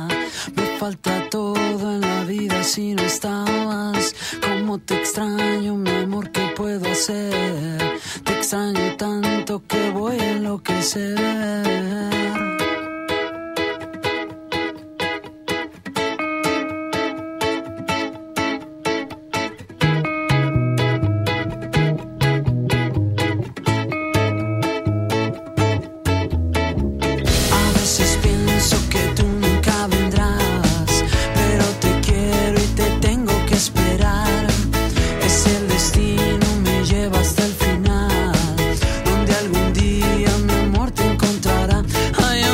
Me falta todo en la vida si no estabas. Cómo te extraño, mi amor, ¿qué puedo hacer? Te extraño tanto que voy a enloquecer. Hasta el final, donde algún día mi amor te encontrará. Ay,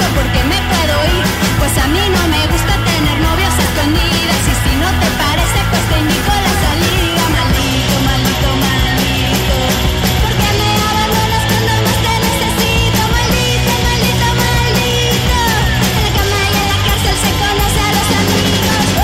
porque me puedo ir. Pues a mí no me gusta tener novios a escondidas. Y si no te parece, pues te invito a la salida. Maldito, maldito, maldito, porque me abandonas cuando más te necesito. Maldito, maldito, maldito, en la cama y en la cárcel se conoce a los amigos.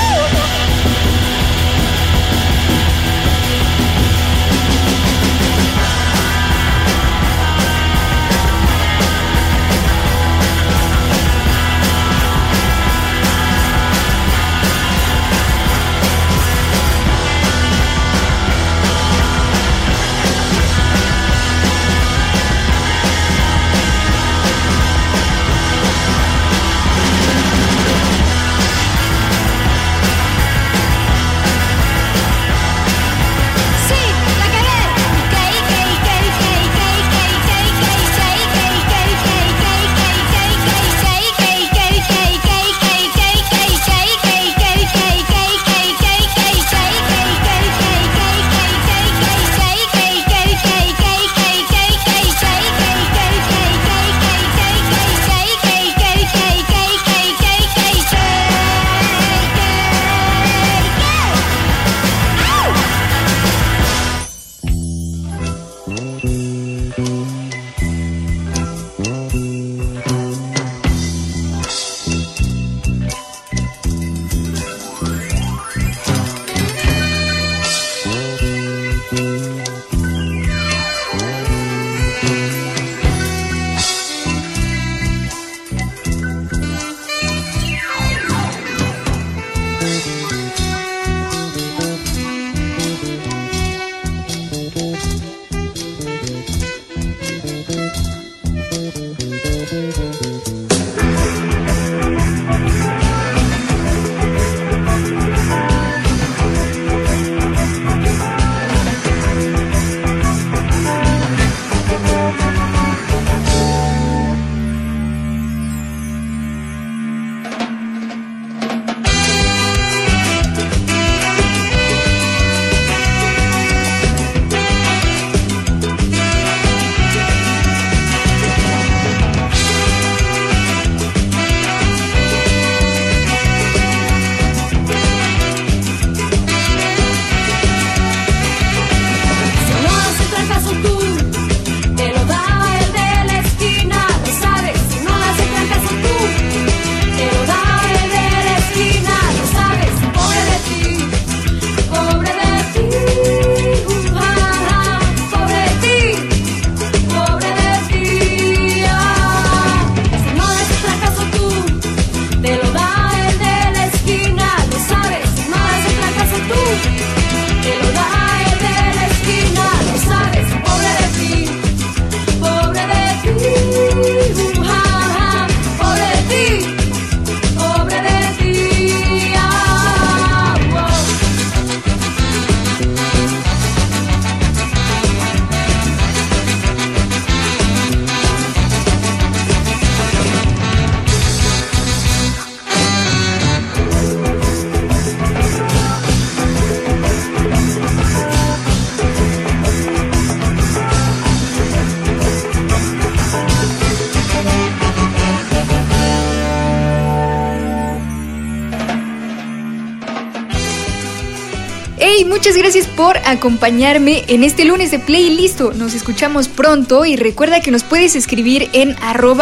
Hey, muchas gracias por acompañarme en este lunes de Playlisto. Nos escuchamos pronto y recuerda que nos puedes escribir en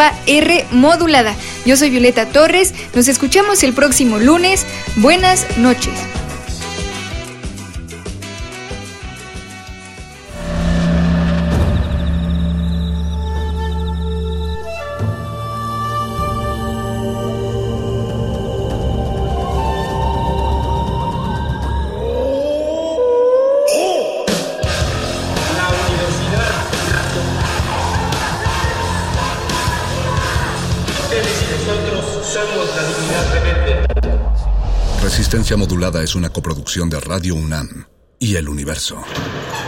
@Rmodulada. Yo soy Violeta Torres, nos escuchamos el próximo lunes. Buenas noches. Resistencia Modulada es una coproducción de Radio UNAM y El Universo.